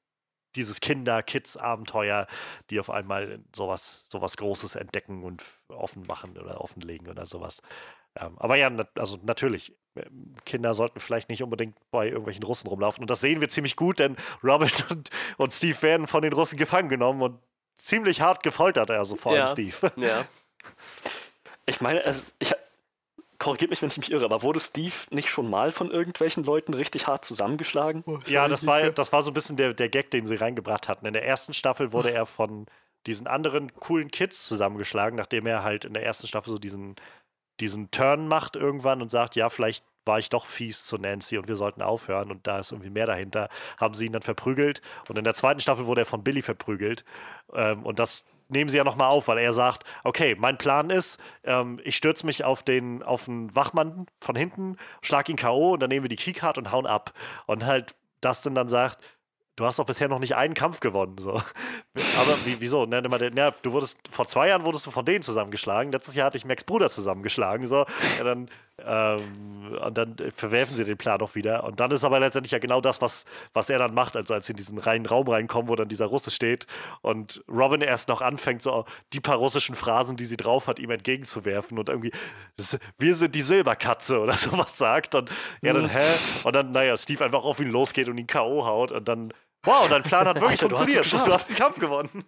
dieses Kinder-Kids-Abenteuer, die auf einmal sowas, sowas Großes entdecken und offen machen oder offenlegen oder sowas. Ähm, aber ja, nat also natürlich, ähm, Kinder sollten vielleicht nicht unbedingt bei irgendwelchen Russen rumlaufen. Und das sehen wir ziemlich gut, denn Robin und, und Steve werden von den Russen gefangen genommen und ziemlich hart gefoltert, also vor allem Ja. Steve. Ja. Ich meine, also ich, korrigiert mich, wenn ich mich irre, aber wurde Steve nicht schon mal von irgendwelchen Leuten richtig hart zusammengeschlagen? Ja, das war, das war so ein bisschen der, der Gag, den sie reingebracht hatten. In der ersten Staffel wurde er von diesen anderen coolen Kids zusammengeschlagen, nachdem er halt in der ersten Staffel so diesen, diesen Turn macht irgendwann und sagt, ja, vielleicht war ich doch fies zu Nancy und wir sollten aufhören und da ist irgendwie mehr dahinter, haben sie ihn dann verprügelt und in der zweiten Staffel wurde er von Billy verprügelt ähm, und das nehmen sie ja nochmal auf, weil er sagt, okay, mein Plan ist, ähm, ich stürze mich auf den, auf den Wachmann von hinten, schlag ihn K O und dann nehmen wir die Keycard und hauen ab. Und halt Dustin dann sagt, du hast doch bisher noch nicht einen Kampf gewonnen. So. Aber wie, wieso? Ne, ja, du wurdest, vor zwei Jahren wurdest du von denen zusammengeschlagen, letztes Jahr hatte ich Max Bruder zusammengeschlagen. So. Ja, dann, ähm, und dann verwerfen sie den Plan auch wieder. Und dann ist aber letztendlich ja genau das, was, was er dann macht, also als sie in diesen reinen Raum reinkommen, wo dann dieser Russe steht und Robin erst noch anfängt, so die paar russischen Phrasen, die sie drauf hat, ihm entgegenzuwerfen und irgendwie, wir sind die Silberkatze oder sowas sagt. Und er dann, hä? Und dann, naja, Steve einfach auf ihn losgeht und ihn K O haut und dann wow, dein Plan hat wirklich Alter, du hast es funktioniert. Du geschafft. hast den Kampf gewonnen.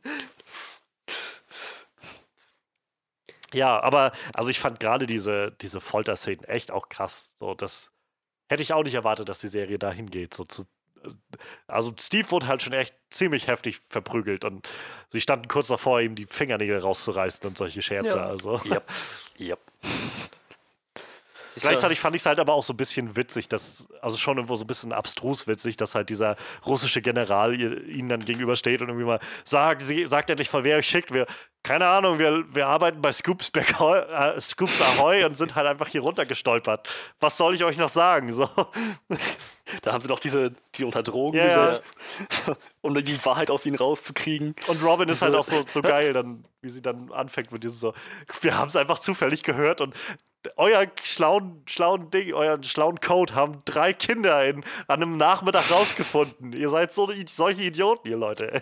Ja, aber also ich fand gerade diese, diese Folterszenen echt auch krass. So, das hätte ich auch nicht erwartet, dass die Serie dahin geht. So zu, also Steve wurde halt schon echt ziemlich heftig verprügelt und sie standen kurz davor, ihm die Fingernägel rauszureißen und solche Scherze. Ja. Also. Yep. Yep. Gleichzeitig fand ich es halt aber auch so ein bisschen witzig, dass, also schon irgendwo so ein bisschen abstrus witzig, dass halt dieser russische General ihr- ihnen dann gegenübersteht und irgendwie mal sagt, sie sagt endlich, von wer euch schickt. Wir, keine Ahnung, wir, wir arbeiten bei Scoops, Ahoy, äh, Scoops Ahoy und sind halt einfach hier runtergestolpert. Was soll ich euch noch sagen? So. Da haben sie doch diese, die unter Drogen Ja, ja. gesetzt, um die Wahrheit aus ihnen rauszukriegen. Und Robin ist halt Diese- auch so, so geil, dann, wie sie dann anfängt mit diesem so, wir haben es einfach zufällig gehört und euer schlauen, schlauen Ding, euren schlauen Code haben drei Kinder in, an einem Nachmittag rausgefunden. Ihr seid so solche Idioten, ihr Leute.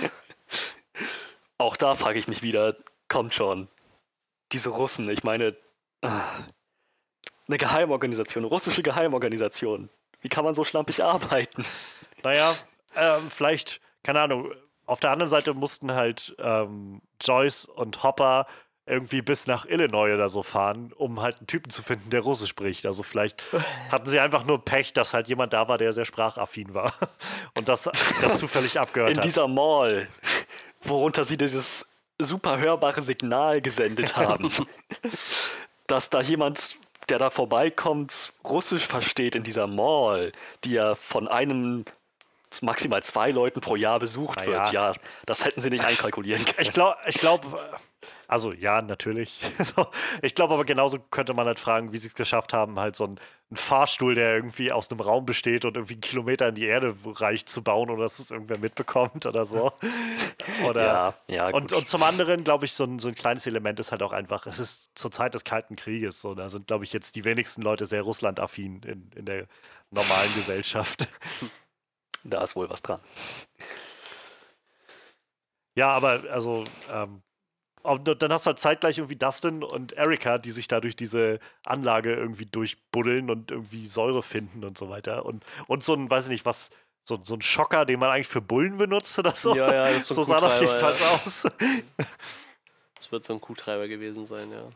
Auch da frage ich mich wieder, kommt schon, diese Russen, ich meine, ah, eine Geheimorganisation, eine russische Geheimorganisation. Wie kann man so schlampig arbeiten? Naja, ähm, vielleicht, keine Ahnung, auf der anderen Seite mussten halt ähm, Joyce und Hopper irgendwie bis nach Illinois oder so fahren, um halt einen Typen zu finden, der Russisch spricht. Also vielleicht hatten sie einfach nur Pech, dass halt jemand da war, der sehr sprachaffin war und das, das zufällig abgehört In hat. dieser Mall, worunter sie dieses super hörbare Signal gesendet haben, dass da jemand, der da vorbeikommt, Russisch versteht in dieser Mall, die ja von einem maximal zwei Leuten pro Jahr besucht Na wird. ja. Ja, das hätten sie nicht einkalkulieren können. Ich glaube, ich glaub, also ja, natürlich. So, ich glaube aber genauso könnte man halt fragen, wie sie es geschafft haben, halt so einen, einen Fahrstuhl, der irgendwie aus einem Raum besteht und irgendwie einen Kilometer in die Erde reicht, zu bauen oder dass es irgendwer mitbekommt oder so. Oder Ja, ja, und, gut. und zum anderen, glaube ich, so ein, so ein kleines Element ist halt auch einfach, es ist zur Zeit des Kalten Krieges. So, da sind, glaube ich, jetzt die wenigsten Leute sehr russlandaffin in, in der normalen Gesellschaft. Da ist wohl was dran. Ja, aber also, ähm, und dann hast du halt zeitgleich irgendwie Dustin und Erika, die sich da durch diese Anlage irgendwie durchbuddeln und irgendwie Säure finden und so weiter. Und, und so ein, weiß ich nicht, was, so, so ein Schocker, den man eigentlich für Bullen benutzt oder so. Ja, ja, das ist so so ein sah das Kuhtreiber, jedenfalls ja. aus. Das wird so ein Kuhtreiber gewesen sein, ja.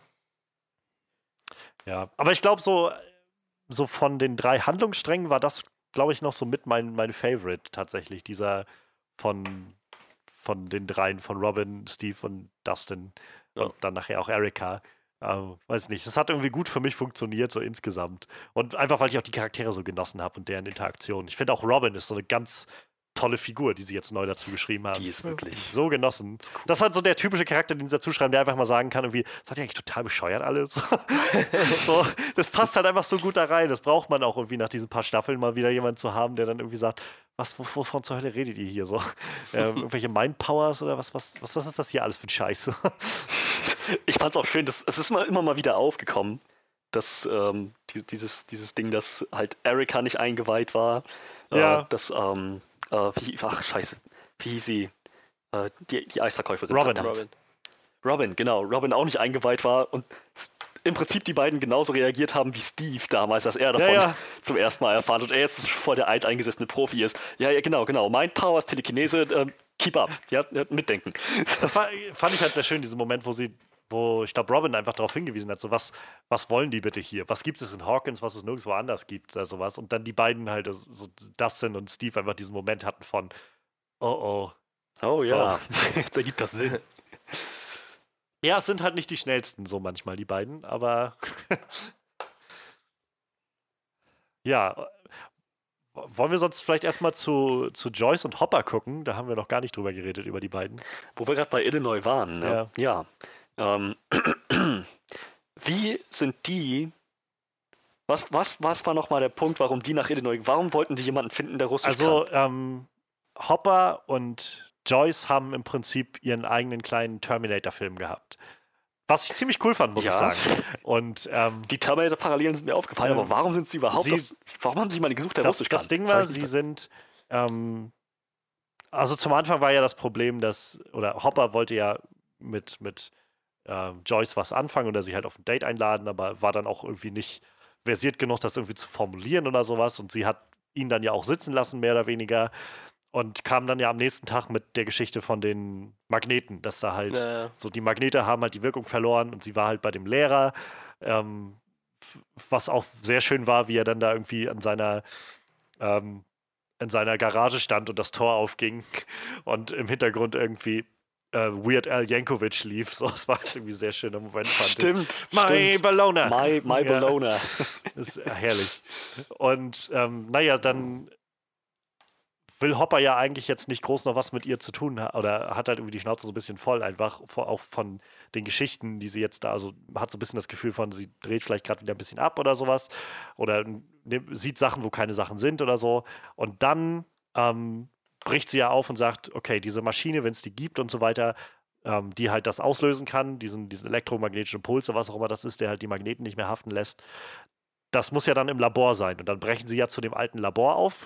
Ja, aber ich glaube, so, so von den drei Handlungssträngen war das, glaube ich, noch so mit mein, mein Favorite tatsächlich. Dieser von, von den dreien, von Robin, Steve und Dustin Ja. und dann nachher auch Erika. Ähm, weiß nicht, das hat irgendwie gut für mich funktioniert, so insgesamt. Und einfach, weil ich auch die Charaktere so genossen habe und deren Interaktion. Ich finde auch Robin ist so eine ganz tolle Figur, die sie jetzt neu dazu geschrieben haben. Die ist wirklich. So genossen. Das ist halt so der typische Charakter, den sie dazu schreiben, der einfach mal sagen kann, irgendwie, seid ihr eigentlich total bescheuert alles? So, das passt halt einfach so gut da rein. Das braucht man auch irgendwie nach diesen paar Staffeln mal wieder jemanden zu haben, der dann irgendwie sagt, was, wovon zur Hölle redet ihr hier so? Ähm, irgendwelche Mindpowers oder was, was, was, was ist das hier alles für ein Scheiß? Ich fand es auch schön, dass, es ist mal immer mal wieder aufgekommen, dass ähm, die, dieses, dieses Ding, dass halt Erika nicht eingeweiht war. Ja. Äh, dass, ähm, äh, wie, ach, scheiße. wie hieß sie? Äh, die, die Eisverkäuferin. Robin. verdammt. Robin. Robin, genau. Robin auch nicht eingeweiht war und s- im Prinzip die beiden genauso reagiert haben wie Steve damals, dass er davon Ja, ja. zum ersten Mal erfahren und er jetzt voll der alteingesessene Profi ist. Ja, ja, genau, genau. Mind Power ist Telekinese, ähm, keep up. Ja, ja, mitdenken. Das war, fand ich halt sehr schön, diesen Moment, wo sie, wo ich glaube, Robin einfach darauf hingewiesen hat, so was, was wollen die bitte hier? Was gibt es in Hawkins, was es nirgendwo anders gibt oder sowas? Und dann die beiden halt, also so Dustin und Steve einfach diesen Moment hatten von, oh oh. Oh ja, jetzt ergibt das Sinn. Ja, es sind halt nicht die schnellsten, so manchmal, die beiden, aber ja. Wollen wir sonst vielleicht erstmal zu, zu Joyce und Hopper gucken? Da haben wir noch gar nicht drüber geredet, über die beiden. Wo wir gerade bei Illinois waren, ne? Ja. ja. Ähm, wie sind die. Was, was, was war nochmal der Punkt, warum die nach Illinois. Warum wollten die jemanden finden, der Russisch Also, kann? ähm, Hopper und Joyce haben im Prinzip ihren eigenen kleinen Terminator-Film gehabt. Was ich ziemlich cool fand, muss Ja. ich sagen. Und ähm, Die Terminator-Parallelen sind mir aufgefallen, Ähm, aber warum sind sie überhaupt. sie- auf, warum haben sie jemanden gesucht, der das, Russisch kann? das Ding hab war, ich nicht sie sind. Ähm, also zum Anfang war ja das Problem, dass. Oder Hopper wollte ja mit, mit ähm, Joyce was anfangen oder sie halt auf ein Date einladen, aber war dann auch irgendwie nicht versiert genug, das irgendwie zu formulieren oder sowas. Und sie hat ihn dann ja auch sitzen lassen, mehr oder weniger. Und kam dann ja am nächsten Tag mit der Geschichte von den Magneten, dass da halt Ja, ja. so die Magnete haben halt die Wirkung verloren und sie war halt bei dem Lehrer, ähm, f- was auch sehr schön war, wie er dann da irgendwie an seiner ähm, in seiner Garage stand und das Tor aufging und im Hintergrund irgendwie äh, Weird Al Yankovic lief. So, das war halt irgendwie ein sehr schöner Moment, fand ich. Stimmt. My stimmt. Bologna! My, my Ja. Bologna. Das ist herrlich. Und ähm, naja, dann will Hopper ja eigentlich jetzt nicht groß noch was mit ihr zu tun ha- oder hat halt irgendwie die Schnauze so ein bisschen voll, einfach vor, auch von den Geschichten, die sie jetzt da, also hat so ein bisschen das Gefühl von, sie dreht vielleicht gerade wieder ein bisschen ab oder sowas oder ne, sieht Sachen, wo keine Sachen sind oder so. Und dann ähm, bricht sie ja auf und sagt, okay, diese Maschine, wenn es die gibt und so weiter, ähm, die halt das auslösen kann, diesen, diesen elektromagnetischen Impuls oder was auch immer das ist, der halt die Magneten nicht mehr haften lässt, das muss ja dann im Labor sein. Und dann brechen sie ja zu dem alten Labor auf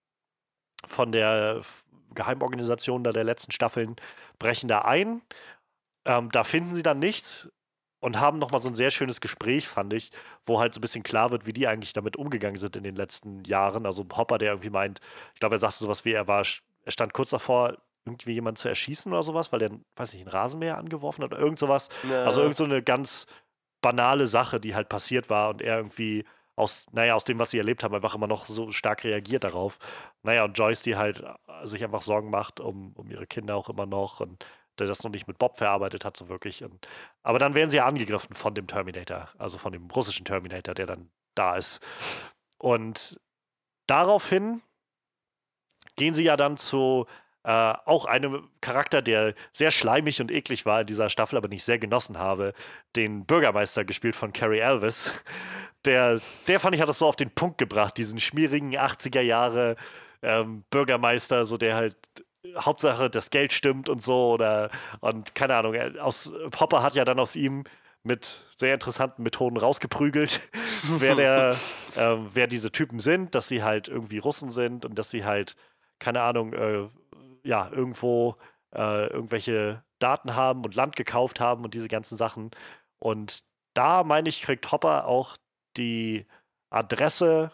von der F- Geheimorganisation da der letzten Staffeln, brechen da ein. Ähm, da finden sie dann nichts und haben nochmal so ein sehr schönes Gespräch, fand ich, wo halt so ein bisschen klar wird, wie die eigentlich damit umgegangen sind in den letzten Jahren. Also Hopper, der irgendwie meint, ich glaube, er sagte sowas wie, er war, er stand kurz davor, irgendwie jemanden zu erschießen oder sowas, weil der, weiß nicht, einen Rasenmäher angeworfen hat oder irgend sowas. Ja, Also ja. irgend so eine ganz banale Sache, die halt passiert war und er irgendwie aus, naja, aus dem, was sie erlebt haben, einfach immer noch so stark reagiert darauf. Naja, und Joyce, die halt äh, sich einfach Sorgen macht um, um ihre Kinder auch immer noch und der das noch nicht mit Bob verarbeitet hat, so wirklich. Und, aber dann werden sie ja angegriffen von dem Terminator, also von dem russischen Terminator, der dann da ist. Und daraufhin gehen sie ja dann zu äh, auch einem Charakter, der sehr schleimig und eklig war in dieser Staffel, aber nicht sehr genossen habe, den Bürgermeister gespielt von Cary Elwes. Der, der fand ich, hat das so auf den Punkt gebracht, diesen schmierigen achtziger Jahre ähm, Bürgermeister, so der halt Hauptsache das Geld stimmt und so oder und keine Ahnung, er- aus Hopper hat ja dann aus ihm mit sehr interessanten Methoden rausgeprügelt, wer der, ähm, wer diese Typen sind, dass sie halt irgendwie Russen sind und dass sie halt, keine Ahnung, äh, ja, irgendwo äh, irgendwelche Daten haben und Land gekauft haben und diese ganzen Sachen. Und da, meine ich, kriegt Hopper auch die Adresse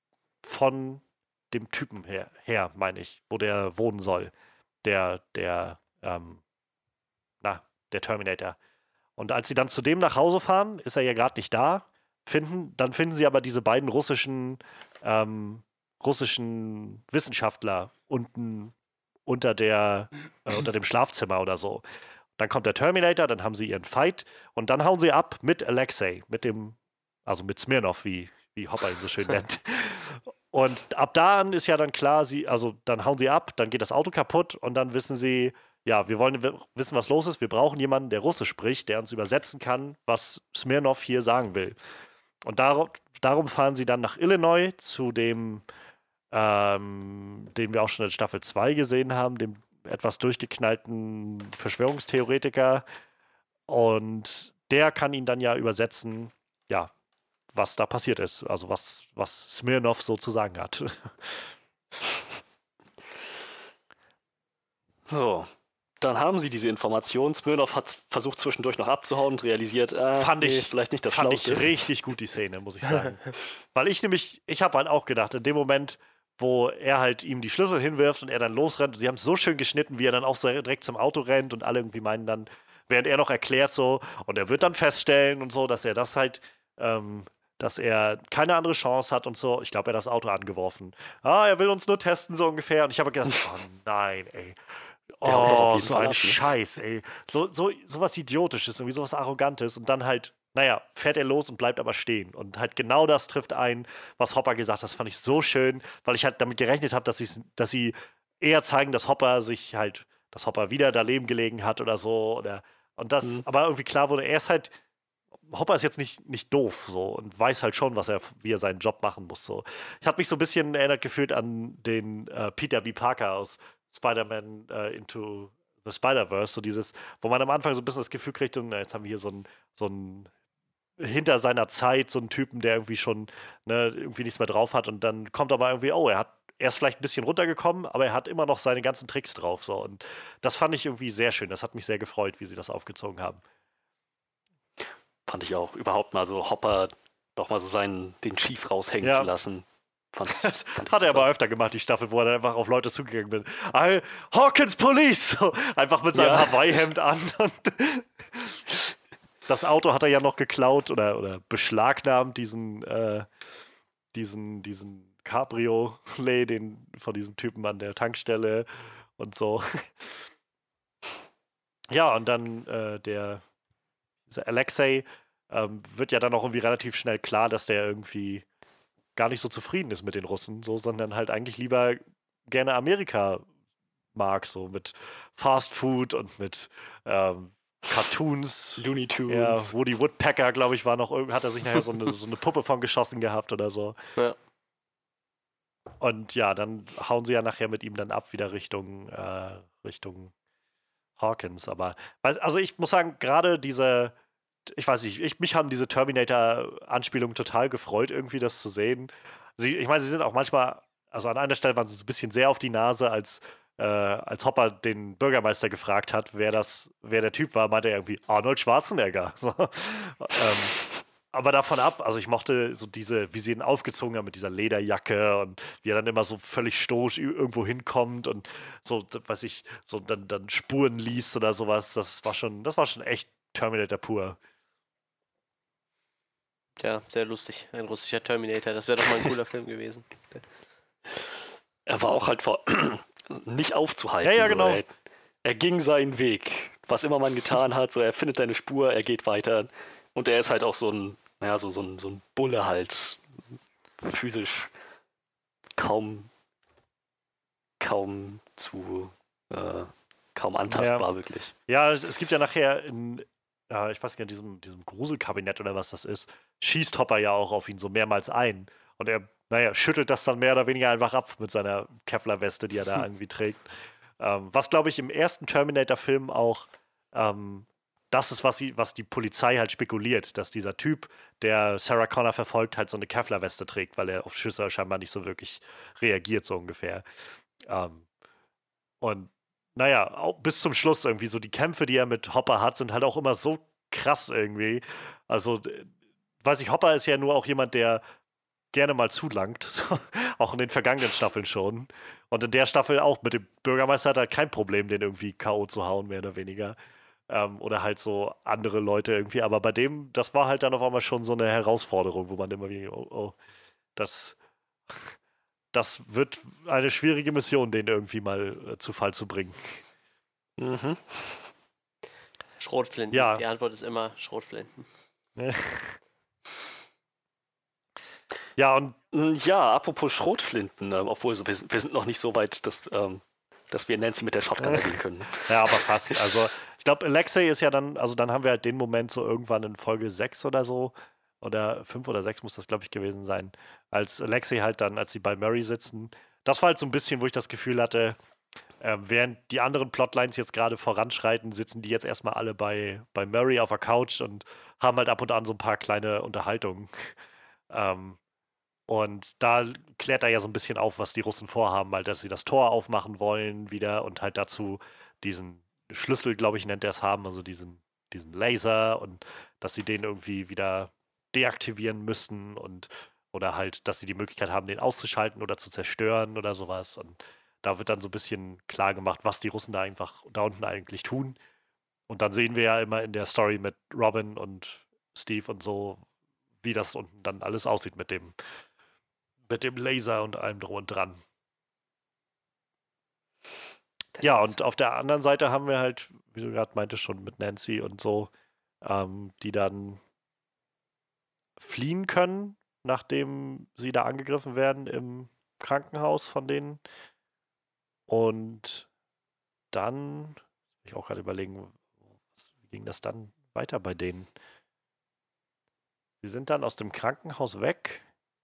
von dem Typen her, her meine ich, wo der wohnen soll. Der, der, ähm, na, der Terminator. Und als sie dann zu dem nach Hause fahren, ist er ja gerade nicht da, finden, dann finden sie aber diese beiden russischen, ähm, russischen Wissenschaftler unten unter der, äh, unter dem Schlafzimmer oder so. Dann kommt der Terminator, dann haben sie ihren Fight und dann hauen sie ab mit Alexei, mit dem, also mit Smirnoff, wie, wie Hopper ihn so schön nennt. Und ab da an ist ja dann klar, sie, also dann hauen sie ab, dann geht das Auto kaputt und dann wissen sie, ja, wir wollen w- wissen, was los ist. Wir brauchen jemanden, der Russisch spricht, der uns übersetzen kann, was Smirnoff hier sagen will. Und dar darum fahren sie dann nach Illinois zu dem, ähm, den wir auch schon in Staffel zwei gesehen haben, dem etwas durchgeknallten Verschwörungstheoretiker. Und der kann ihn dann ja übersetzen, ja, was da passiert ist, also was, was Smirnoff so zu sagen hat. So. Dann haben sie diese Information. Smirnoff hat versucht zwischendurch noch abzuhauen und realisiert, äh, fand nee, ich, vielleicht nicht das fand Schlauste. ich richtig gut, die Szene, muss ich sagen. Weil ich nämlich, ich habe halt auch gedacht, in dem Moment, wo er halt ihm die Schlüssel hinwirft und er dann losrennt, sie haben es so schön geschnitten, wie er dann auch so direkt zum Auto rennt und alle irgendwie meinen dann, während er noch erklärt so, und er wird dann feststellen und so, dass er das halt, ähm, dass er keine andere Chance hat und so. Ich glaube, er hat das Auto angeworfen. Ah, er will uns nur testen, so ungefähr. Und ich habe gedacht, oh nein, ey. Der haut doch auf Oh, jeden so Fall ein ab, ne? Scheiß, ey. So, so, so was Idiotisches, irgendwie sowas Arrogantes. Und dann halt, naja, fährt er los und bleibt aber stehen. Und halt genau das trifft ein, was Hopper gesagt hat. Das fand ich so schön, weil ich halt damit gerechnet habe, dass, dass sie eher zeigen, dass Hopper sich halt, dass Hopper wieder daneben gelegen hat oder so. Oder, und das, Mhm. aber irgendwie klar wurde, er ist halt, Hopper ist jetzt nicht, nicht doof so und weiß halt schon, was er, wie er seinen Job machen muss. So. Ich habe mich so ein bisschen erinnert gefühlt an den äh, Peter B. Parker aus Spider-Man äh, Into the Spider-Verse, so dieses, wo man am Anfang so ein bisschen das Gefühl kriegt, und, na, jetzt haben wir hier so einen so einen hinter seiner Zeit, so einen Typen, der irgendwie schon ne, irgendwie nichts mehr drauf hat und dann kommt aber irgendwie, oh, er hat er ist vielleicht ein bisschen runtergekommen, aber er hat immer noch seine ganzen Tricks drauf. So. Und das fand ich irgendwie sehr schön. Das hat mich sehr gefreut, wie sie das aufgezogen haben. Fand ich auch. Überhaupt mal so Hopper doch mal so seinen, den Chief raushängen Ja. zu lassen. Fand, Das fand ich hat er super. aber öfter gemacht, die Staffel, wo er dann einfach auf Leute zugegangen bin. I, Hawkins Police! So, einfach mit seinem Ja. Hawaii-Hemd an. Und das Auto hat er ja noch geklaut oder, oder beschlagnahmt, diesen, äh, diesen, diesen Cabriolet, den von diesem Typen an der Tankstelle und so. Ja, und dann äh, der dieser Alexei ähm, wird ja dann auch irgendwie relativ schnell klar, dass der irgendwie gar nicht so zufrieden ist mit den Russen, so, sondern halt eigentlich lieber gerne Amerika mag, so mit Fast Food und mit ähm, Cartoons. Looney Ja, Tunes. Woody Woodpecker, glaube ich, war noch, irg- hat er sich nachher so eine, so eine Puppe von geschossen gehabt oder so. Ja. Und ja, dann hauen sie ja nachher mit ihm dann ab wieder Richtung, äh, Richtung Hawkins. Aber, weiß- also ich muss sagen, gerade diese, ich weiß nicht, ich, mich haben diese Terminator-Anspielungen total gefreut, irgendwie das zu sehen. Sie, ich meine, sie sind auch manchmal, also an einer Stelle waren sie so ein bisschen sehr auf die Nase, als, äh, als Hopper den Bürgermeister gefragt hat, wer das, wer der Typ war, meinte er irgendwie Arnold Schwarzenegger. So, ähm, aber davon ab, also ich mochte so diese, wie sie ihn aufgezogen haben mit dieser Lederjacke und wie er dann immer so völlig stoisch ü- irgendwo hinkommt und so, d- weiß ich, so dann, dann Spuren liest oder sowas. Das war schon, das war schon echt Terminator pur. Tja, sehr lustig. Ein russischer Terminator. Das wäre doch mal ein cooler Film gewesen. Er war auch halt vor nicht aufzuhalten. Ja, ja, so. genau. Er, er ging seinen Weg. Was immer man getan hat, so er findet seine Spur, er geht weiter. Und er ist halt auch so ein, naja, so, so, ein, so ein Bulle halt. Physisch kaum, kaum zu, äh, kaum antastbar, wirklich. Ja, es, es gibt ja nachher in, ja, ich weiß gar nicht, diesem, diesem Gruselkabinett oder was das ist, schießt Hopper ja auch auf ihn so mehrmals ein. Und er, naja, schüttelt das dann mehr oder weniger einfach ab mit seiner Kevlar-Weste, die er da irgendwie trägt. Ähm, was, glaube ich, im ersten Terminator-Film auch ähm, das ist, was, sie, was die Polizei halt spekuliert, dass dieser Typ, der Sarah Connor verfolgt, halt so eine Kevlar-Weste trägt, weil er auf Schüsse scheinbar nicht so wirklich reagiert, so ungefähr. Ähm, und naja, auch bis zum Schluss irgendwie so die Kämpfe, die er mit Hopper hat, sind halt auch immer so krass irgendwie. Also, d- weiß ich, Hopper ist ja nur auch jemand, der gerne mal zulangt, so, auch in den vergangenen Staffeln schon. Und in der Staffel auch mit dem Bürgermeister hat er kein Problem, den irgendwie K O zu hauen, mehr oder weniger. Ähm, oder halt so andere Leute irgendwie. Aber bei dem, das war halt dann auf einmal schon so eine Herausforderung, wo man immer wie, oh, oh, das, das wird eine schwierige Mission, den irgendwie mal äh, zu Fall zu bringen. Mhm. Schrotflinten. Ja. Die Antwort ist immer Schrotflinten. Ja, und Mm, Ja, apropos Schrotflinten, ähm, obwohl so, wir, sind- wir sind noch nicht so weit, dass, ähm, dass wir Nancy mit der Shotgun erledigen können. ja, aber fast. Also, ich glaube, Alexei ist ja dann, also dann haben wir halt den Moment so irgendwann in Folge sechs oder so, oder fünf oder sechs muss das, glaube ich, gewesen sein, als Alexei halt dann, als sie bei Murray sitzen. Das war halt so ein bisschen, wo ich das Gefühl hatte, ähm, während die anderen Plotlines jetzt gerade voranschreiten, sitzen die jetzt erstmal alle bei, bei Murray auf der Couch und haben halt ab und an so ein paar kleine Unterhaltungen. Ähm, Und da klärt er ja so ein bisschen auf, was die Russen vorhaben, halt, dass sie das Tor aufmachen wollen wieder und halt dazu diesen Schlüssel, glaube ich, nennt er es haben, also diesen, diesen Laser und dass sie den irgendwie wieder deaktivieren müssen und oder halt, dass sie die Möglichkeit haben, den auszuschalten oder zu zerstören oder sowas. Und da wird dann so ein bisschen klar gemacht, was die Russen da einfach da unten eigentlich tun. Und dann sehen wir ja immer in der Story mit Robin und Steve und so, wie das unten dann alles aussieht mit dem, mit dem Laser und allem drum und dran. Ja, und auf der anderen Seite haben wir halt, wie du gerade meintest, schon mit Nancy und so, ähm, die dann fliehen können, nachdem sie da angegriffen werden im Krankenhaus von denen. Und dann, muss ich auch gerade überlegen, wie ging das dann weiter bei denen? Sie sind dann aus dem Krankenhaus weg.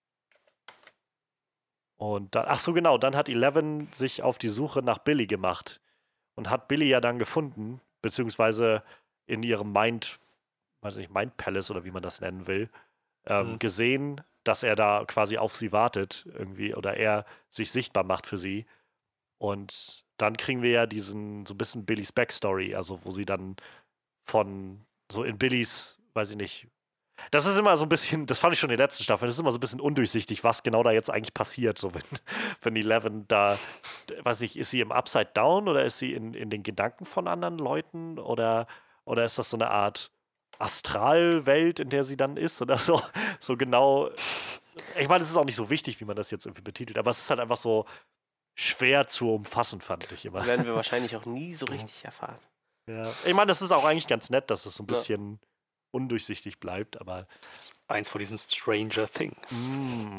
Und dann, ach so genau, dann hat Eleven sich auf die Suche nach Billy gemacht und hat Billy ja dann gefunden, beziehungsweise in ihrem Mind, weiß nicht, Mind Palace oder wie man das nennen will, ähm, Mhm. gesehen, dass er da quasi auf sie wartet irgendwie oder er sich sichtbar macht für sie. Und dann kriegen wir ja diesen, so ein bisschen Billys Backstory, also wo sie dann von, so in Billys, weiß ich nicht, das ist immer so ein bisschen, das fand ich schon in der letzten Staffel, das ist immer so ein bisschen undurchsichtig, was genau da jetzt eigentlich passiert, so wenn, wenn Eleven da, weiß ich, ist sie im Upside Down oder ist sie in, in den Gedanken von anderen Leuten oder, oder ist das so eine Art Astralwelt, in der sie dann ist oder so, so genau, ich meine, es ist auch nicht so wichtig, wie man das jetzt irgendwie betitelt, aber es ist halt einfach so schwer zu umfassen, fand ich immer. Das werden wir wahrscheinlich auch nie so richtig erfahren. Ja. Ich meine, das ist auch eigentlich ganz nett, dass es so ein Ja. bisschen undurchsichtig bleibt, aber Eins von diesen Stranger Things. mm.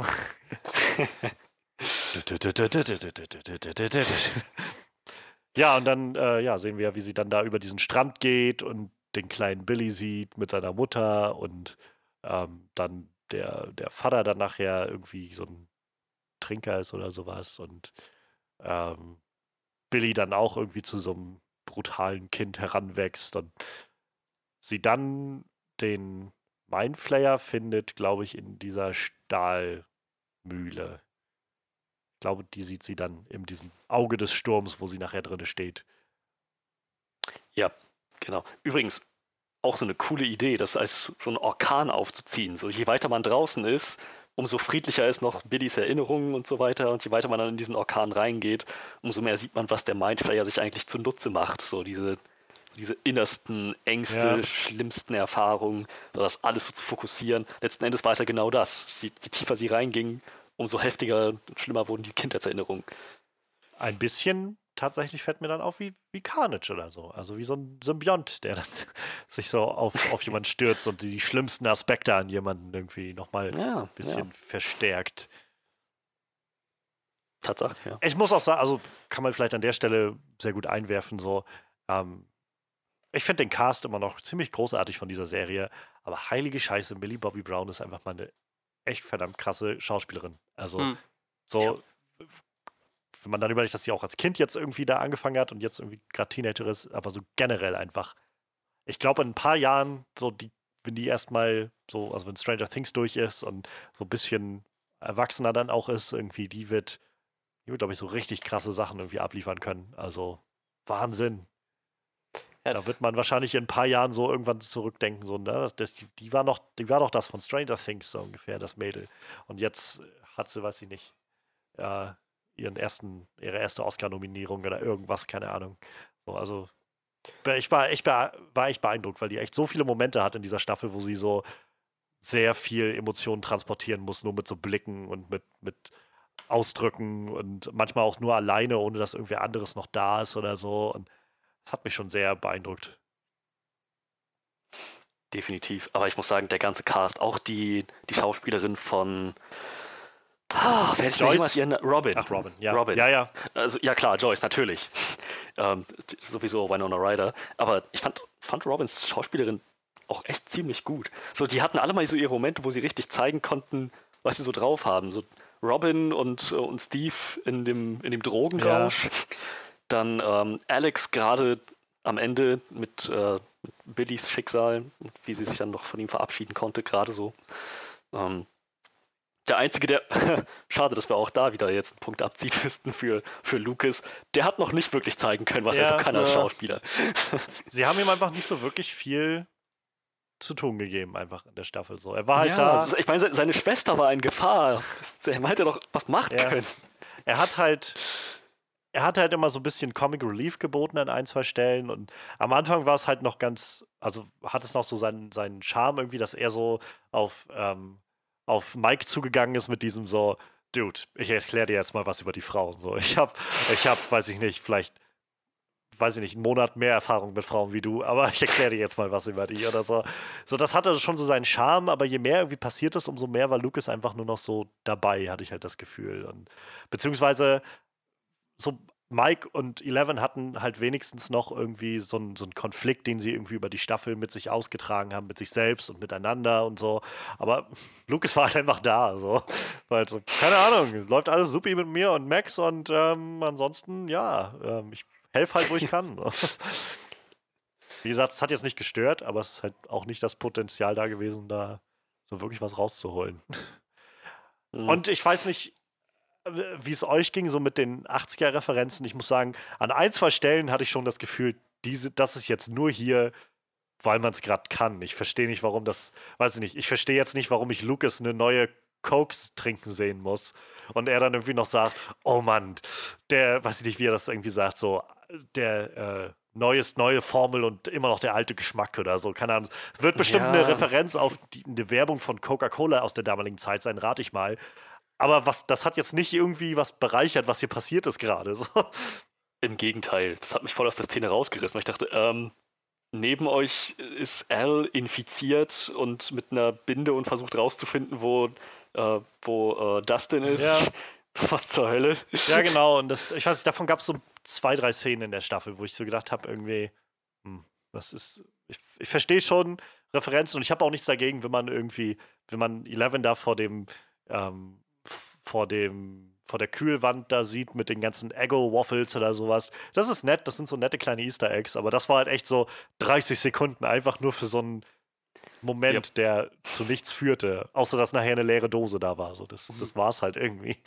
Ja, und dann äh, ja, sehen wir, wie sie dann da über diesen Strand geht und den kleinen Billy sieht mit seiner Mutter und ähm, dann der, der Vater dann nachher irgendwie so ein Trinker ist oder sowas und ähm, Billy dann auch irgendwie zu so einem brutalen Kind heranwächst und sie dann den Mindflayer findet, glaube ich, in dieser Stahlmühle. Ich glaube, die sieht sie dann in diesem Auge des Sturms, wo sie nachher drin steht. Ja, genau. Übrigens, auch so eine coole Idee, das als so ein Orkan aufzuziehen. So, je weiter man draußen ist, umso friedlicher ist noch Billys Erinnerungen und so weiter. Und je weiter man dann in diesen Orkan reingeht, umso mehr sieht man, was der Mindflayer sich eigentlich zunutze macht. So diese, diese innersten Ängste, Ja. schlimmsten Erfahrungen, so das alles so zu fokussieren. Letzten Endes weiß er genau das. Je, je tiefer sie reingingen, umso heftiger und schlimmer wurden die Kindheitserinnerungen. Ein bisschen tatsächlich fällt mir dann auf wie, wie Carnage oder so. Also wie so ein Symbiont, der dann sich so auf, auf jemanden stürzt und die schlimmsten Aspekte an jemanden irgendwie nochmal Ja, ein bisschen ja, verstärkt. Tatsache, ja. Ich muss auch sagen, also kann man vielleicht an der Stelle sehr gut einwerfen, so, ähm, ich finde den Cast immer noch ziemlich großartig von dieser Serie, aber heilige Scheiße, Millie Bobby Brown ist einfach mal eine echt verdammt krasse Schauspielerin. Also Hm. so, Ja. wenn man dann überlegt, dass sie auch als Kind jetzt irgendwie da angefangen hat und jetzt irgendwie gerade Teenager ist, aber so generell einfach. Ich glaube, in ein paar Jahren, so die, wenn die erstmal so, also wenn Stranger Things durch ist und so ein bisschen erwachsener dann auch ist, irgendwie, die wird, die wird, glaube ich, so richtig krasse Sachen irgendwie abliefern können. Also Wahnsinn. Ja, Da wird man wahrscheinlich in ein paar Jahren so irgendwann zurückdenken, so, ne? Das, die, die war noch, die war doch das von Stranger Things, so ungefähr, das Mädel. Und jetzt hat sie, weiß ich nicht, äh, ihren ersten, ihre erste Oscar-Nominierung oder irgendwas, keine Ahnung. So, also ich war echt, war echt beeindruckt, weil die echt so viele Momente hat in dieser Staffel, wo sie so sehr viel Emotionen transportieren muss, nur mit so Blicken und mit, mit Ausdrücken und manchmal auch nur alleine, ohne dass irgendwer anderes noch da ist oder so. Und das hat mich schon sehr beeindruckt. Definitiv. Aber ich muss sagen, der ganze Cast, auch die, die Schauspielerin von Ah, wer hätte Joyce? jemals ihren Robin. Ach, Robin, ja. Robin. Ja, ja. Also, ja klar, Joyce, natürlich. Ähm, sowieso Winona Ryder. Aber ich fand, fand Robins Schauspielerin auch echt ziemlich gut. So, die hatten alle mal so ihre Momente, wo sie richtig zeigen konnten, was sie so drauf haben. So Robin und, und Steve in dem, in dem Drogenrausch. Ja. Dann ähm, Alex gerade am Ende mit, äh, mit Billys Schicksal, wie sie sich dann noch von ihm verabschieden konnte, gerade so. Ähm, Der Einzige, der, schade, dass wir auch da wieder jetzt einen Punkt abziehen müssten für, für Lucas, der hat noch nicht wirklich zeigen können, was Ja, er so kann als ja. Schauspieler. Sie haben ihm einfach nicht so wirklich viel zu tun gegeben, einfach in der Staffel. So. Er war halt ja, da. also ich meine, se- seine Schwester war in Gefahr. Er hätte doch was machen Ja. können. Er hat halt. Er hat halt immer so ein bisschen Comic Relief geboten an ein, zwei Stellen. Und am Anfang war es halt noch ganz. Also hat es noch so seinen, seinen Charme irgendwie, dass er so auf, ähm, auf Mike zugegangen ist mit diesem so: Dude, ich erkläre dir jetzt mal was über die Frauen. So, ich hab, ich hab, weiß ich nicht, vielleicht. Weiß ich nicht, einen Monat mehr Erfahrung mit Frauen wie du, aber ich erkläre dir jetzt mal was über die oder so. So, das hatte schon so seinen Charme, aber je mehr irgendwie passiert ist, umso mehr war Lucas einfach nur noch so dabei, hatte ich halt das Gefühl. Und beziehungsweise so Mike und Eleven hatten halt wenigstens noch irgendwie so einen, so einen Konflikt, den sie irgendwie über die Staffel mit sich ausgetragen haben, mit sich selbst und miteinander und so. Aber Lucas war halt einfach da. So. War halt so, keine Ahnung, läuft alles supi mit mir und Max und ähm, ansonsten, ja, ähm, ich helfe halt, wo ich kann. Wie gesagt, es hat jetzt nicht gestört, aber es ist halt auch nicht das Potenzial da gewesen, da so wirklich was rauszuholen. Mhm. Und ich weiß nicht, wie es euch ging, so mit den achtziger-Referenzen. Ich muss sagen, an ein, zwei Stellen hatte ich schon das Gefühl, diese, das ist jetzt nur hier, weil man es gerade kann. Ich verstehe nicht, warum das, weiß ich nicht, ich verstehe jetzt nicht, warum ich Lucas eine neue Cokes trinken sehen muss. Und er dann irgendwie noch sagt, oh Mann, der, weiß ich nicht, wie er das irgendwie sagt, so, der, äh, neues, neue Formel und immer noch der alte Geschmack oder so, keine Ahnung. Es wird bestimmt Ja. eine Referenz auf die, eine Werbung von Coca-Cola aus der damaligen Zeit sein, rate ich mal. Aber was, das hat jetzt nicht irgendwie was bereichert, was hier passiert ist gerade. So. Im Gegenteil, das hat mich voll aus der Szene rausgerissen. Weil ich dachte, ähm, neben euch ist Al infiziert und mit einer Binde und versucht rauszufinden, wo, äh, wo äh, Dustin ist. Ja. Was zur Hölle? Ja, genau. Und das, ich weiß nicht, davon gab es so zwei, drei Szenen in der Staffel, wo ich so gedacht habe, irgendwie, hm, das ist, ich, ich verstehe schon Referenzen und ich habe auch nichts dagegen, wenn man irgendwie, wenn man Eleven da vor dem, ähm, vor dem, vor der Kühlwand da sieht mit den ganzen Eggo-Waffles oder sowas. Das ist nett, das sind so nette kleine Easter Eggs, aber das war halt echt so dreißig Sekunden einfach nur für so einen Moment, Yep. der zu nichts führte, außer dass nachher eine leere Dose da war. So, das, das war es halt irgendwie.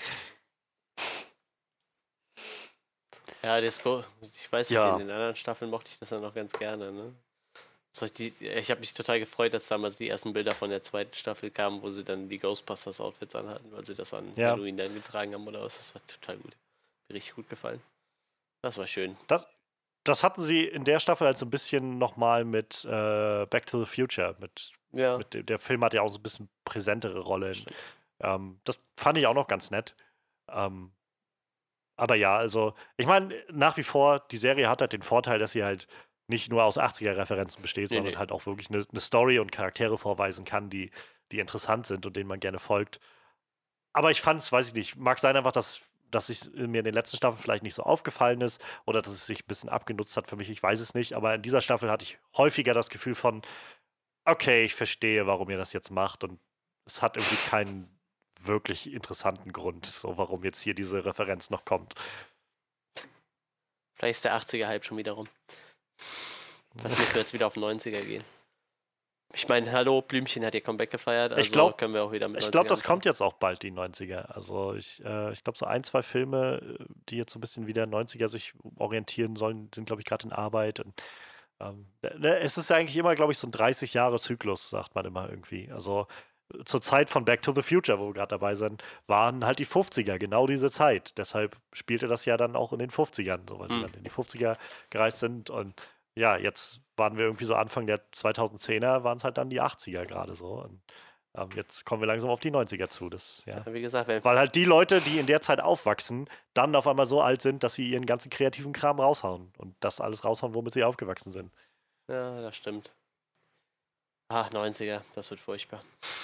Ja, das Go ich weiß nicht, Ja. in den anderen Staffeln mochte ich das ja noch ganz gerne, ne? So, die, ich habe mich total gefreut, dass damals die ersten Bilder von der zweiten Staffel kamen, wo sie dann die Ghostbusters-Outfits anhatten, weil sie das an Ja. Halloween dann getragen haben oder was. Das war total gut. Mir richtig gut gefallen. Das war schön. Das, das hatten sie in der Staffel halt so ein bisschen nochmal mit äh, Back to the Future. Mit, Ja. mit dem, der Film hat ja auch so ein bisschen präsentere Rolle. Stimmt. Ähm, das fand ich auch noch ganz nett. Ähm, aber ja, also, ich meine, nach wie vor, die Serie hat halt den Vorteil, dass sie halt nicht nur aus achtziger-Referenzen besteht, Nee, sondern nee. halt auch wirklich eine, eine Story und Charaktere vorweisen kann, die, die interessant sind und denen man gerne folgt. Aber ich fand es, weiß ich nicht, mag sein einfach, dass, dass es mir in den letzten Staffeln vielleicht nicht so aufgefallen ist oder dass es sich ein bisschen abgenutzt hat für mich, ich weiß es nicht. Aber in dieser Staffel hatte ich häufiger das Gefühl von, okay, ich verstehe, warum ihr das jetzt macht und es hat irgendwie keinen wirklich interessanten Grund, so warum jetzt hier diese Referenz noch kommt. Vielleicht ist der achtziger-Hype schon wieder rum. Vielleicht müssen wir jetzt wieder auf neunziger gehen. Ich meine, hallo, Blümchen hat ihr Comeback gefeiert, also Ich glaub- können wir auch wieder mit Ich glaube, das neunziger kommt jetzt auch bald, die neunziger. Also ich, äh, ich glaube, so ein, zwei Filme, äh, die jetzt so ein bisschen wieder neunziger sich orientieren sollen, sind, glaube ich, gerade in Arbeit. Und, ähm, ne, es ist ja eigentlich immer, glaube ich, so ein dreißig-Jahre-Zyklus, sagt man immer irgendwie. Also äh, zur Zeit von Back to the Future, wo wir gerade dabei sind, waren halt die fünfziger, genau diese Zeit. Deshalb spielte das ja dann auch in den fünfzigern, so, weil sie Hm. dann in die fünfziger gereist sind. Und ja, jetzt waren wir irgendwie so Anfang der zweitausendzehner, waren es halt dann die achtziger gerade so. Und ähm, jetzt kommen wir langsam auf die neunziger zu. Das, ja. Ja, wie gesagt, wenn, Weil halt die Leute, die in der Zeit aufwachsen, dann auf einmal so alt sind, dass sie ihren ganzen kreativen Kram raushauen und das alles raushauen, womit sie aufgewachsen sind. ja, das stimmt. Ach, neunziger, das wird furchtbar.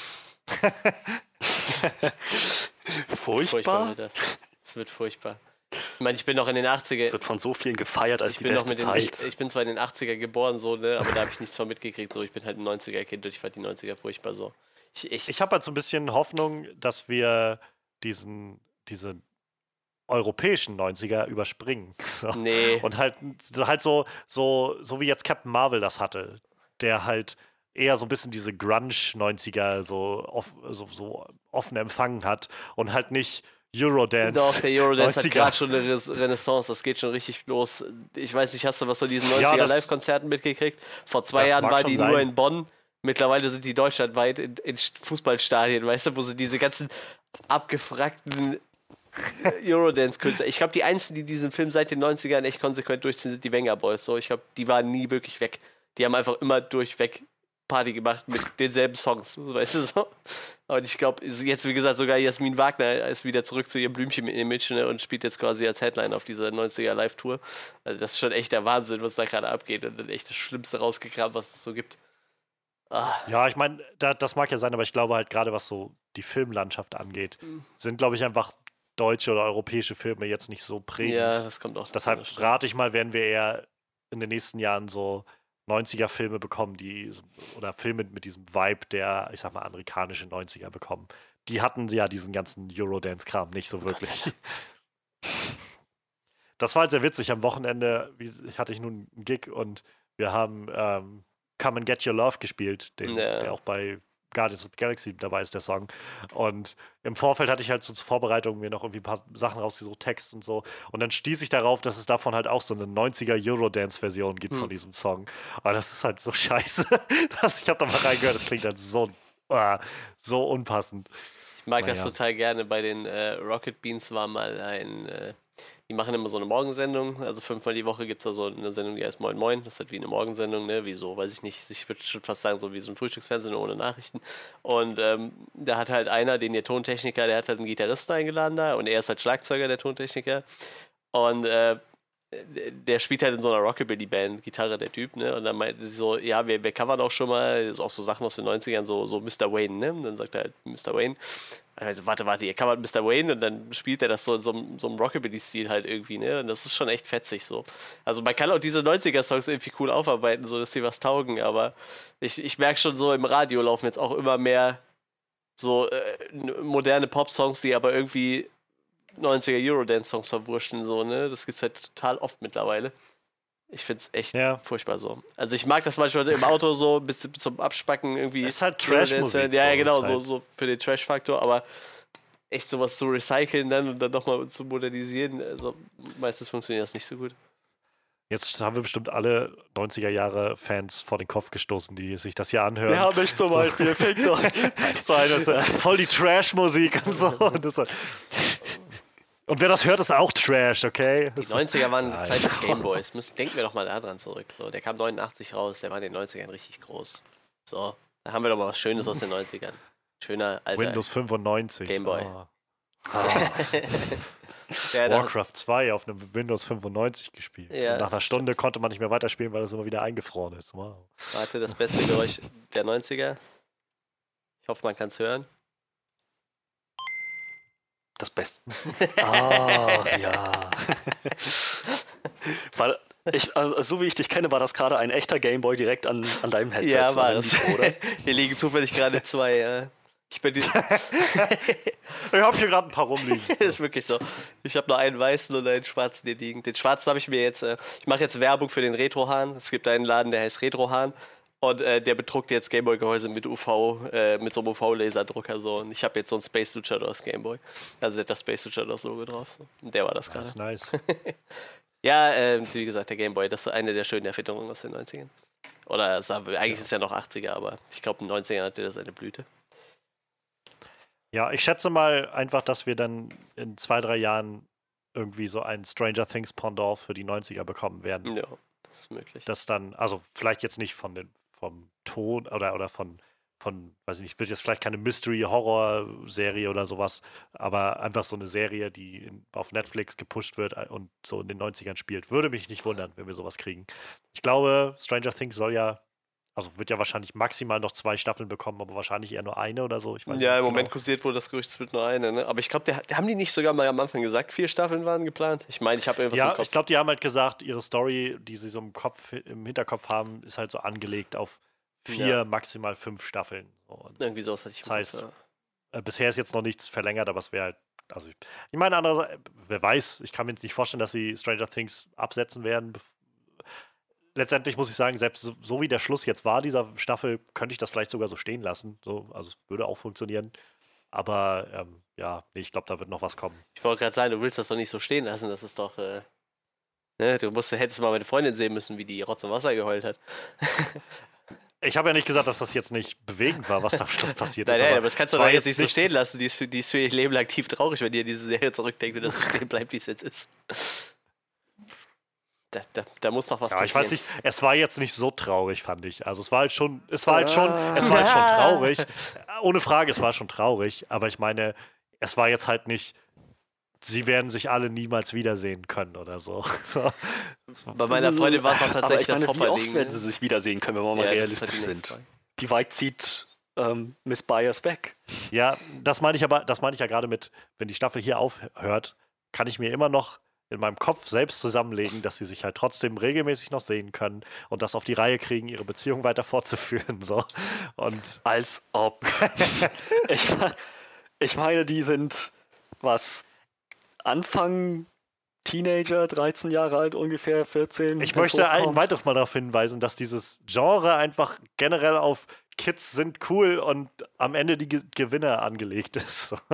Furchtbar Furchtbar? wird das. Das wird furchtbar. Ich meine, ich bin noch in den achtziger. Wird von so vielen gefeiert als Ich die bin, noch beste mit den, ich, Zeit. ich bin zwar in den achtziger geboren, so, ne, aber da habe ich nichts von mitgekriegt. So, ich bin halt ein neunziger-Kind und ich fand die neunziger furchtbar so. Ich, ich, Ich habe halt so ein bisschen Hoffnung, dass wir diesen, diese europäischen neunziger überspringen. So. nee. Und halt, so- halt so, so, so wie jetzt Captain Marvel das hatte, der halt eher so ein bisschen diese Grunge-neunziger so, off, so, so offen empfangen hat und halt nicht Eurodance. Doch, der Eurodance hat neunziger. gerade schon eine Re- Renaissance, das geht schon richtig los. Ich weiß nicht, hast du was von diesen Ja, neunziger das- Live-Konzerten mitgekriegt? Vor zwei das Jahren mag war schon die sein. nur in Bonn. Mittlerweile sind die deutschlandweit in, in Fußballstadien, weißt du, wo sie diese ganzen abgefragten Eurodance-Künstler. Ich glaube, die einzigen, die diesen Film seit den neunzigern echt konsequent durchziehen, sind die Wenger Boys. So, ich glaube, die waren nie wirklich weg. Die haben einfach immer durchweg Party gemacht mit denselben Songs, weißt du so. Und ich glaube, jetzt, wie gesagt, sogar Jasmin Wagner ist wieder zurück zu ihrem Blümchen-Image, ne, und spielt jetzt quasi als Headline auf dieser neunziger Live-Tour. Also das ist schon echt der Wahnsinn, was da gerade abgeht, und dann echt das Schlimmste rausgekramt, was es so gibt. Ah. Ja, ich meine, da, das mag ja sein, aber ich glaube halt gerade, was so die Filmlandschaft angeht, Mhm. sind, glaube ich, einfach deutsche oder europäische Filme jetzt nicht so prägend. Ja, das kommt auch. Deshalb dazu, rate ich mal, werden wir eher in den nächsten Jahren so neunziger-Filme bekommen, die oder Filme mit diesem Vibe der, ich sag mal, amerikanische neunziger bekommen. Die hatten ja diesen ganzen Eurodance-Kram nicht so wirklich. Das war halt sehr witzig. Am Wochenende wie, hatte ich nun einen Gig und wir haben ähm, Come and Get Your Love gespielt, den, Ja. der auch bei Guardians of the Galaxy dabei ist, der Song. Und im Vorfeld hatte ich halt so zur Vorbereitung mir noch irgendwie ein paar Sachen rausgesucht, Text und so. Und dann stieß ich darauf, dass es davon halt auch so eine neunziger Eurodance-Version gibt Hm. von diesem Song. Aber das ist halt so scheiße. dass ich habe da mal reingehört, das klingt halt so, ah, so unpassend. Ich mag das Naja. total gerne. Bei den äh, Rocket Beans war mal ein, äh, die machen immer so eine Morgensendung, also fünfmal die Woche gibt es da so eine Sendung, die heißt Moin Moin, das ist halt wie eine Morgensendung, ne, wie so, weiß ich nicht, ich würde schon fast sagen, so wie so ein Frühstücksfernsehen nur ohne Nachrichten. Und ähm, da hat halt einer, den der Tontechniker, der hat halt einen Gitarristen eingeladen da, und er ist halt Schlagzeuger, der Tontechniker. Und äh, der spielt halt in so einer Rockabilly-Band Gitarre, der Typ, ne? Und dann meinte sie so, ja, wir, wir covern auch schon mal, das ist auch so Sachen aus den neunzigern, so, so Mister Wayne, ne? Und dann sagt er halt Mister Wayne. Also, warte, warte, ihr covert Mister Wayne, und dann spielt er das so in so, einem- so einem Rockabilly-Stil halt irgendwie, ne? Und das ist schon echt fetzig so. Also man kann auch diese neunziger-Songs irgendwie cool aufarbeiten, so dass sie was taugen, aber ich, ich merke schon so, im Radio laufen jetzt auch immer mehr so äh, n- moderne Pop-Songs, die aber irgendwie neunziger Eurodance-Songs verwurschen, so, ne? Das gibt's halt total oft mittlerweile. Ich find's echt Ja. furchtbar so. Also ich mag das manchmal im Auto so bis bis zum Abspacken irgendwie. Es ist halt Eurodance Trash-Musik, hören. Ja, so, ja, genau, ist so, halt- so für den Trash-Faktor, aber echt sowas zu recyceln dann und dann nochmal zu modernisieren, also meistens funktioniert das nicht so gut. Jetzt haben wir bestimmt alle neunziger Jahre Fans vor den Kopf gestoßen, die sich das hier anhören. Ja, mich zum Beispiel, fick doch. so eine ist, äh, voll die Trash-Musik und so. Und, das, und wer das hört, ist auch Trash, okay? Die neunziger waren die Nein. Zeit des Gameboys. Müssen- Denken wir doch mal daran zurück. So, der kam neunundachtzig raus, der war in den neunzigern richtig groß. So, da haben wir doch mal was Schönes aus den neunzigern. Schöner alter Windows fünfundneunzig. Gameboy. Ah. der, da- Warcraft zwei auf einem Windows fünfundneunzig gespielt. Ja. Und nach einer Stunde konnte man nicht mehr weiterspielen, weil es immer wieder eingefroren ist. Wow. Warte, das beste Geräusch der neunziger. Ich hoffe, man kann es hören. Das Beste. Ah, ja. Weil ich, äh, so wie ich dich kenne, war das gerade ein echter Gameboy direkt an, an deinem Headset. Ja, an war deinem es. Mikro, oder? Hier liegen zufällig gerade zwei. Äh, ich bin die, Ich habe hier gerade ein paar rumliegen. ist wirklich so. Ich habe nur einen weißen und einen schwarzen hier liegen. Den schwarzen habe ich mir jetzt. Äh, ich mache jetzt Werbung für den Retrohahn. Es gibt einen Laden, der heißt Retrohahn. Und äh, der bedruckt jetzt Gameboy-Gehäuse mit U V, äh, mit so einem U V-Laserdrucker so. Und ich habe jetzt so einen Space Luchadors Gameboy. Also der hat das Space Luchadors Logo drauf. So. Und der war das Das gerade. ist nice. Ja, äh, wie gesagt, der Gameboy, das ist eine der schönen Erfindungen aus den neunzigern. Oder es war- eigentlich ist es ja noch achtziger, aber ich glaube, in den neunzigern hatte das seine Blüte. Ja, ich schätze mal einfach, dass wir dann in zwei, drei Jahren irgendwie so ein Stranger Things Pendant für die neunziger bekommen werden. Ja, das ist möglich. Das dann, also vielleicht jetzt nicht von den, vom Ton oder, oder von, von, weiß ich nicht, wird jetzt vielleicht keine Mystery-Horror-Serie oder sowas, aber einfach so eine Serie, die in, auf Netflix gepusht wird und so in den neunzigern spielt. Würde mich nicht wundern, wenn wir sowas kriegen. Ich glaube, Stranger Things soll ja, also wird ja wahrscheinlich maximal noch zwei Staffeln bekommen, aber wahrscheinlich eher nur eine oder so. Ich weiß Ja, nicht im Moment genau. kursiert wohl das Gerücht, es wird nur eine, ne? Aber ich glaube, der, haben die nicht sogar mal am Anfang gesagt, vier Staffeln waren geplant? Ich meine, ich habe irgendwas im Ja, Kopf. ich glaube, die haben halt gesagt, ihre Story, die sie so im Kopf, im Hinterkopf haben, ist halt so angelegt auf vier, Ja. maximal fünf Staffeln. So, und Irgendwie sowas hatte ich im Das heißt, Kopf, ja. Äh, bisher ist jetzt noch nichts verlängert, aber es wäre halt, also ich, ich meine, andererseits, wer weiß, ich kann mir jetzt nicht vorstellen, dass sie Stranger Things absetzen werden. Bef- letztendlich muss ich sagen, selbst so, so wie der Schluss jetzt war dieser Staffel, könnte ich das vielleicht sogar so stehen lassen. So, also es würde auch funktionieren. Aber ähm, ja, nee, ich glaube, da wird noch was kommen. Ich wollte gerade sagen, du willst das doch nicht so stehen lassen. Das ist doch. Äh, ne? Du musst, hättest mal meine Freundin sehen müssen, wie die Rotz und Wasser geheult hat. Ich habe ja nicht gesagt, dass das jetzt nicht bewegend war, was da am Schluss passiert Nein, ist. nein, aber aber das kannst du es war doch jetzt nicht so nicht- stehen lassen. Die ist, für, die ist für ihr Leben lang tief traurig, wenn ihr diese Serie zurückdenkt und das so stehen bleibt, wie es jetzt ist. Da, da, da muss doch was Ja, passieren. ich weiß nicht, es war jetzt nicht so traurig, fand ich. Also es war halt schon, es war halt schon, es war halt schon traurig. Ohne Frage, es war schon traurig, aber ich meine, es war jetzt halt nicht, sie werden sich alle niemals wiedersehen können oder so. So. Bei meiner Freundin war es auch Aber tatsächlich ich meine, das wie oft Hopper-Ding. werden sie sich wiedersehen können, wenn wir mal Ja, das ist realistisch halt die nächste sind? Frage. Wie weit zieht ähm, Miss Byers weg? Ja, das meine ich aber, das meine ich ja gerade mit, wenn die Staffel hier aufhört, kann ich mir immer noch in meinem Kopf selbst zusammenlegen, dass sie sich halt trotzdem regelmäßig noch sehen können und das auf die Reihe kriegen, ihre Beziehung weiter fortzuführen. So. Und Als ob. ich, me- ich meine, die sind was Anfang Teenager, dreizehn Jahre alt ungefähr, vierzehn. ich wenn's möchte ein hochkommt. weiteres Mal darauf hinweisen, dass dieses Genre einfach generell auf Kids sind cool und am Ende die Ge Gewinner angelegt ist. So.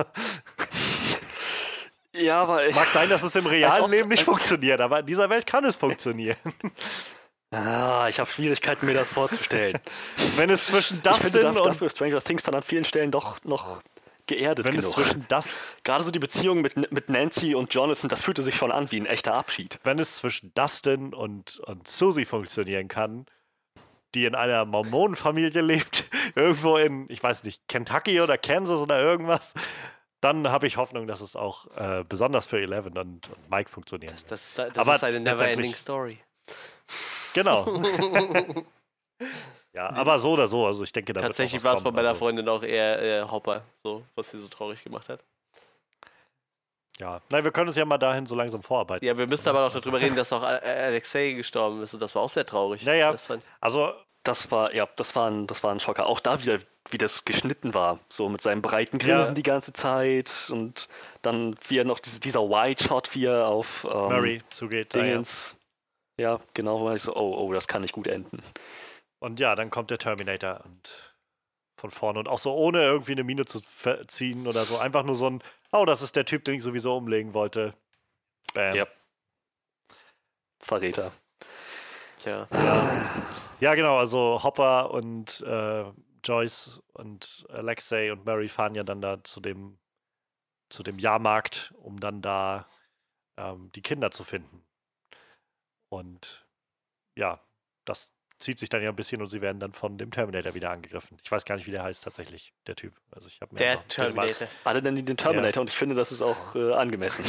Ja, aber ich, Mag sein, dass es im Als realen ob- Leben nicht als ob- funktioniert, aber in dieser Welt kann es funktionieren. ah, ich habe Schwierigkeiten, mir das vorzustellen. Wenn es zwischen Ich finde, Dustin dafür, und dafür ist Stranger Things dann an vielen Stellen doch noch geerdet wenn es genug. zwischen das Gerade so die Beziehung mit, mit Nancy und Jonathan, das fühlte sich schon an wie ein echter Abschied. wenn es zwischen Dustin und, und Susie funktionieren kann, die in einer Mormonenfamilie lebt, irgendwo in, ich weiß nicht, Kentucky oder Kansas oder irgendwas, dann habe ich Hoffnung, dass es auch äh, besonders für Eleven und, und Mike funktionieren wird. Das, das Aber ist eine never-ending letztendlich- Story. Genau. Ja, aber so oder so, also ich denke, da Tatsächlich wird noch war was es bei kommen, meiner also, Freundin auch eher äh, Hopper, so, was sie so traurig gemacht hat. Ja, nein, wir können uns ja mal dahin so langsam vorarbeiten. Ja, wir müssen aber noch darüber reden, dass auch A- A- Alexei gestorben ist und das war auch sehr traurig. Ja, ja. Das fand, Also, Das war, ja, das war ein, das war ein Schocker. Auch da wieder, wie das geschnitten war. So mit seinem breiten Grinsen Ja. die ganze Zeit. Und dann wie er noch diese, dieser White-Shot, wie er auf ähm, Murray zugeht. da, ja. Dingens. Ja, genau, wo man so, oh, oh, das kann nicht gut enden. Und ja, dann kommt der Terminator und von vorne und auch so ohne irgendwie eine Mine zu ver- ziehen oder so. Einfach nur so ein, oh, das ist der Typ, den ich sowieso umlegen wollte. Bam. Ja. Verräter. tja. Ja, genau, also Hopper und äh, Joyce und Alexei und Murray fahren ja dann da zu dem, zu dem Jahrmarkt, um dann da ähm, die Kinder zu finden. Und ja, das zieht sich dann ja ein bisschen und sie werden dann von dem Terminator wieder angegriffen. Ich weiß gar nicht, wie der heißt tatsächlich, der Typ. Also ich habe mir Der einfach- Terminator. Alle nennen ihn den Terminator und ich finde, das ist auch äh, angemessen.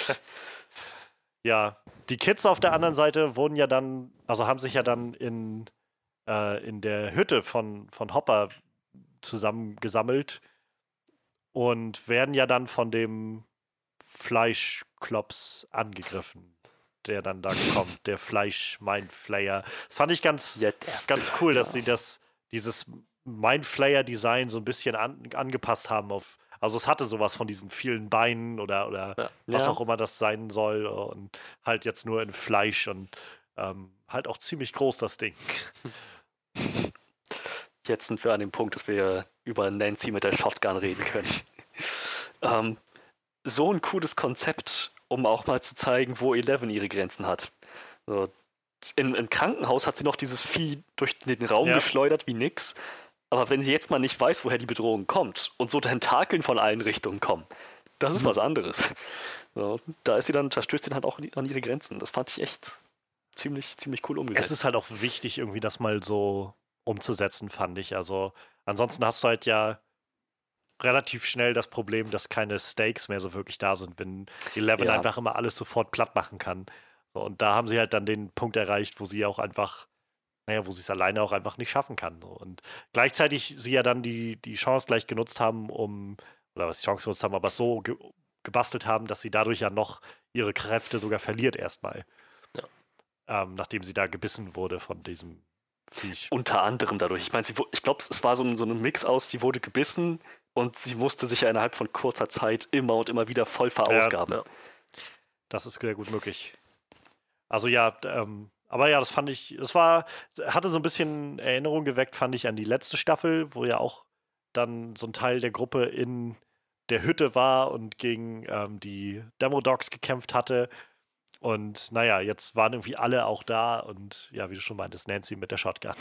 Ja, die Kids auf der anderen Seite wurden ja dann, also haben sich ja dann in, äh, in der Hütte von, von Hopper zusammengesammelt und werden ja dann von dem Fleischklops angegriffen, der dann da kommt, der Fleisch-Mindflayer. Das fand ich ganz, Jetzt. ganz cool, dass sie das, dieses Mindflayer-Design so ein bisschen an, angepasst haben auf. Also es hatte sowas von diesen vielen Beinen oder, oder Ja. was Ja. auch immer das sein soll und halt jetzt nur in Fleisch und ähm, halt auch ziemlich groß das Ding. Jetzt sind wir an dem Punkt, dass wir über Nancy mit der Shotgun reden können. ähm, so ein cooles Konzept, um auch mal zu zeigen, wo Eleven ihre Grenzen hat. So, in, Im Krankenhaus hat sie noch dieses Vieh durch den Raum Ja. geschleudert wie nix. Aber wenn sie jetzt mal nicht weiß, woher die Bedrohung kommt und so Tentakeln von allen Richtungen kommen, das ist Mhm. was anderes. So, da ist sie dann, da stößt sie dann halt auch an ihre Grenzen. Das fand ich echt ziemlich, ziemlich cool umgesetzt. Es ist halt auch wichtig, irgendwie das mal so umzusetzen, fand ich. Also ansonsten hast du halt ja relativ schnell das Problem, dass keine Stakes mehr so wirklich da sind, wenn Eleven Ja. einfach immer alles sofort platt machen kann. So, und da haben sie halt dann den Punkt erreicht, wo sie auch einfach, naja, wo sie es alleine auch einfach nicht schaffen kann. So. Und gleichzeitig sie ja dann die, die Chance gleich genutzt haben, um, oder was die Chance genutzt haben, aber es so ge gebastelt haben, dass sie dadurch ja noch ihre Kräfte sogar verliert erstmal. Ja. Ähm, nachdem sie da gebissen wurde von diesem Viech. Unter anderem dadurch. Ich meine, sie wu- ich glaube, es war so ein, so ein Mix aus, sie wurde gebissen und sie musste sich ja innerhalb von kurzer Zeit immer und immer wieder voll verausgaben. ja. Das ist sehr gut möglich. Also ja, ähm, Aber ja, das fand ich, es war, hatte so ein bisschen Erinnerung geweckt, fand ich, an die letzte Staffel, wo ja auch dann so ein Teil der Gruppe in der Hütte war und gegen ähm, die Demodogs gekämpft hatte. Und naja, jetzt waren irgendwie alle auch da und ja, wie du schon meintest, Nancy mit der Shotgun.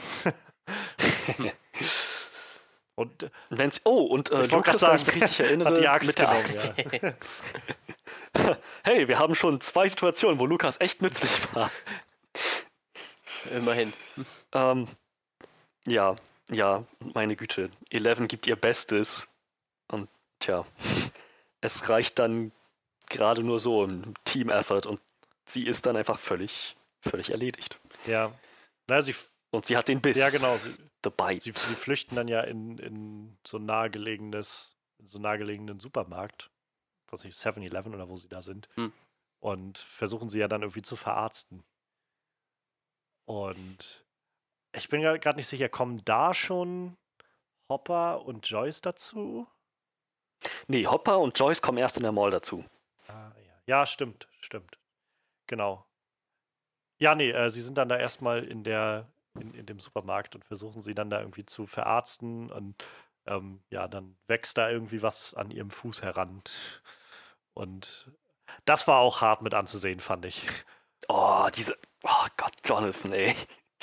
und Nancy, oh, und äh, ich wollte Lukas, gerade wenn sagen, ich mich richtig erinnere, hat die Axt mit der genommen, Axt. ja. Hey, wir haben schon zwei Situationen, wo Lukas echt nützlich war. Immerhin. Ähm, ja, ja, meine Güte. Eleven gibt ihr Bestes. Und tja, es reicht dann gerade nur so im Team-Effort und sie ist dann einfach völlig, völlig erledigt. Ja. Na, sie, Und sie hat den Biss. ja, genau. Sie, The Bite. sie, sie flüchten dann ja in, in so ein nahegelegenes, in so einen nahegelegenen Supermarkt. Was nicht, seven eleven oder wo sie da sind. Hm. Und versuchen sie ja dann irgendwie zu verarzten. Und ich bin gerade nicht sicher, kommen da schon Hopper und Joyce dazu? Nee, Hopper und Joyce kommen erst in der Mall dazu. Ah, ja. Ja, stimmt, stimmt. Genau. Ja, nee, äh, sie sind dann da erstmal in der, in, in dem Supermarkt und versuchen sie dann da irgendwie zu verarzten und ähm, ja, dann wächst da irgendwie was an ihrem Fuß heran. Und das war auch hart mit anzusehen, fand ich. Oh, diese. Oh Gott, Jonathan, ey.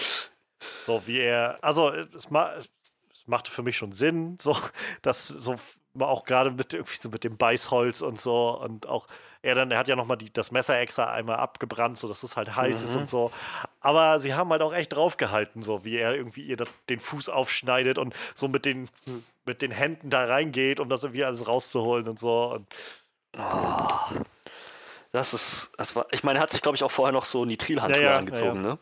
So wie er, also es, ma, es machte für mich schon Sinn, so, dass so auch gerade mit irgendwie so mit dem Beißholz und so und auch er dann, er hat ja nochmal das Messer extra einmal abgebrannt, so dass es halt heiß Mhm. ist und so. Aber sie haben halt auch echt draufgehalten, so wie er irgendwie ihr das, den Fuß aufschneidet und so mit den, mit den Händen da reingeht, um das irgendwie alles rauszuholen und so. Und Oh, das ist. Das war, ich meine, er hat sich, glaube ich, auch vorher noch so Nitrilhandschuhe Ja, ja, angezogen, ja, ja. ne?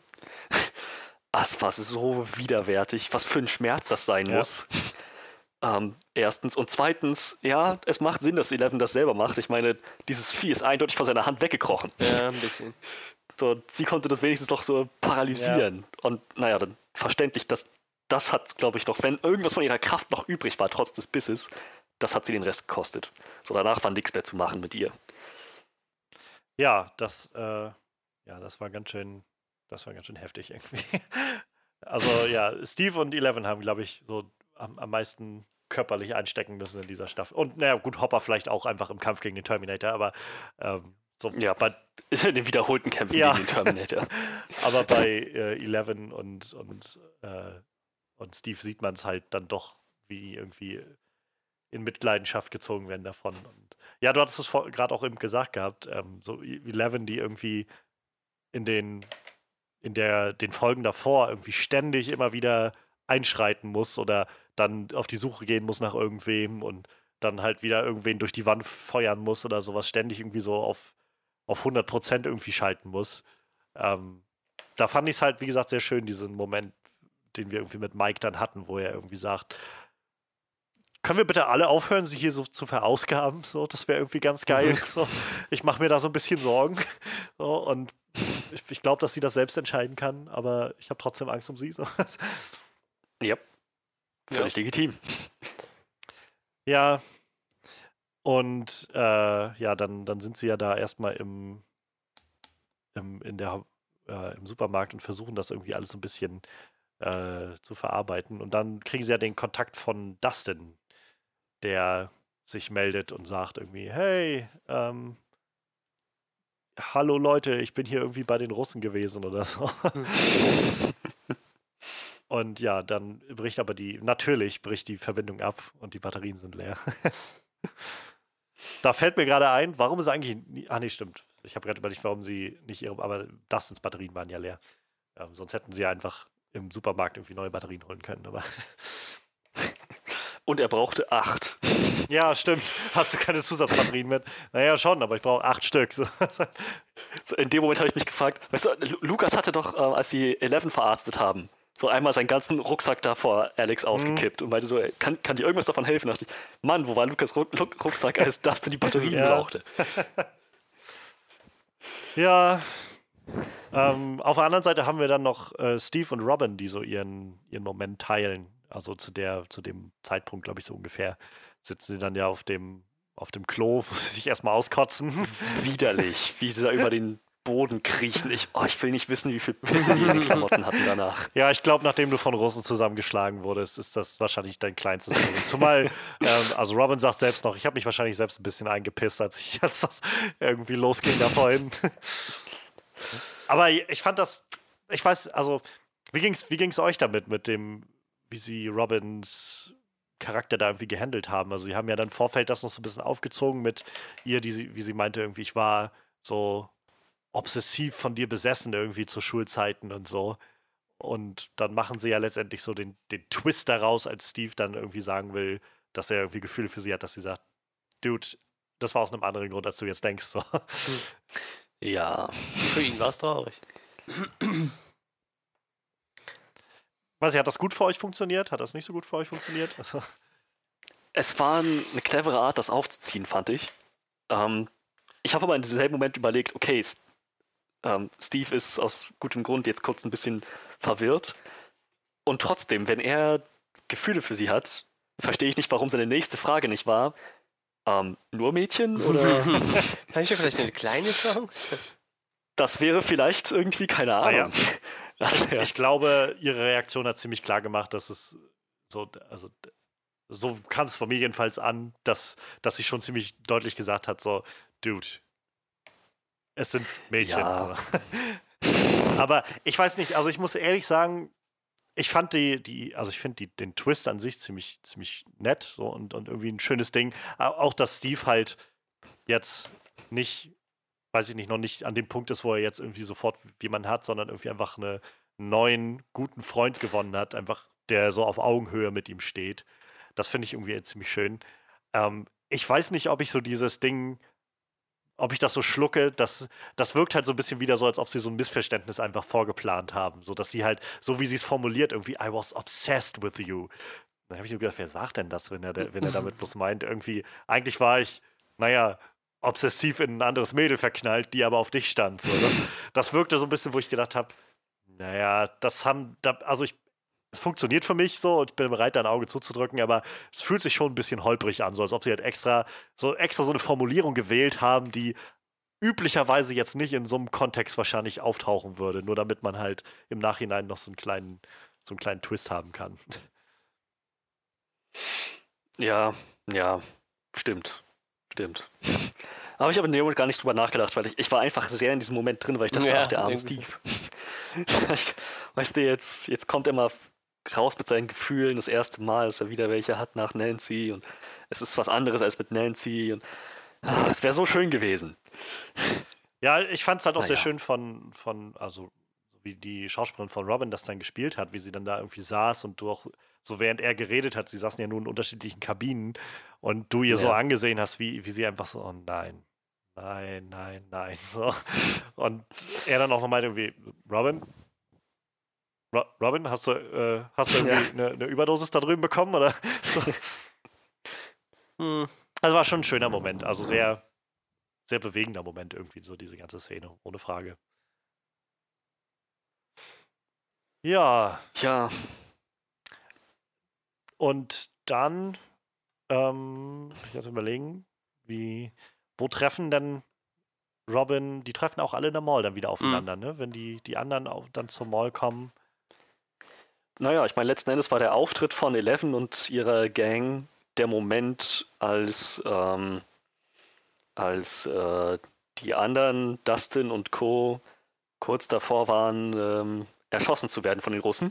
Das war so widerwärtig. Was für ein Schmerz das sein Ja. muss. Ähm, erstens. Und zweitens, ja, es macht Sinn, dass Eleven das selber macht. Ich meine, dieses Vieh ist eindeutig von seiner Hand weggekrochen. Ja, ein bisschen. So, sie konnte das wenigstens doch so paralysieren. Und naja, dann verständlich, dass das hat, glaube ich, noch, wenn irgendwas von ihrer Kraft noch übrig war, trotz des Bisses, das hat sie den Rest gekostet. So, danach war nichts mehr zu machen mit ihr. Ja, das, äh, ja, das war ganz schön, das war ganz schön heftig irgendwie. Also ja, Steve und Eleven haben, glaube ich, so am, am meisten körperlich einstecken müssen in dieser Staffel. Und naja, gut, Hopper vielleicht auch einfach im Kampf gegen den Terminator, aber ähm, so Ja, bei, in den wiederholten Kämpfen Ja. gegen den Terminator. aber bei äh, Eleven und, und, äh, und Steve sieht man es halt dann doch, wie irgendwie in Mitleidenschaft gezogen werden davon. Und ja, du hattest es gerade auch eben gesagt gehabt, ähm, so Eleven, die irgendwie in den in der den Folgen davor irgendwie ständig immer wieder einschreiten muss oder dann auf die Suche gehen muss nach irgendwem und dann halt wieder irgendwen durch die Wand feuern muss oder sowas, ständig irgendwie so auf, auf hundert Prozent irgendwie schalten muss. Ähm, da fand ich es halt, wie gesagt, sehr schön, diesen Moment, den wir irgendwie mit Mike dann hatten, wo er irgendwie sagt, können wir bitte alle aufhören, sie hier so zu verausgaben? So, das wäre irgendwie ganz geil. So, ich mache mir da so ein bisschen Sorgen. So, und ich, ich glaube, dass sie das selbst entscheiden kann, aber ich habe trotzdem Angst um sie. So. Ja, völlig Ja. legitim. Ja, und äh, ja, dann, dann sind sie ja da erstmal im, im, in der, äh, im Supermarkt und versuchen das irgendwie alles so ein bisschen äh, zu verarbeiten. Und dann kriegen sie ja den Kontakt von Dustin, der sich meldet und sagt irgendwie, hey, ähm, hallo Leute, ich bin hier irgendwie bei den Russen gewesen oder so. Und ja, dann bricht aber die, natürlich bricht die Verbindung ab und die Batterien sind leer. Da fällt mir gerade ein, warum ist eigentlich, nie, ah nee, stimmt. Ich habe gerade überlegt, warum sie nicht ihre, aber Dustins Batterien waren ja leer. Ähm, sonst hätten sie einfach im Supermarkt irgendwie neue Batterien holen können. Aber Und er brauchte acht. ja, stimmt. Hast du keine Zusatzbatterien mit? Naja, schon, aber ich brauche acht Stück. So. So, in dem Moment habe ich mich gefragt, weißt du, Lu- Lukas hatte doch, äh, als sie Eleven verarztet haben, so einmal seinen ganzen Rucksack da vor Alex ausgekippt und meinte so, ey, kann, kann dir irgendwas davon helfen? Da dachte ich, Mann, wo war Lukas Ruck Rucksack, als Dustin die Batterien Ja. brauchte? Ja. Ähm, auf der anderen Seite haben wir dann noch äh, Steve und Robin, die so ihren, ihren Moment teilen. Also zu der, zu dem Zeitpunkt, glaube ich, so ungefähr, sitzen sie dann ja auf dem, auf dem Klo, wo sie sich erstmal auskotzen. Widerlich, wie sie da über den Boden kriechen. Ich, oh, ich will nicht wissen, wie viel Pisse die in den Klamotten hatten danach. Ja, ich glaube, nachdem du von Russen zusammengeschlagen wurdest, ist das wahrscheinlich dein kleinstes Problem. Zumal, ähm, also Robin sagt selbst noch, ich habe mich wahrscheinlich selbst ein bisschen eingepisst, als ich als das irgendwie losging da vorhin. Aber ich fand das, ich weiß, also, wie ging's, wie ging's euch damit, mit dem, wie sie Robins Charakter da irgendwie gehandelt haben? Also, sie haben ja dann im Vorfeld das noch so ein bisschen aufgezogen mit ihr, die sie, wie sie meinte, irgendwie, ich war so obsessiv von dir besessen irgendwie zu Schulzeiten und so. Und dann machen sie ja letztendlich so den, den Twist daraus, als Steve dann irgendwie sagen will, dass er irgendwie Gefühle für sie hat, dass sie sagt, Dude, das war aus einem anderen Grund, als du jetzt denkst. So. Ja. Für ihn war es traurig. Weiß ich, hat das gut für euch funktioniert? Hat das nicht so gut für euch funktioniert? Es war eine clevere Art, das aufzuziehen, fand ich. Ähm, ich habe aber in diesem selben Moment überlegt, okay, S- ähm, Steve ist aus gutem Grund jetzt kurz ein bisschen verwirrt. Und trotzdem, wenn er Gefühle für sie hat, verstehe ich nicht, warum seine nächste Frage nicht war, ähm, nur Mädchen oder Habe ich ja vielleicht eine kleine Chance? das wäre vielleicht irgendwie, keine Ahnung. Also, ja. Ich glaube, ihre Reaktion hat ziemlich klar gemacht, dass es so, also so kam es von mir jedenfalls an, dass, dass sie schon ziemlich deutlich gesagt hat, so, Dude, es sind Mädchen. Ja. So. Aber ich weiß nicht, also ich muss ehrlich sagen, ich fand die, die also ich finde die, den Twist an sich ziemlich, ziemlich nett so, und, und irgendwie ein schönes Ding. Au- Auch, dass Steve halt jetzt nicht, weiß ich nicht, noch nicht an dem Punkt ist, wo er jetzt irgendwie sofort jemanden hat, sondern irgendwie einfach eine, einen neuen, guten Freund gewonnen hat, einfach, der so auf Augenhöhe mit ihm steht. Das finde ich irgendwie ziemlich schön. Ähm, ich weiß nicht, ob ich so dieses Ding, ob ich das so schlucke, das, das wirkt halt so ein bisschen wieder so, als ob sie so ein Missverständnis einfach vorgeplant haben. So dass sie halt, so wie sie es formuliert, irgendwie, I was obsessed with you. Da habe ich mir gedacht, wer sagt denn das, wenn er, da- wenn er damit bloß meint, irgendwie, eigentlich war ich, naja, obsessiv in ein anderes Mädel verknallt, die aber auf dich stand. So, das, das wirkte so ein bisschen, wo ich gedacht habe, naja, das haben, da, also ich, es funktioniert für mich so und ich bin bereit, da ein Auge zuzudrücken, aber es fühlt sich schon ein bisschen holprig an, so als ob sie halt extra so, extra so eine Formulierung gewählt haben, die üblicherweise jetzt nicht in so einem Kontext wahrscheinlich auftauchen würde, nur damit man halt im Nachhinein noch so einen kleinen, so einen kleinen Twist haben kann. Ja, ja, stimmt. Stimmt. Aber ich habe in dem Moment gar nicht drüber nachgedacht, weil ich, ich war einfach sehr in diesem Moment drin, weil ich dachte, Ja, ach, der arme irgendwie. Steve. Ich- weißt du, jetzt, jetzt kommt er mal raus mit seinen Gefühlen, das erste Mal, dass er wieder welche hat nach Nancy und es ist was anderes als mit Nancy und ah, es wäre so schön gewesen. Ja, ich fand es halt auch sehr Naja. schön von, von, also wie die Schauspielerin von Robin das dann gespielt hat, wie sie dann da irgendwie saß und du auch, so während er geredet hat, sie saßen ja nur in unterschiedlichen Kabinen und du ihr so Ja. angesehen hast, wie, wie sie einfach so, oh nein, nein, nein, nein, so. Und er dann auch noch meinte irgendwie, Robin, Ro Robin, hast du, äh, hast du irgendwie eine, eine Überdosis da drüben bekommen, oder? Hm. Also war schon ein schöner Moment, also sehr, sehr bewegender Moment irgendwie, so diese ganze Szene, ohne Frage. Ja, Ja, und dann, ähm, ich muss überlegen, wie, wo treffen denn Robin, die treffen auch alle in der Mall dann wieder aufeinander, ne? Wenn die, die anderen auch dann zur Mall kommen. naja, ich meine, letzten Endes war der Auftritt von Eleven und ihrer Gang der Moment, als, ähm, als äh, die anderen, Dustin und Co., kurz davor waren, ähm, erschossen zu werden von den Russen.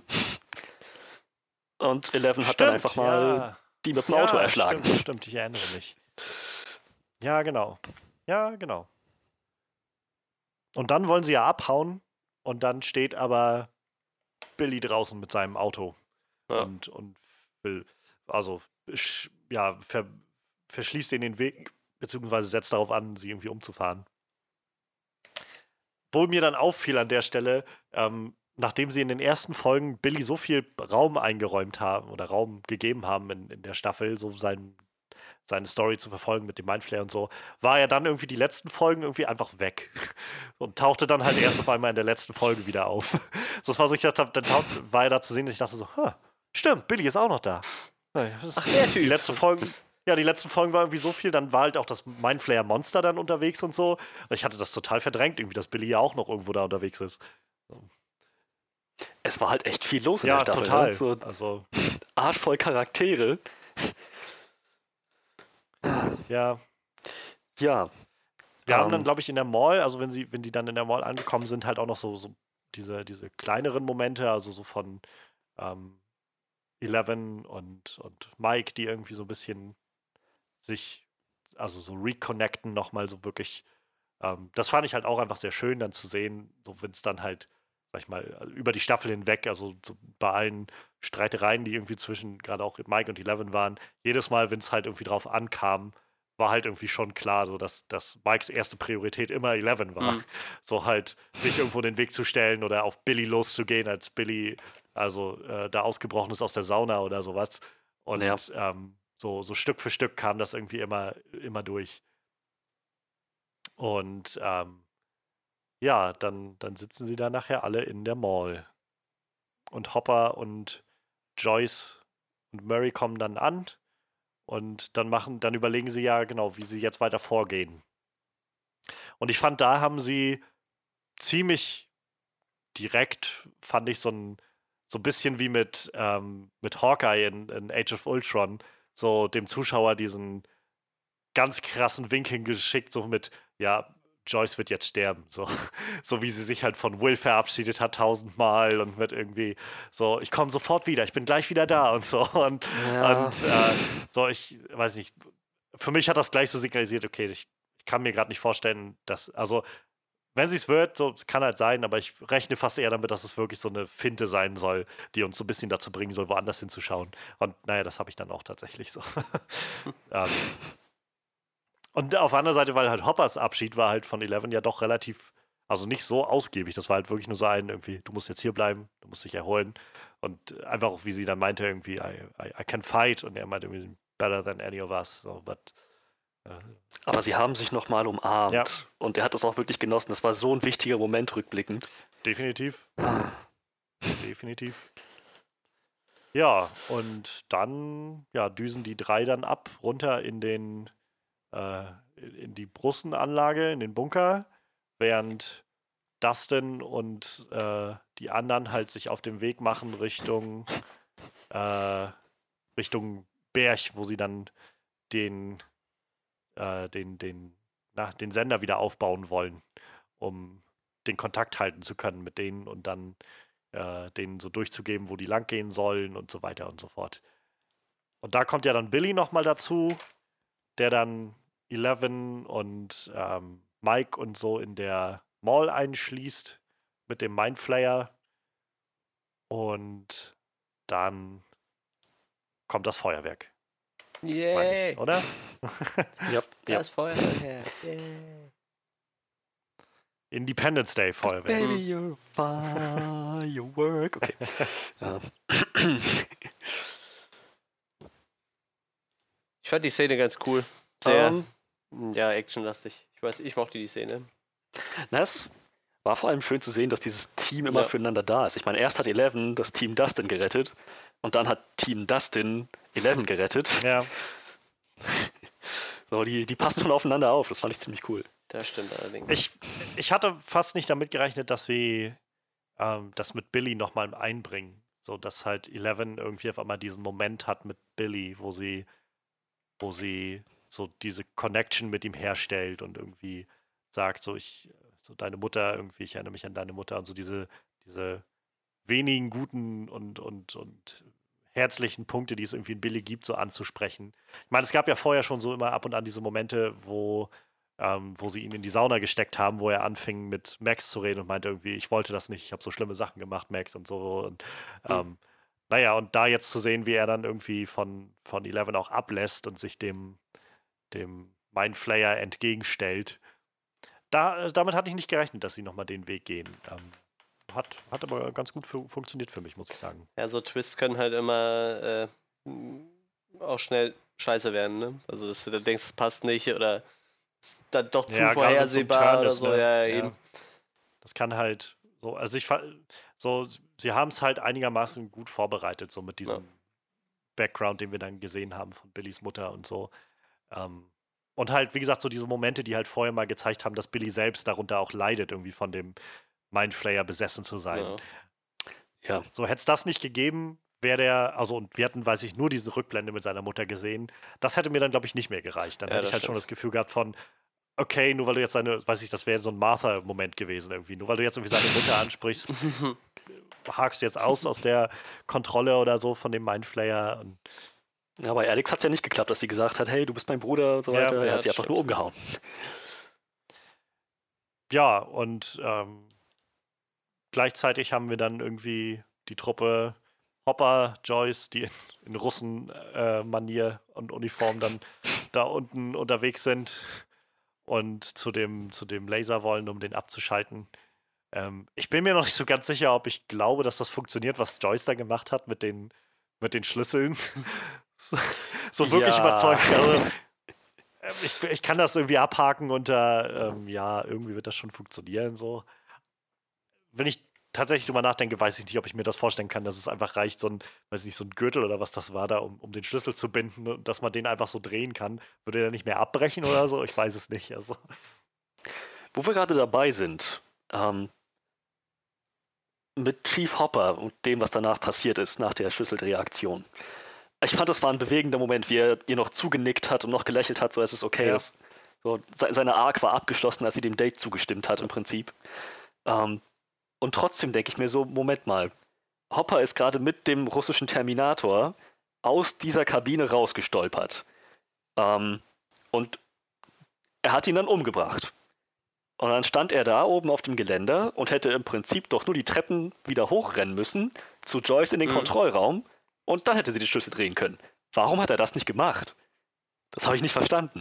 Und Eleven hat dann einfach mal ja. die mit dem Ja, Auto erschlagen. Stimmt, stimmt, ich erinnere mich. Ja, genau. Ja, genau. Und dann wollen sie ja abhauen und dann steht aber Billy draußen mit seinem Auto Ja. und, und will, also, sch- ja, ver, verschließt ihnen den Weg, beziehungsweise setzt darauf an, sie irgendwie umzufahren. Wo mir dann auffiel an der Stelle, ähm, nachdem sie in den ersten Folgen Billy so viel Raum eingeräumt haben oder Raum gegeben haben in, in der Staffel, so sein, seine Story zu verfolgen mit dem Mindflayer und so, war er dann irgendwie die letzten Folgen irgendwie einfach weg und tauchte dann halt erst auf einmal in der letzten Folge wieder auf. So, das war so, ich dachte, dann taucht, war er da zu sehen, dass ich dachte so, huh, stimmt, Billy ist auch noch da. Das ist- Ach, der Typ. Die letzten Folgen, ja, die letzten Folgen war irgendwie so viel, dann war halt auch das Mindflayer Monster dann unterwegs und so. Und ich hatte das total verdrängt, irgendwie, dass Billy ja auch noch irgendwo da unterwegs ist. Es war halt echt viel los in Ja, der Staffel. total. Ne? So Also, arschvoll Charaktere. ja. Ja. Wir Ähm, haben dann, glaube ich, in der Mall, also wenn sie, wenn die dann in der Mall angekommen sind, halt auch noch so, so diese, diese kleineren Momente, also so von ähm, Eleven und, und Mike, die irgendwie so ein bisschen sich, also so reconnecten nochmal so wirklich. Ähm, das fand ich halt auch einfach sehr schön dann zu sehen, so wenn es dann halt, sag ich mal, über die Staffel hinweg, also so bei allen Streitereien, die irgendwie zwischen gerade auch Mike und Eleven waren, jedes Mal, wenn es halt irgendwie drauf ankam, war halt irgendwie schon klar, so dass, dass Mikes erste Priorität immer Eleven war. Mhm. So halt sich irgendwo den Weg zu stellen oder auf Billy loszugehen, als Billy also äh, da ausgebrochen ist aus der Sauna oder sowas. Und Ja. ähm, so, so Stück für Stück kam das irgendwie immer, immer durch. Und ähm, ja, dann, dann sitzen sie da nachher alle in der Mall. Und Hopper und Joyce und Murray kommen dann an und dann machen, dann überlegen sie ja genau, wie sie jetzt weiter vorgehen. Und ich fand, da haben sie ziemlich direkt, fand ich so ein, so ein bisschen wie mit, ähm, mit Hawkeye in, in Age of Ultron, so dem Zuschauer diesen ganz krassen Wink hingeschickt, so mit, ja, Joyce wird jetzt sterben, so, so wie sie sich halt von Will verabschiedet hat tausendmal und mit irgendwie so, ich komme sofort wieder, ich bin gleich wieder da und so und, Ja. und äh, so, ich weiß nicht, für mich hat das gleich so signalisiert, okay, ich, ich kann mir gerade nicht vorstellen, dass, also wenn sie es wird, so, es kann halt sein, aber ich rechne fast eher damit, dass es wirklich so eine Finte sein soll, die uns so ein bisschen dazu bringen soll, woanders hinzuschauen. Und naja, das habe ich dann auch tatsächlich so. ähm, Und auf der anderen Seite, weil halt Hoppers Abschied war halt von Eleven ja doch relativ, also nicht so ausgiebig. Das war halt wirklich nur so ein irgendwie, du musst jetzt hier bleiben, du musst dich erholen. Und einfach auch, wie sie dann meinte, irgendwie, I, I, I can fight. Und er meinte irgendwie, better than any of us. So, but, äh, Aber sie haben sich nochmal umarmt. Ja. Und er hat das auch wirklich genossen. Das war so ein wichtiger Moment rückblickend. definitiv. definitiv. Ja, und dann, ja, düsen die drei dann ab, runter in den, äh, in die Brussenanlage, in den Bunker, während Dustin und äh, die anderen halt sich auf den Weg machen Richtung äh, Richtung Berg, wo sie dann den äh, den den na, den Sender wieder aufbauen wollen, um den Kontakt halten zu können mit denen und dann äh, denen so durchzugeben, wo die lang gehen sollen und so weiter und so fort. Und da kommt ja dann Billy nochmal dazu, der dann Eleven und ähm, Mike und so in der Mall einschließt mit dem Mindflayer. Und dann kommt das Feuerwerk, meine Yay! ich, oder? Ja, ja. Das Feuerwerk her. Yay. Independence Day Feuerwerk. Baby, your firework. Okay. ja. Ich fand die Szene ganz cool. Sehr, Ähm, ja, actionlastig. Ich weiß, ich mochte die Szene. Na, es war vor allem schön zu sehen, dass dieses Team immer Ja. füreinander da ist. Ich meine, erst hat Eleven das Team Dustin gerettet und dann hat Team Dustin Eleven gerettet. Ja, So, die, die passen schon aufeinander auf. Das fand ich ziemlich cool. Das stimmt allerdings. ich, ich hatte fast nicht damit gerechnet, dass sie ähm, das mit Billy nochmal einbringen. So, dass halt Eleven irgendwie auf einmal diesen Moment hat mit Billy, wo sie, wo sie so diese Connection mit ihm herstellt und irgendwie sagt, so ich, so deine Mutter irgendwie, ich erinnere mich an deine Mutter und so diese, diese wenigen guten und, und, und herzlichen Punkte, die es irgendwie in Billy gibt, so anzusprechen. Ich meine, es gab ja vorher schon so immer ab und an diese Momente, wo, ähm, wo sie ihn in die Sauna gesteckt haben, wo er anfing mit Max zu reden und meinte irgendwie, ich wollte das nicht, ich habe so schlimme Sachen gemacht, Max und so. Und ähm, naja, und da jetzt zu sehen, wie er dann irgendwie von, von Eleven auch ablässt und sich dem, dem Mindflayer entgegenstellt, da, damit hatte ich nicht gerechnet, dass sie nochmal den Weg gehen. Ähm, hat, hat aber ganz gut fu- funktioniert für mich, muss ich sagen. Ja, so Twists können halt immer äh, auch schnell scheiße werden, ne? Also, dass du da denkst, es passt nicht oder ist dann doch zu Ja, gerade wenn's so ein vorhersehbar Turn oder ist, so. ne? Ja, Ja. eben. Das kann halt so, also ich fa- so, sie haben es halt einigermaßen gut vorbereitet, so mit diesem Background, den wir dann gesehen haben von Billys Mutter und so. Ähm, und halt, wie gesagt, so diese Momente, die halt vorher mal gezeigt haben, dass Billy selbst darunter auch leidet, irgendwie von dem Mindflayer besessen zu sein. Ja. Ja. So, hätte es das nicht gegeben, wäre der, also, und wir hatten, weiß ich, nur diese Rückblende mit seiner Mutter gesehen, das hätte mir dann, glaube ich, nicht mehr gereicht. Dann Ja, hätte das ich halt schon stimmt. das Gefühl gehabt von, okay, nur weil du jetzt seine, weiß ich, das wäre so ein Martha-Moment gewesen irgendwie, nur weil du jetzt irgendwie seine Mutter ansprichst, hakst du jetzt aus aus der Kontrolle oder so von dem Mindflayer. Und Ja, bei Alex hat es ja nicht geklappt, dass sie gesagt hat, hey, du bist mein Bruder und so Ja, weiter. Er ja, hat sie das einfach nur umgehauen. ja, und ähm, gleichzeitig haben wir dann irgendwie die Truppe Hopper, Joyce, die in, in Russen-Manier und Uniform dann da unten unterwegs sind und zu dem, zu dem Laser wollen, um den abzuschalten. Ähm, ich bin mir noch nicht so ganz sicher, ob ich glaube, dass das funktioniert, was Joyce da gemacht hat mit den, mit den Schlüsseln. so, so wirklich Ja. überzeugt. Also, ähm, ich, ich kann das irgendwie abhaken unter, ähm, ja, irgendwie wird das schon funktionieren. So. Wenn ich tatsächlich drüber nachdenke, weiß ich nicht, ob ich mir das vorstellen kann, dass es einfach reicht, so ein, weiß nicht, so ein Gürtel oder was das war da, um, um den Schlüssel zu binden und dass man den einfach so drehen kann. Würde der nicht mehr abbrechen oder so? Ich weiß es nicht. Also. Wo wir gerade dabei sind, ähm, mit Chief Hopper und dem, was danach passiert ist, nach der Schlüsselreaktion. Ich fand, das war ein bewegender Moment, wie er ihr noch zugenickt hat und noch gelächelt hat, so es ist okay. Ja. Das, so, se- seine Arc war abgeschlossen, als sie dem Date zugestimmt hat, im Prinzip. Ähm, und trotzdem denke ich mir so, Moment mal, Hopper ist gerade mit dem russischen Terminator aus dieser Kabine rausgestolpert. Ähm, und er hat ihn dann umgebracht. Und dann stand er da oben auf dem Geländer und hätte im Prinzip doch nur die Treppen wieder hochrennen müssen zu Joyce in den Mhm. Kontrollraum und dann hätte sie die Schlüssel drehen können. Warum hat er das nicht gemacht? Das habe ich nicht verstanden.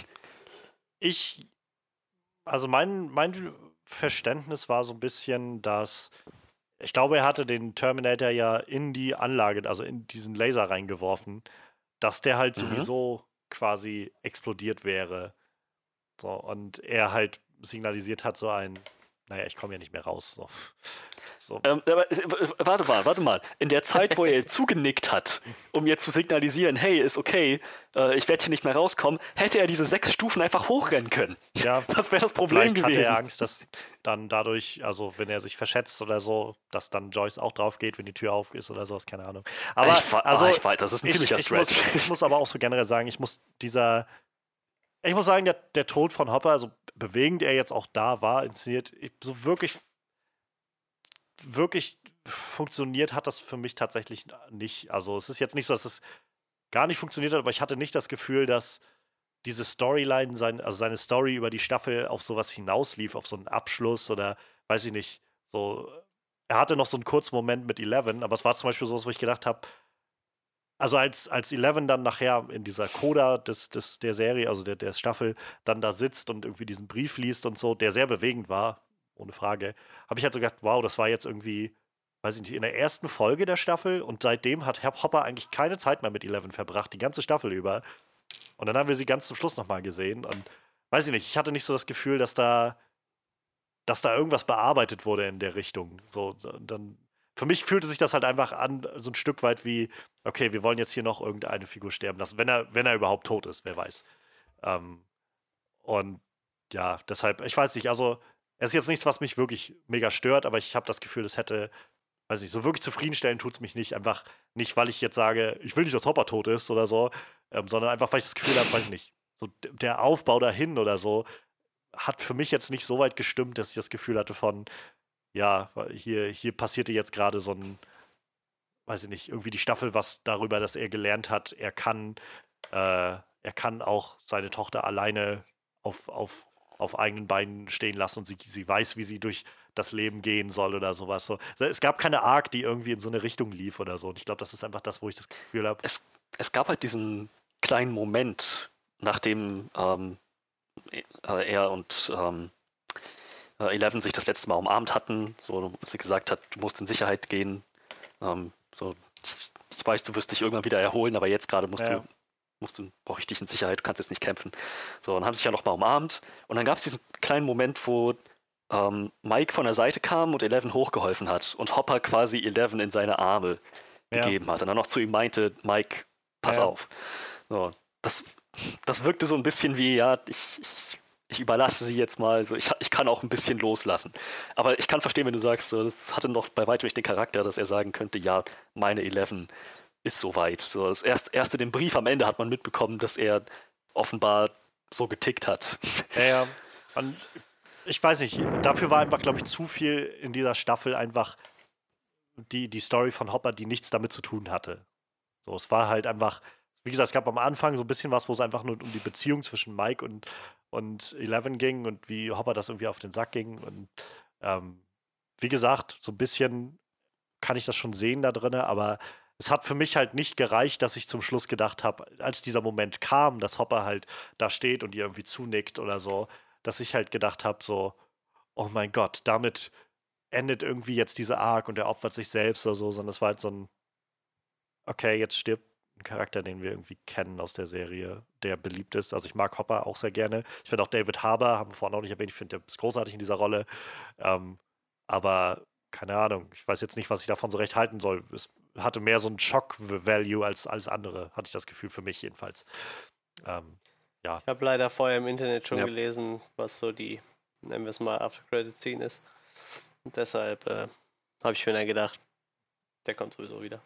Ich, also mein, mein Verständnis war so ein bisschen, dass ich glaube, er hatte den Terminator ja in die Anlage, also in diesen Laser reingeworfen, dass der halt Mhm. sowieso quasi explodiert wäre. So, und er halt signalisiert hat, so ein, naja, ich komme ja nicht mehr raus. So. So. Ähm, aber, äh, warte mal, warte mal. In der Zeit, wo er ihr zugenickt hat, um ihr zu signalisieren, hey, ist okay, äh, ich werde hier nicht mehr rauskommen, hätte er diese sechs Stufen einfach hochrennen können. Ja, Das wäre das Problem vielleicht hatte gewesen. er Angst, dass dann dadurch, also wenn er sich verschätzt oder so, dass dann Joyce auch drauf geht, wenn die Tür auf ist oder sowas, keine Ahnung. Aber ich, wa- also ah, ich weiß, das ist ein ich, ziemlicher ich, muss, Stretch. ich muss aber auch so generell sagen, ich muss dieser, ich muss sagen, der, der Tod von Hopper, so bewegend er jetzt auch da war, inszeniert, ich, so wirklich, wirklich funktioniert hat das für mich tatsächlich nicht. Also es ist jetzt nicht so, dass es gar nicht funktioniert hat, aber ich hatte nicht das Gefühl, dass diese Storyline, sein, also seine Story über die Staffel auf sowas hinauslief, auf so einen Abschluss oder weiß ich nicht, so. Er hatte noch so einen kurzen Moment mit Eleven, aber es war zum Beispiel sowas, wo ich gedacht habe, also als, als Eleven dann nachher in dieser Coda des, des, der Serie, also der, der Staffel, dann da sitzt und irgendwie diesen Brief liest und so, der sehr bewegend war, ohne Frage, habe ich halt so gedacht, wow, das war jetzt irgendwie, weiß ich nicht, in der ersten Folge der Staffel und seitdem hat Herr Hopper eigentlich keine Zeit mehr mit Eleven verbracht, die ganze Staffel über. Und dann haben wir sie ganz zum Schluss nochmal gesehen und weiß ich nicht, ich hatte nicht so das Gefühl, dass da, dass da irgendwas bearbeitet wurde in der Richtung. So, dann, für mich fühlte sich das halt einfach an, so ein Stück weit wie, okay, wir wollen jetzt hier noch irgendeine Figur sterben lassen, wenn er, wenn er überhaupt tot ist, wer weiß. Ähm, und ja, deshalb, ich weiß nicht, also es ist jetzt nichts, was mich wirklich mega stört, aber ich habe das Gefühl, es hätte, weiß nicht, so wirklich zufriedenstellen tut es mich nicht. Einfach nicht, weil ich jetzt sage, ich will nicht, dass Hopper tot ist oder so, ähm, sondern einfach, weil ich das Gefühl habe, weiß ich nicht, so d- der Aufbau dahin oder so hat für mich jetzt nicht so weit gestimmt, dass ich das Gefühl hatte von, ja, hier, hier passierte jetzt gerade so ein, weiß ich nicht, irgendwie die Staffel was darüber, dass er gelernt hat, er kann, äh, er kann auch seine Tochter alleine auf, auf, auf eigenen Beinen stehen lassen und sie, sie weiß, wie sie durch das Leben gehen soll oder sowas. So. Es gab keine Arc, die irgendwie in so eine Richtung lief oder so. Und ich glaube, das ist einfach das, wo ich das Gefühl habe. Es, es gab halt diesen kleinen Moment, nachdem ähm, er und ähm, Eleven sich das letzte Mal umarmt hatten, so, sie gesagt hat, du musst in Sicherheit gehen. Ähm, so, ich weiß, du wirst dich irgendwann wieder erholen, aber jetzt gerade musst Ja. du, musst du, brauche ich dich in Sicherheit, du kannst jetzt nicht kämpfen. So, dann haben sie sich ja nochmal umarmt und dann gab es diesen kleinen Moment, wo ähm, Mike von der Seite kam und Eleven hochgeholfen hat und Hopper quasi Eleven in seine Arme Ja. gegeben hat und dann noch zu ihm meinte, Mike, pass Ja. auf. So, das, das wirkte so ein bisschen wie, ja, ich, ich, ich überlasse sie jetzt mal, so, ich, ich kann auch ein bisschen loslassen. Aber ich kann verstehen, wenn du sagst, so, das hatte noch bei weitem nicht den Charakter, dass er sagen könnte, ja, meine Eleven ist soweit. So, das erst, erste, den Brief am Ende hat man mitbekommen, dass er offenbar so getickt hat. Ja, ja. Und ich weiß nicht, dafür war einfach, glaube ich, zu viel in dieser Staffel einfach die, die Story von Hopper, die nichts damit zu tun hatte. So, es war halt einfach, wie gesagt, es gab am Anfang so ein bisschen was, wo es einfach nur um die Beziehung zwischen Mike und, und Eleven ging und wie Hopper das irgendwie auf den Sack ging. Und ähm, wie gesagt, so ein bisschen kann ich das schon sehen da drin, aber es hat für mich halt nicht gereicht, dass ich zum Schluss gedacht habe, als dieser Moment kam, dass Hopper halt da steht und ihr irgendwie zunickt oder so, dass ich halt gedacht habe, so, oh mein Gott, damit endet irgendwie jetzt diese Arc und er opfert sich selbst oder so, sondern es war halt so ein, okay, jetzt stirbt ein Charakter, den wir irgendwie kennen aus der Serie, der beliebt ist. Also ich mag Hopper auch sehr gerne. Ich finde auch David Harbour, haben wir vorhin auch nicht erwähnt, ich finde, der ist großartig in dieser Rolle. Ähm, aber keine Ahnung, ich weiß jetzt nicht, was ich davon so recht halten soll. Es hatte mehr so einen Shock-Value als alles andere, hatte ich das Gefühl, für mich jedenfalls. Ähm, ja. Ich habe leider vorher im Internet schon Ja. gelesen, was so die, nennen wir es mal, After-Credit-Scene ist. Und deshalb äh, habe ich mir dann gedacht, der kommt sowieso wieder.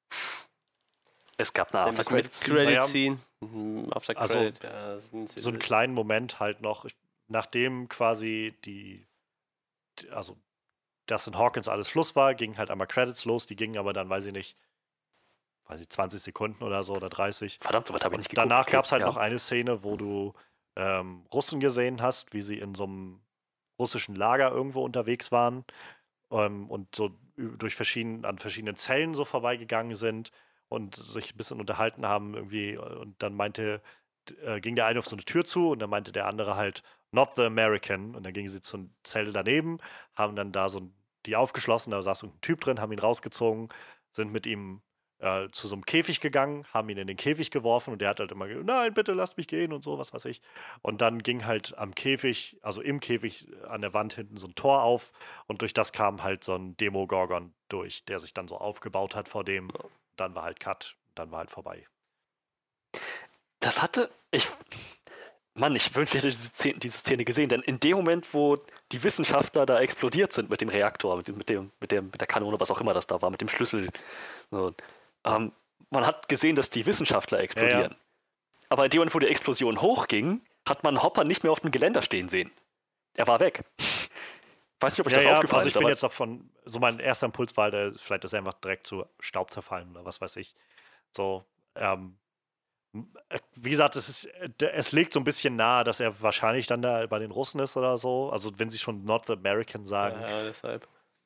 Es gab eine Nennen wir es mit After-Credit-Scene. Credit-Scene. Mhm, After-Credit, Also, ja. sind sie so einen durch. kleinen Moment halt noch, ich, nachdem quasi die, die, also das in Hawkins alles Schluss war, gingen halt einmal Credits los, die gingen aber dann, weiß ich nicht, weiß ich, zwanzig Sekunden oder so oder dreißig. Verdammt, so weit habe ich Und nicht geguckt. danach Okay, gab es halt ja. noch eine Szene, wo du ähm, Russen gesehen hast, wie sie in so einem russischen Lager irgendwo unterwegs waren ähm, und so ü- durch verschieden, an verschiedenen Zellen so vorbeigegangen sind und sich ein bisschen unterhalten haben irgendwie. Und dann meinte, d- äh, ging der eine auf so eine Tür zu und dann meinte der andere halt, not the American. Und dann gingen sie zur Zelle daneben, haben dann da so ein, die aufgeschlossen, da saß so ein Typ drin, haben ihn rausgezogen, sind mit ihm äh, zu so einem Käfig gegangen, haben ihn in den Käfig geworfen und der hat halt immer gesagt, nein, bitte lasst mich gehen und so, was weiß ich. Und dann ging halt am Käfig, also im Käfig an der Wand hinten so ein Tor auf und durch das kam halt so ein Demo-Gorgon durch, der sich dann so aufgebaut hat vor dem. Dann war halt Cut, dann war halt vorbei. Das hatte. Ich. Mann, ich wünschte, ich hätte diese Szene, diese Szene gesehen, denn in dem Moment, wo die Wissenschaftler da explodiert sind mit dem Reaktor, mit, dem, mit, dem, mit, dem, mit der Kanone, was auch immer das da war, mit dem Schlüssel, so, ähm, man hat gesehen, dass die Wissenschaftler explodieren. Ja, ja. Aber in dem Moment, wo die Explosion hochging, hat man Hopper nicht mehr auf dem Geländer stehen sehen. Er war weg. Weiß nicht, ob euch Ja, das ja, aufgefallen also ich ist, bin aber jetzt davon, so mein erster Impuls war, der, vielleicht ist er einfach direkt zu Staub zerfallen oder was weiß ich. So, ähm, äh, wie gesagt, es, ist, äh, der- es legt so ein bisschen nahe, dass er wahrscheinlich dann da bei den Russen ist oder so. Also wenn sie schon Not the American sagen. Ja, deshalb.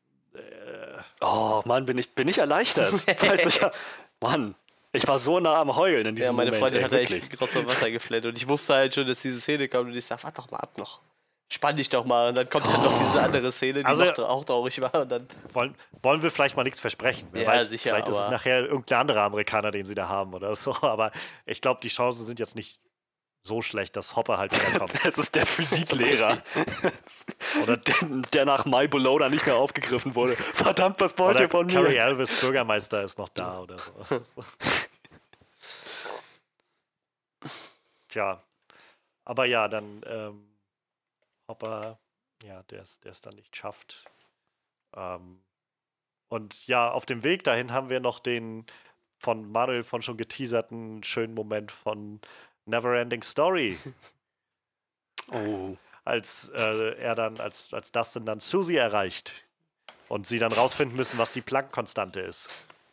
oh Mann, bin ich, bin ich erleichtert. Weiß ich, ja, Mann, ich war so nah am Heulen in diesem Ja, meine Moment. Freundin ey, hat da wirklich. echt Rotz und Wasser geflennt und ich wusste halt schon, dass diese Szene kommt und ich sag, warte doch mal ab noch. Spann dich doch mal. Und dann kommt ja noch diese andere Szene, die Also- noch auch traurig war. Und dann, Wollen, wollen wir vielleicht mal nichts versprechen? Wer Ja, weiß, sicher, vielleicht ist es aber- nachher irgendein anderer Amerikaner, den sie da haben oder so. Aber ich glaube, die Chancen sind jetzt nicht so schlecht, dass Hopper halt wiederkommt. Es ist der Physiklehrer. Oder der, der nach My Bologna nicht mehr aufgegriffen wurde. Verdammt, was wollt Oder ihr von Carrie mir? Elvis, Bürgermeister, ist noch da oder so. Tja. Aber ja, dann ähm, Hopper, ja, der es der es dann nicht schafft. Ähm, und ja, auf dem Weg dahin haben wir noch den von Manuel von schon geteaserten schönen Moment von Neverending Story, Oh. als äh, er dann, als, als Dustin dann Susie erreicht und sie dann rausfinden müssen, was die Planck-Konstante ist.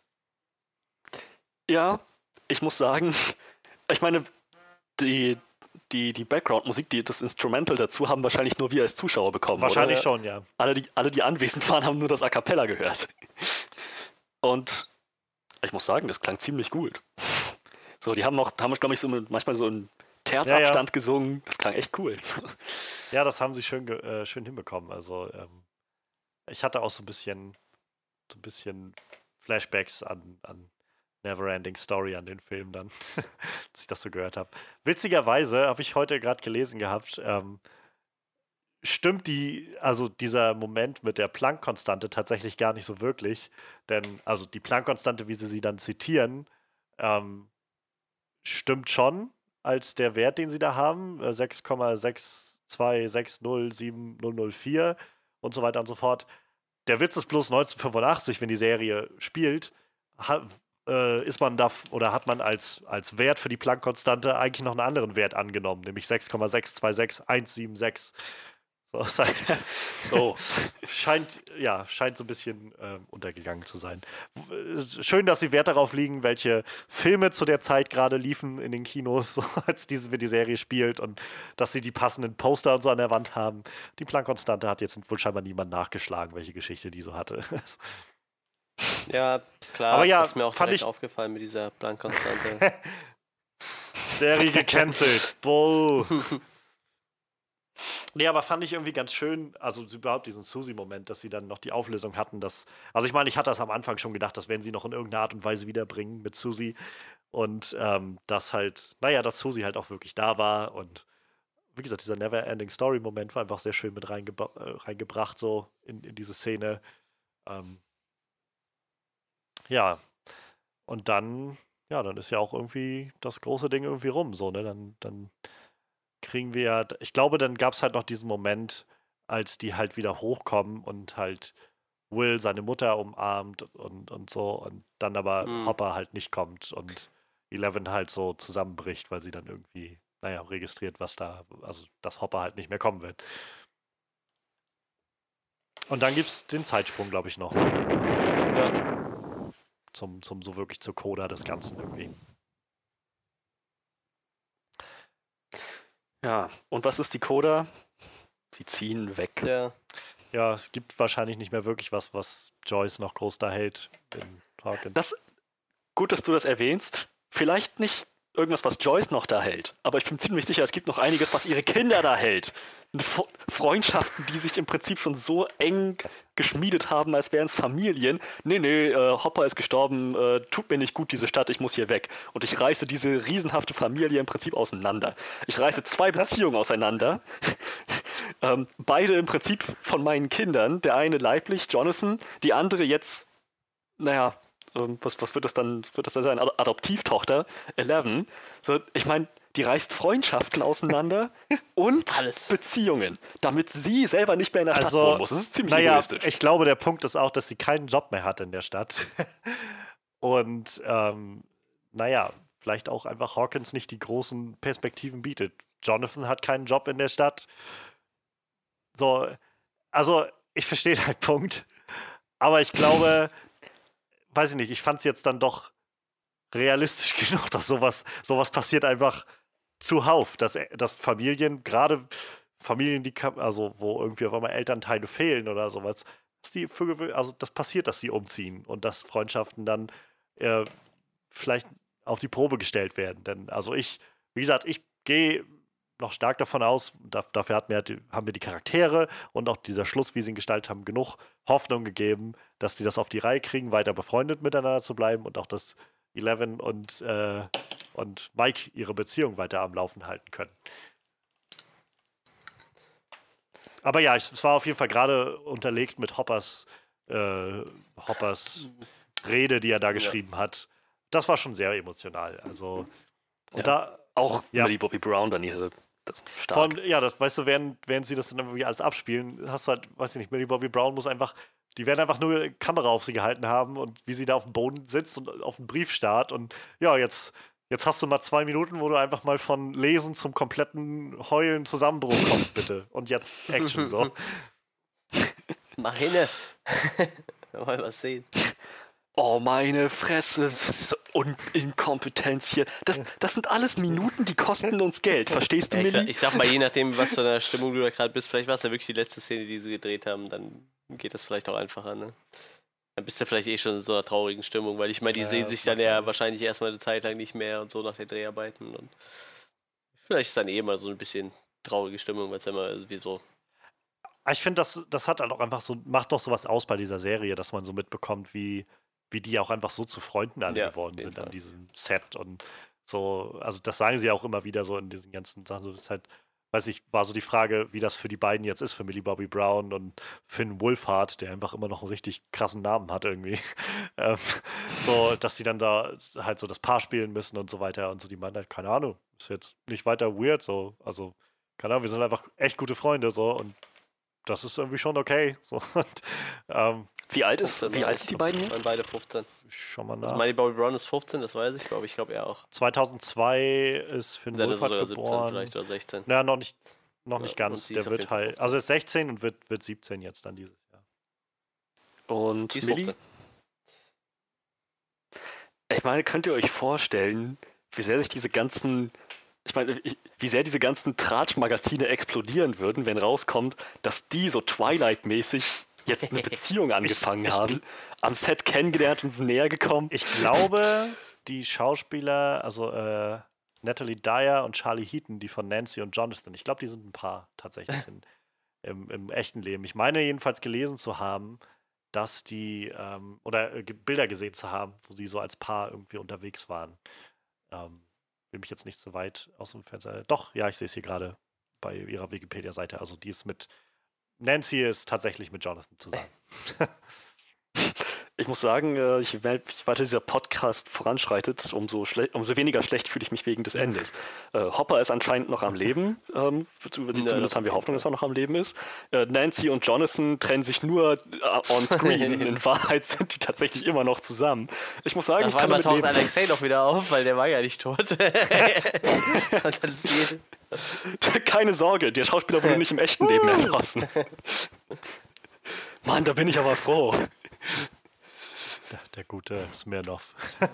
Ja, ich muss sagen, ich meine, die, die, die Background-Musik, die, das Instrumental dazu, haben wahrscheinlich nur wir als Zuschauer bekommen. Wahrscheinlich oder? schon, ja. Alle die, alle, die anwesend waren, haben nur das A Cappella gehört. Und ich muss sagen, das klang ziemlich gut. So, die haben auch, haben glaube ich, so mit, manchmal so einen Terzabstand Ja, ja. gesungen. Das klang echt cool. Ja, das haben sie schön, ge- äh, schön hinbekommen. Also ähm, ich hatte auch so ein bisschen, so ein bisschen Flashbacks an, an Neverending Story, an den Film dann, als ich das so gehört habe. Witzigerweise habe ich heute gerade gelesen gehabt, ähm, stimmt die, also dieser Moment mit der Planck-Konstante tatsächlich gar nicht so wirklich. Denn, also die Planck-Konstante, wie sie sie dann zitieren, ähm, stimmt schon als der Wert, den sie da haben, äh, sechs Komma sechs zwei sechs null sieben null null vier und so weiter und so fort. Der Witz ist bloß neunzehnhundertfünfundachtzig, wenn die Serie spielt, ha, äh, ist man da oder hat man als, als Wert für die Planck-Konstante eigentlich noch einen anderen Wert angenommen, nämlich sechs Komma sechs zwei sechs eins sieben sechs. So, ist halt, so scheint, ja, scheint so ein bisschen äh, untergegangen zu sein. Schön, dass sie Wert darauf legen, welche Filme zu der Zeit gerade liefen in den Kinos, so, als diese, die Serie spielt und dass sie die passenden Poster und so an der Wand haben. Die Planck-Konstante hat jetzt wohl scheinbar niemand nachgeschlagen, welche Geschichte die so hatte. Ja, klar, Aber ja, das ist mir auch fand direkt ich- aufgefallen mit dieser Planck-Konstante. Serie gecancelt. Bull. Nee, aber fand ich irgendwie ganz schön, also überhaupt diesen Susi-Moment, dass sie dann noch die Auflösung hatten, dass, also ich meine, ich hatte das am Anfang schon gedacht, das werden sie noch in irgendeiner Art und Weise wiederbringen mit Susi und ähm, dass halt, naja, dass Susi halt auch wirklich da war und wie gesagt, dieser Never-Ending-Story-Moment war einfach sehr schön mit reingeba- äh, reingebracht, so in, in diese Szene. Ähm, ja, und dann, ja, dann ist ja auch irgendwie das große Ding irgendwie rum, so, ne, dann, dann kriegen wir ja, ich glaube, dann gab es halt noch diesen Moment, als die halt wieder hochkommen und halt Will seine Mutter umarmt und, und so und dann aber Hm. Hopper halt nicht kommt und Eleven halt so zusammenbricht, weil sie dann irgendwie, naja, registriert, was da, also dass Hopper halt nicht mehr kommen wird. Und dann gibt's den Zeitsprung, glaube ich, noch. Ja. Zum, zum so wirklich zur Coda des Ganzen irgendwie. Ja, und was ist die Coda? Sie ziehen weg. Ja. Ja, es gibt wahrscheinlich nicht mehr wirklich was, was Joyce noch groß da hält in Hawkins. Das, gut, dass du das erwähnst. Vielleicht nicht irgendwas, was Joyce noch da hält, aber ich bin ziemlich sicher, es gibt noch einiges, was ihre Kinder da hält. F- Freundschaften, die sich im Prinzip schon so eng geschmiedet haben, als wären es Familien. Nee, nee, äh, Hopper ist gestorben, äh, tut mir nicht gut, diese Stadt, ich muss hier weg. Und ich reiße diese riesenhafte Familie im Prinzip auseinander. Ich reiße zwei Beziehungen auseinander. ähm, beide im Prinzip von meinen Kindern. Der eine leiblich, Jonathan, die andere jetzt, naja, ähm, was, was wird das dann, wird das dann sein? Ad- Adoptivtochter, Eleven. So, ich meine, die reißt Freundschaften auseinander und Alles. Beziehungen, damit sie selber nicht mehr in der Stadt Also, wohnen muss. Das ist ziemlich naja, egoistisch. ich glaube, der Punkt ist auch, dass sie keinen Job mehr hat in der Stadt. Und, ähm, naja, vielleicht auch einfach Hawkins nicht die großen Perspektiven bietet. Jonathan hat keinen Job in der Stadt. So, also, ich verstehe deinen Punkt. Aber ich glaube, weiß ich nicht, ich fand es jetzt dann doch realistisch genug, dass sowas, sowas passiert einfach zuhauf, dass, dass Familien, gerade Familien, die, ka- also wo irgendwie auf einmal Elternteile fehlen oder sowas, dass die für, gewö- also das passiert, dass sie umziehen und dass Freundschaften dann äh, vielleicht auf die Probe gestellt werden. Denn also ich, wie gesagt, ich gehe noch stark davon aus, da, dafür hat mir, die- haben mir die Charaktere und auch dieser Schluss, wie sie ihn gestaltet haben, genug Hoffnung gegeben, dass die das auf die Reihe kriegen, weiter befreundet miteinander zu bleiben und auch, dass Eleven und, äh, und Mike ihre Beziehung weiter am Laufen halten können. Aber ja, es es war auf jeden Fall gerade unterlegt mit Hoppers, äh, Hoppers Rede, die er da geschrieben hat. Das war schon sehr emotional. Also, und Ja. da Auch Ja. Millie Bobby Brown dann ihre, das stark. Von, ja, das weißt du, während, während sie das dann irgendwie alles abspielen, hast du halt, weiß ich nicht, Millie Bobby Brown muss einfach, die werden einfach nur eine Kamera auf sie gehalten haben und wie sie da auf dem Boden sitzt und auf den Brief starrt und ja, jetzt, jetzt hast du mal zwei Minuten, wo du einfach mal von Lesen zum kompletten Heulen Zusammenbruch kommst, bitte. Und jetzt Action, so. Mach hinne. Mal was sehen. Oh, meine Fresse. So und Inkompetenz hier. Das, das sind alles Minuten, die kosten uns Geld. Verstehst du, Ja, ich, sag, Millie? ich sag mal, je nachdem, was für eine Stimmung du da gerade bist, vielleicht war es ja wirklich die letzte Szene, die sie gedreht haben, dann geht das vielleicht auch einfacher, ne? Dann bist du vielleicht eh schon in so einer traurigen Stimmung, weil ich meine, die Ja, sehen das sich dann macht ja Sinn. wahrscheinlich erstmal eine Zeit lang nicht mehr und so nach den Dreharbeiten und vielleicht ist dann eh mal so ein bisschen traurige Stimmung, weil es ja immer irgendwie so. Aber ich finde, das, das hat halt auch einfach so, macht doch sowas aus bei dieser Serie, dass man so mitbekommt, wie, wie die auch einfach so zu Freunden alle Ja, geworden auf jeden sind an Fall. diesem Set und so, also das sagen sie auch immer wieder so in diesen ganzen Sachen, so ist halt, weiß ich, war so die Frage, wie das für die beiden jetzt ist, für Millie Bobby Brown und Finn Wolfhard, der einfach immer noch einen richtig krassen Namen hat irgendwie. ähm, so, dass sie dann da halt so das Paar spielen müssen und so weiter und so. Die meinen halt, keine Ahnung, ist jetzt nicht weiter weird, so, also, keine Ahnung, wir sind einfach echt gute Freunde, so, und das ist irgendwie schon okay. So, und, ähm, Wie alt ist, fünfzehn, wie alt sind die beiden Waren jetzt? beide fünfzehn. Schau mal Also nach. Miley Bobby Brown ist fünfzehn, das weiß ich, glaube ich. Ich glaube, er auch. zweitausendzwei ist Finn Dann ist er Wolfhard sogar siebzehn geboren. vielleicht oder sechzehn. Na, noch nicht, noch nicht Ja, ganz. und sie Der ist auf wird jeden Fall halt, fünfzehn. also ist sechzehn und wird, wird siebzehn jetzt dann dieses Jahr. Und Die ist Millie? fünfzehn. Ich meine, könnt ihr euch vorstellen, wie sehr sich diese ganzen, ich meine, ich- wie sehr diese ganzen Tratsch-Magazine explodieren würden, wenn rauskommt, dass die so Twilight-mäßig jetzt eine Beziehung angefangen ich- haben, am Set kennengelernt und sind näher gekommen. Ich glaube, die Schauspieler, also äh, Natalie Dyer und Charlie Heaton, die von Nancy und Jonathan, ich glaube, die sind ein Paar tatsächlich in, im, im echten Leben. Ich meine jedenfalls gelesen zu haben, dass die, ähm, oder äh, ge- Bilder gesehen zu haben, wo sie so als Paar irgendwie unterwegs waren. Ähm, will mich jetzt nicht so weit aus dem Fenster. Doch, ja, ich sehe es hier gerade bei ihrer Wikipedia-Seite. Also die ist mit, Nancy ist tatsächlich mit Jonathan zusammen. Ich muss sagen, äh, je we- je weiter dieser Podcast voranschreitet, umso, schle- umso weniger schlecht fühle ich mich wegen des Endes. Äh, Hopper ist anscheinend noch am Leben. Ähm, über die Ja, zumindest das haben wir auf Hoffnung, jeden dass er noch am Leben ist. Äh, Nancy und Jonathan trennen sich nur äh, on screen. In Wahrheit sind die tatsächlich immer noch zusammen. Ich muss sagen, Auf ich kann einmal damit taucht leben. Alexei doch wieder auf, weil der war ja nicht tot. Und dann ist die, Keine Sorge, der Schauspieler wurde nicht im echten Leben erschossen. Mann, da bin ich aber froh. Der, der gute Smirnoff.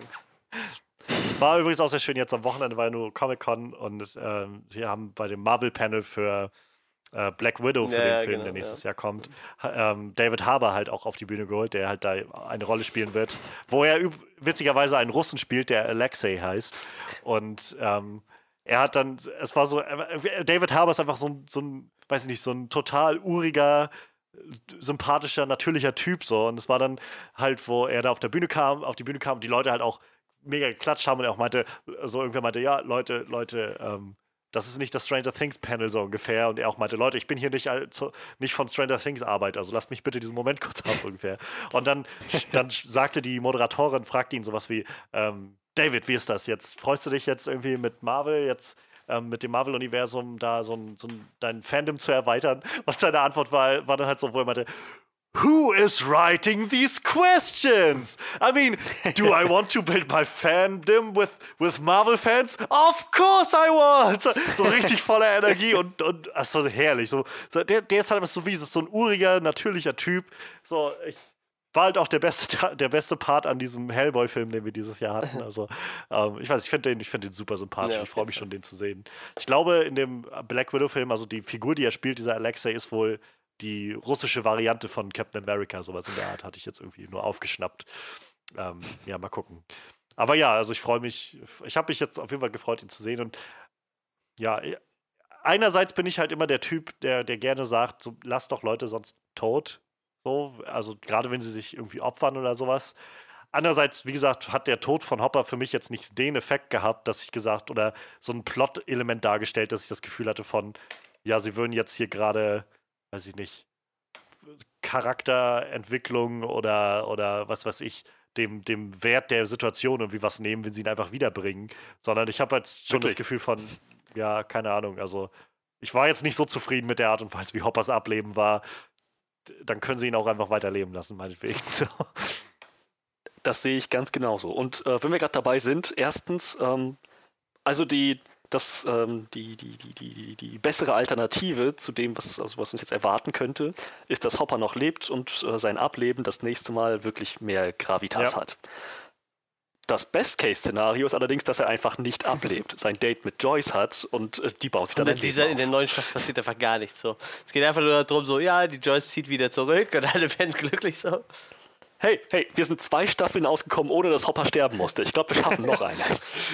War übrigens auch sehr schön. Jetzt am Wochenende war ja nur Comic-Con und ähm, sie haben bei dem Marvel-Panel für äh, Black Widow, für Ja, den ja, Film, genau, der nächstes ja. Jahr kommt, ha- ähm, David Harbour halt auch auf die Bühne geholt, der halt da eine Rolle spielen wird, wo er üb- witzigerweise einen Russen spielt, der Alexei heißt. Und ähm, er hat dann, es war so, äh, David Harbour ist einfach so ein, so ein, weiß ich nicht, so ein total uriger, sympathischer, natürlicher Typ so. Und es war dann halt, wo er da auf der Bühne kam, auf die Bühne kam und die Leute halt auch mega geklatscht haben und er auch meinte, so irgendwer meinte, ja, Leute, Leute, ähm, das ist nicht das Stranger Things Panel so ungefähr. Und er auch meinte, Leute, ich bin hier nicht, allzu, nicht von Stranger Things Arbeit, also lasst mich bitte diesen Moment kurz haben, so ungefähr. Und dann, dann sagte die Moderatorin, fragte ihn sowas wie, ähm, David, wie ist das jetzt? Freust du dich jetzt irgendwie mit Marvel jetzt ähm, mit dem Marvel-Universum da so ein, so ein dein Fandom zu erweitern? Und seine Antwort war, war dann halt so, wo er meinte, Who is writing these questions? I mean, do I want to build my fandom with, with Marvel fans? Of course I want! So, so richtig voller Energie und, und ach, so herrlich. So, so, der, der ist halt einfach so wie so ein uriger, natürlicher Typ. So, ich war halt auch der beste, Tra- der beste Part an diesem Hellboy-Film, den wir dieses Jahr hatten. Also, ähm, ich weiß, ich finde den, ich find den super sympathisch. Ja, ich freue auf mich jeden schon, den zu sehen. Ich glaube, in dem Black Widow-Film, also die Figur, die er spielt, dieser Alexei, ist wohl die russische Variante von Captain America, sowas in der Art hatte ich jetzt irgendwie nur aufgeschnappt. Ähm, ja, mal gucken. Aber ja, also ich freue mich, ich habe mich jetzt auf jeden Fall gefreut, ihn zu sehen und ja, einerseits bin ich halt immer der Typ, der, der gerne sagt, so, lass doch Leute sonst tot, so, also gerade wenn sie sich irgendwie opfern oder sowas. Andererseits, wie gesagt, hat der Tod von Hopper für mich jetzt nicht den Effekt gehabt, dass ich gesagt, oder so ein Plot-Element dargestellt, dass ich das Gefühl hatte von, ja, sie würden jetzt hier gerade, weiß ich nicht, Charakterentwicklung oder, oder was weiß ich, dem, dem Wert der Situation irgendwie was nehmen, wenn sie ihn einfach wiederbringen. Sondern ich habe jetzt schon Wirklich? das Gefühl von, ja, keine Ahnung, also ich war jetzt nicht so zufrieden mit der Art und Weise, wie Hoppers Ableben war. Dann können sie ihn auch einfach weiterleben lassen, meinetwegen. So. Das sehe ich ganz genauso. Und äh, wenn wir gerade dabei sind, erstens, ähm, also die, das, ähm, die, die, die, die, die, die bessere Alternative zu dem, was, also was uns jetzt erwarten könnte, ist, dass Hopper noch lebt und äh, sein Ableben das nächste Mal wirklich mehr Gravitas Ja. hat. Das Best-Case-Szenario ist allerdings, dass er einfach nicht ablebt, sein Date mit Joyce hat und äh, die baut sich dann Und ein in, Leben dieser, in auf. der neuen Staffel passiert einfach gar nichts so. Es geht einfach nur darum, so, ja, die Joyce zieht wieder zurück und alle werden glücklich so. Hey, hey, wir sind zwei Staffeln ausgekommen, ohne dass Hopper sterben musste. Ich glaube, wir schaffen noch eine.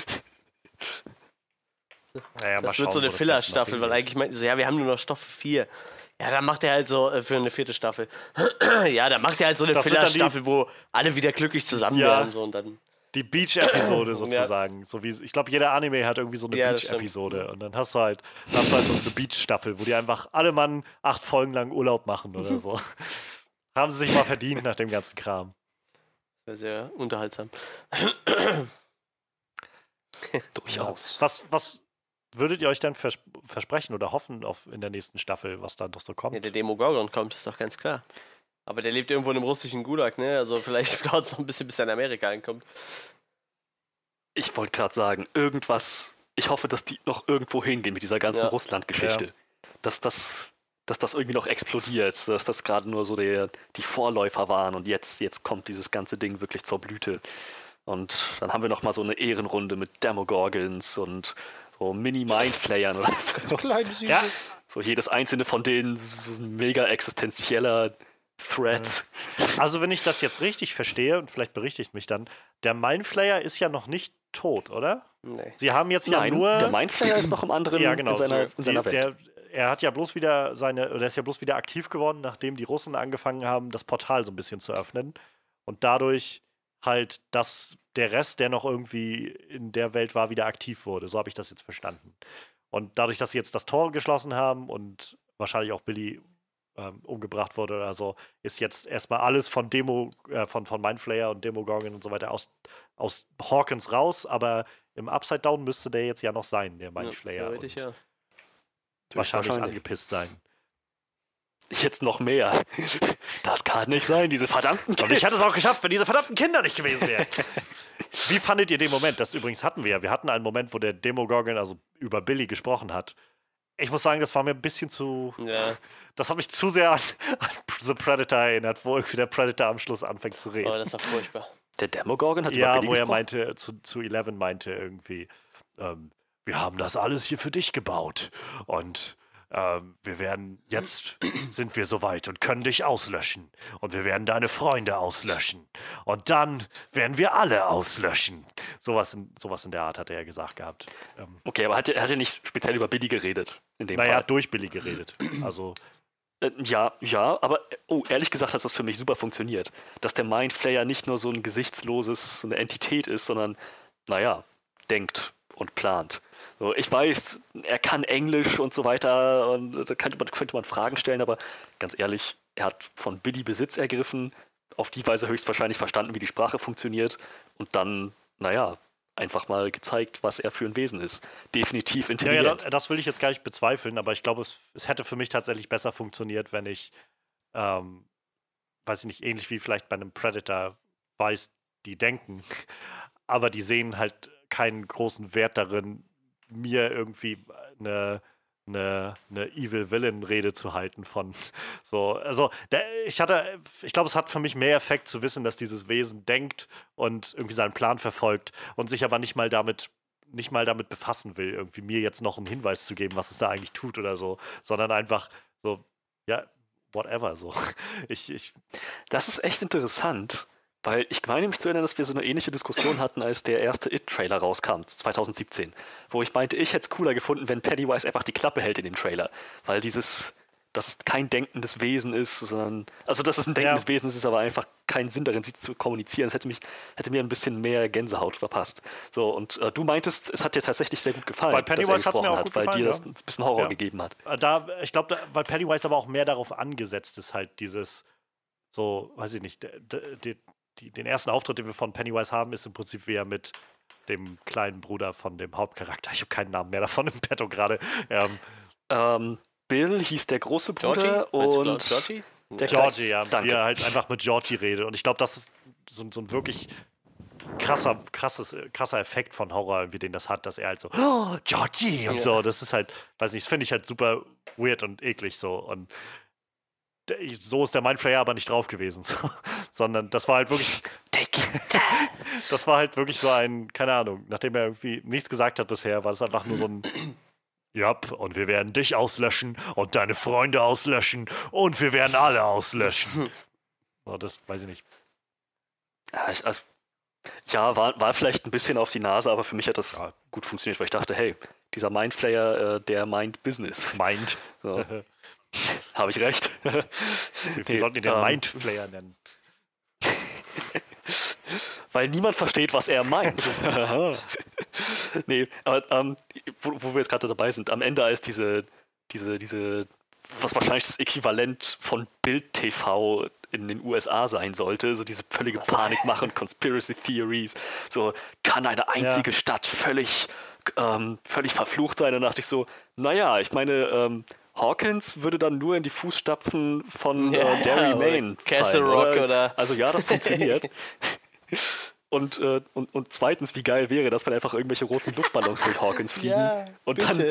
Naja, mal Das schauen, wird so wo eine das Ganze Filler-Staffel, noch weil hingeht. eigentlich meinten sie so, ja, wir haben nur noch Staffel vier. Ja, dann macht er halt so äh, für eine vierte Staffel. Ja, dann macht er halt so eine Das sind dann die- Filler-Staffel, wo alle wieder glücklich zusammen Ja. werden. So, und dann die Beach-Episode sozusagen. Ja. So wie, ich glaube, jeder Anime hat irgendwie so eine ja, Beach-Episode. Und dann hast du halt, hast du halt so eine Beach-Staffel, wo die einfach alle Mann acht Folgen lang Urlaub machen oder so. Haben sie sich mal verdient nach dem ganzen Kram. Sehr, sehr unterhaltsam. Durchaus. Ja. Was, was würdet ihr euch denn vers- versprechen oder hoffen auf in der nächsten Staffel, was da doch so kommt? Ja, der Demogorgon kommt, ist doch ganz klar. Aber der lebt irgendwo in einem russischen Gulag, ne? Also vielleicht dauert es noch ein bisschen, bis er in Amerika ankommt. Ich wollte gerade sagen, irgendwas, ich hoffe, dass die noch irgendwo hingehen mit dieser ganzen Ja. Russland-Geschichte. Ja. Dass das, dass das irgendwie noch explodiert, dass das gerade nur so der, die Vorläufer waren und jetzt, jetzt kommt dieses ganze Ding wirklich zur Blüte. Und dann haben wir noch mal so eine Ehrenrunde mit Demogorgons und so Mini-Mindflayern oder so. Kleine Süße. Ja. So jedes einzelne von denen so ein mega existenzieller Threat. Also wenn ich das jetzt richtig verstehe, und vielleicht berichtigt mich dann, der Mindflayer ist ja noch nicht tot, oder? Nee. Sie haben jetzt ja Nein, nur... der Mindflayer ist noch im anderen ja, genau, in seiner, so, in seiner die, Welt. Der, er hat ja bloß wieder seine, oder ist ja bloß wieder aktiv geworden, nachdem die Russen angefangen haben, das Portal so ein bisschen zu öffnen. Und dadurch halt, dass der Rest, der noch irgendwie in der Welt war, wieder aktiv wurde. So habe ich das jetzt verstanden. Und dadurch, dass sie jetzt das Tor geschlossen haben und wahrscheinlich auch Billy ähm, umgebracht wurde oder so, ist jetzt erstmal alles von Demo, äh, von, von Mindflayer und Demogorgon und so weiter aus, aus Hawkins raus, aber im Upside Down müsste der jetzt ja noch sein, der Mindflayer. Ja, theoretisch, ja. Wahrscheinlich, Wahrscheinlich angepisst sein. Jetzt noch mehr. Das kann nicht sein, diese verdammten Kids. Und ich hätte es auch geschafft, wenn diese verdammten Kinder nicht gewesen wären. Wie fandet ihr den Moment? Das übrigens hatten wir ja. Wir hatten einen Moment, wo der Demogorgon also über Billy gesprochen hat. Ich muss sagen, das war mir ein bisschen zu... Ja. Das hat mich zu sehr an, an The Predator erinnert, wo irgendwie der Predator am Schluss anfängt zu reden. Oh, das war furchtbar. Der Demogorgon hat ja, über Billy wo er gesprochen? meinte, zu, zu Eleven meinte irgendwie, ähm, wir haben das alles hier für dich gebaut und ähm, wir werden, jetzt sind wir soweit und können dich auslöschen und wir werden deine Freunde auslöschen und dann werden wir alle auslöschen. Sowas in, sowas in der Art hat er ja gesagt gehabt. Ähm, Okay, aber hat er, hat er nicht speziell über Billy geredet? In dem naja, Fall? durch Billy geredet. Also, Äh, Ja, ja, aber oh, ehrlich gesagt hat das für mich super funktioniert. Dass der Mindflayer nicht nur so ein gesichtsloses, so eine Entität ist, sondern, naja, denkt und plant. So, ich weiß, er kann Englisch und so weiter und da könnte man, könnte man Fragen stellen, aber ganz ehrlich, er hat von Billy Besitz ergriffen, auf die Weise höchstwahrscheinlich verstanden, wie die Sprache funktioniert und dann, naja, einfach mal gezeigt, was er für ein Wesen ist. Definitiv ja, intelligent. ja, das, das will ich jetzt gar nicht bezweifeln, aber ich glaube, es, es hätte für mich tatsächlich besser funktioniert, wenn ich, ähm, weiß ich nicht, ähnlich wie vielleicht bei einem Predator weiß, die denken, aber die sehen halt keinen großen Wert darin, mir irgendwie eine, eine, eine Evil Villain-Rede zu halten von so. Also, der, ich hatte, ich glaube, es hat für mich mehr Effekt zu wissen, dass dieses Wesen denkt und irgendwie seinen Plan verfolgt und sich aber nicht mal damit nicht mal damit befassen will, irgendwie mir jetzt noch einen Hinweis zu geben, was es da eigentlich tut oder so, sondern einfach so, ja, whatever, so. Ich, ich, Das ist echt interessant, weil ich meine mich zu erinnern, dass wir so eine ähnliche Diskussion hatten, als der erste It-Trailer rauskam, zwanzig siebzehn, wo ich meinte, ich hätte es cooler gefunden, wenn Pennywise einfach die Klappe hält in dem Trailer, weil dieses, dass es kein denkendes Wesen ist, sondern, also dass es ein denkendes Ja. Wesen ist, aber einfach keinen Sinn darin, sie zu kommunizieren. Das hätte mich, hätte mir ein bisschen mehr Gänsehaut verpasst. So, und äh, du meintest, es hat dir tatsächlich sehr gut gefallen, Bei Pennywise dass er hat's mir gesprochen auch hat, gut weil gefallen, dir das ja. ein bisschen Horror Ja. gegeben hat. Äh, Da, ich glaube, weil Pennywise aber auch mehr darauf angesetzt ist, halt dieses, so, weiß ich nicht, d- d- die, den ersten Auftritt, den wir von Pennywise haben, ist im Prinzip wie er mit dem kleinen Bruder von dem Hauptcharakter, ich habe keinen Namen mehr davon im Petto gerade, ähm, Ähm, Bill hieß der große Georgie? Bruder Meinst du und Georgie? der Georgie, ja, Danke. wie er halt einfach mit Georgie redet. Und ich glaube, das ist so, so ein wirklich krasser, krasses, krasser Effekt von Horror, wie den das hat, dass er halt so, oh, Georgie und Ja. so. Das ist halt, weiß nicht, das finde ich halt super weird und eklig so. Und der- ich- so ist der Mindflayer aber nicht drauf gewesen, so. Sondern das war halt wirklich, das war halt wirklich so ein, keine Ahnung, nachdem er irgendwie nichts gesagt hat bisher, war das einfach nur so ein Jap, und wir werden dich auslöschen und deine Freunde auslöschen und wir werden alle auslöschen. Oh, das weiß ich nicht. Ja, ich, also, ja war, war vielleicht ein bisschen auf die Nase, aber für mich hat das Ja. gut funktioniert, weil ich dachte, hey, dieser Mindflayer, äh, der meint Business. Mind. So. Habe ich recht. Wir Nee, sollten ihn den ähm, Mindflayer nennen. Weil niemand versteht, was er meint. Nee, aber ähm, wo, wo wir jetzt gerade dabei sind, am Ende ist diese, diese, diese, was wahrscheinlich das Äquivalent von Bild-T V in den U S A sein sollte, so diese völlige Panikmache und Conspiracy Theories, so kann eine einzige Ja. Stadt völlig, ähm, völlig verflucht sein. Dann dachte ich so, naja, ich meine, ähm, Hawkins würde dann nur in die Fußstapfen von Ja, äh, Derry ja, oder Maine Castle fallen, Rock oder- Also ja, das funktioniert. Und, äh, und, und zweitens, wie geil wäre das, wenn einfach irgendwelche roten Luftballons durch Hawkins fliegen Ja, und dann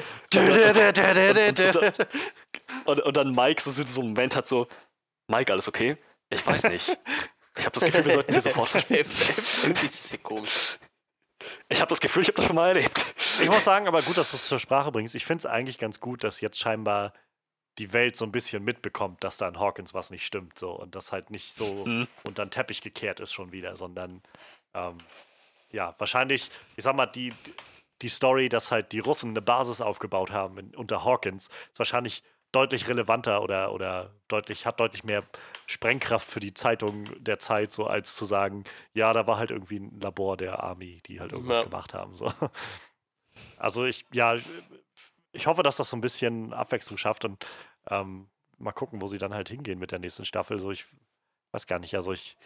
bitte. und, und dann Mike so, so einen Moment hat so, Mike, alles okay? Ich weiß nicht. Ich habe das Gefühl, wir sollten hier sofort verschwinden. Irgendwie ist das hier komisch. Ich habe das Gefühl, ich habe das schon mal erlebt. Ich muss sagen, aber gut, dass du es zur Sprache bringst. Ich finde es eigentlich ganz gut, dass jetzt scheinbar die Welt so ein bisschen mitbekommt, dass da in Hawkins was nicht stimmt. So, und das halt nicht so Mhm. unter den Teppich gekehrt ist schon wieder, sondern ähm, ja, wahrscheinlich, ich sag mal, die, die Story, dass halt die Russen eine Basis aufgebaut haben in, unter Hawkins, ist wahrscheinlich deutlich relevanter oder, oder deutlich, hat deutlich mehr Sprengkraft für die Zeitung der Zeit, so als zu sagen, ja, da war halt irgendwie ein Labor der Army, die halt irgendwas Ja. gemacht haben. So. Also ich, ja, ich hoffe, dass das so ein bisschen Abwechslung schafft und ähm, mal gucken, wo sie dann halt hingehen mit der nächsten Staffel. So, ich weiß gar nicht, also ich,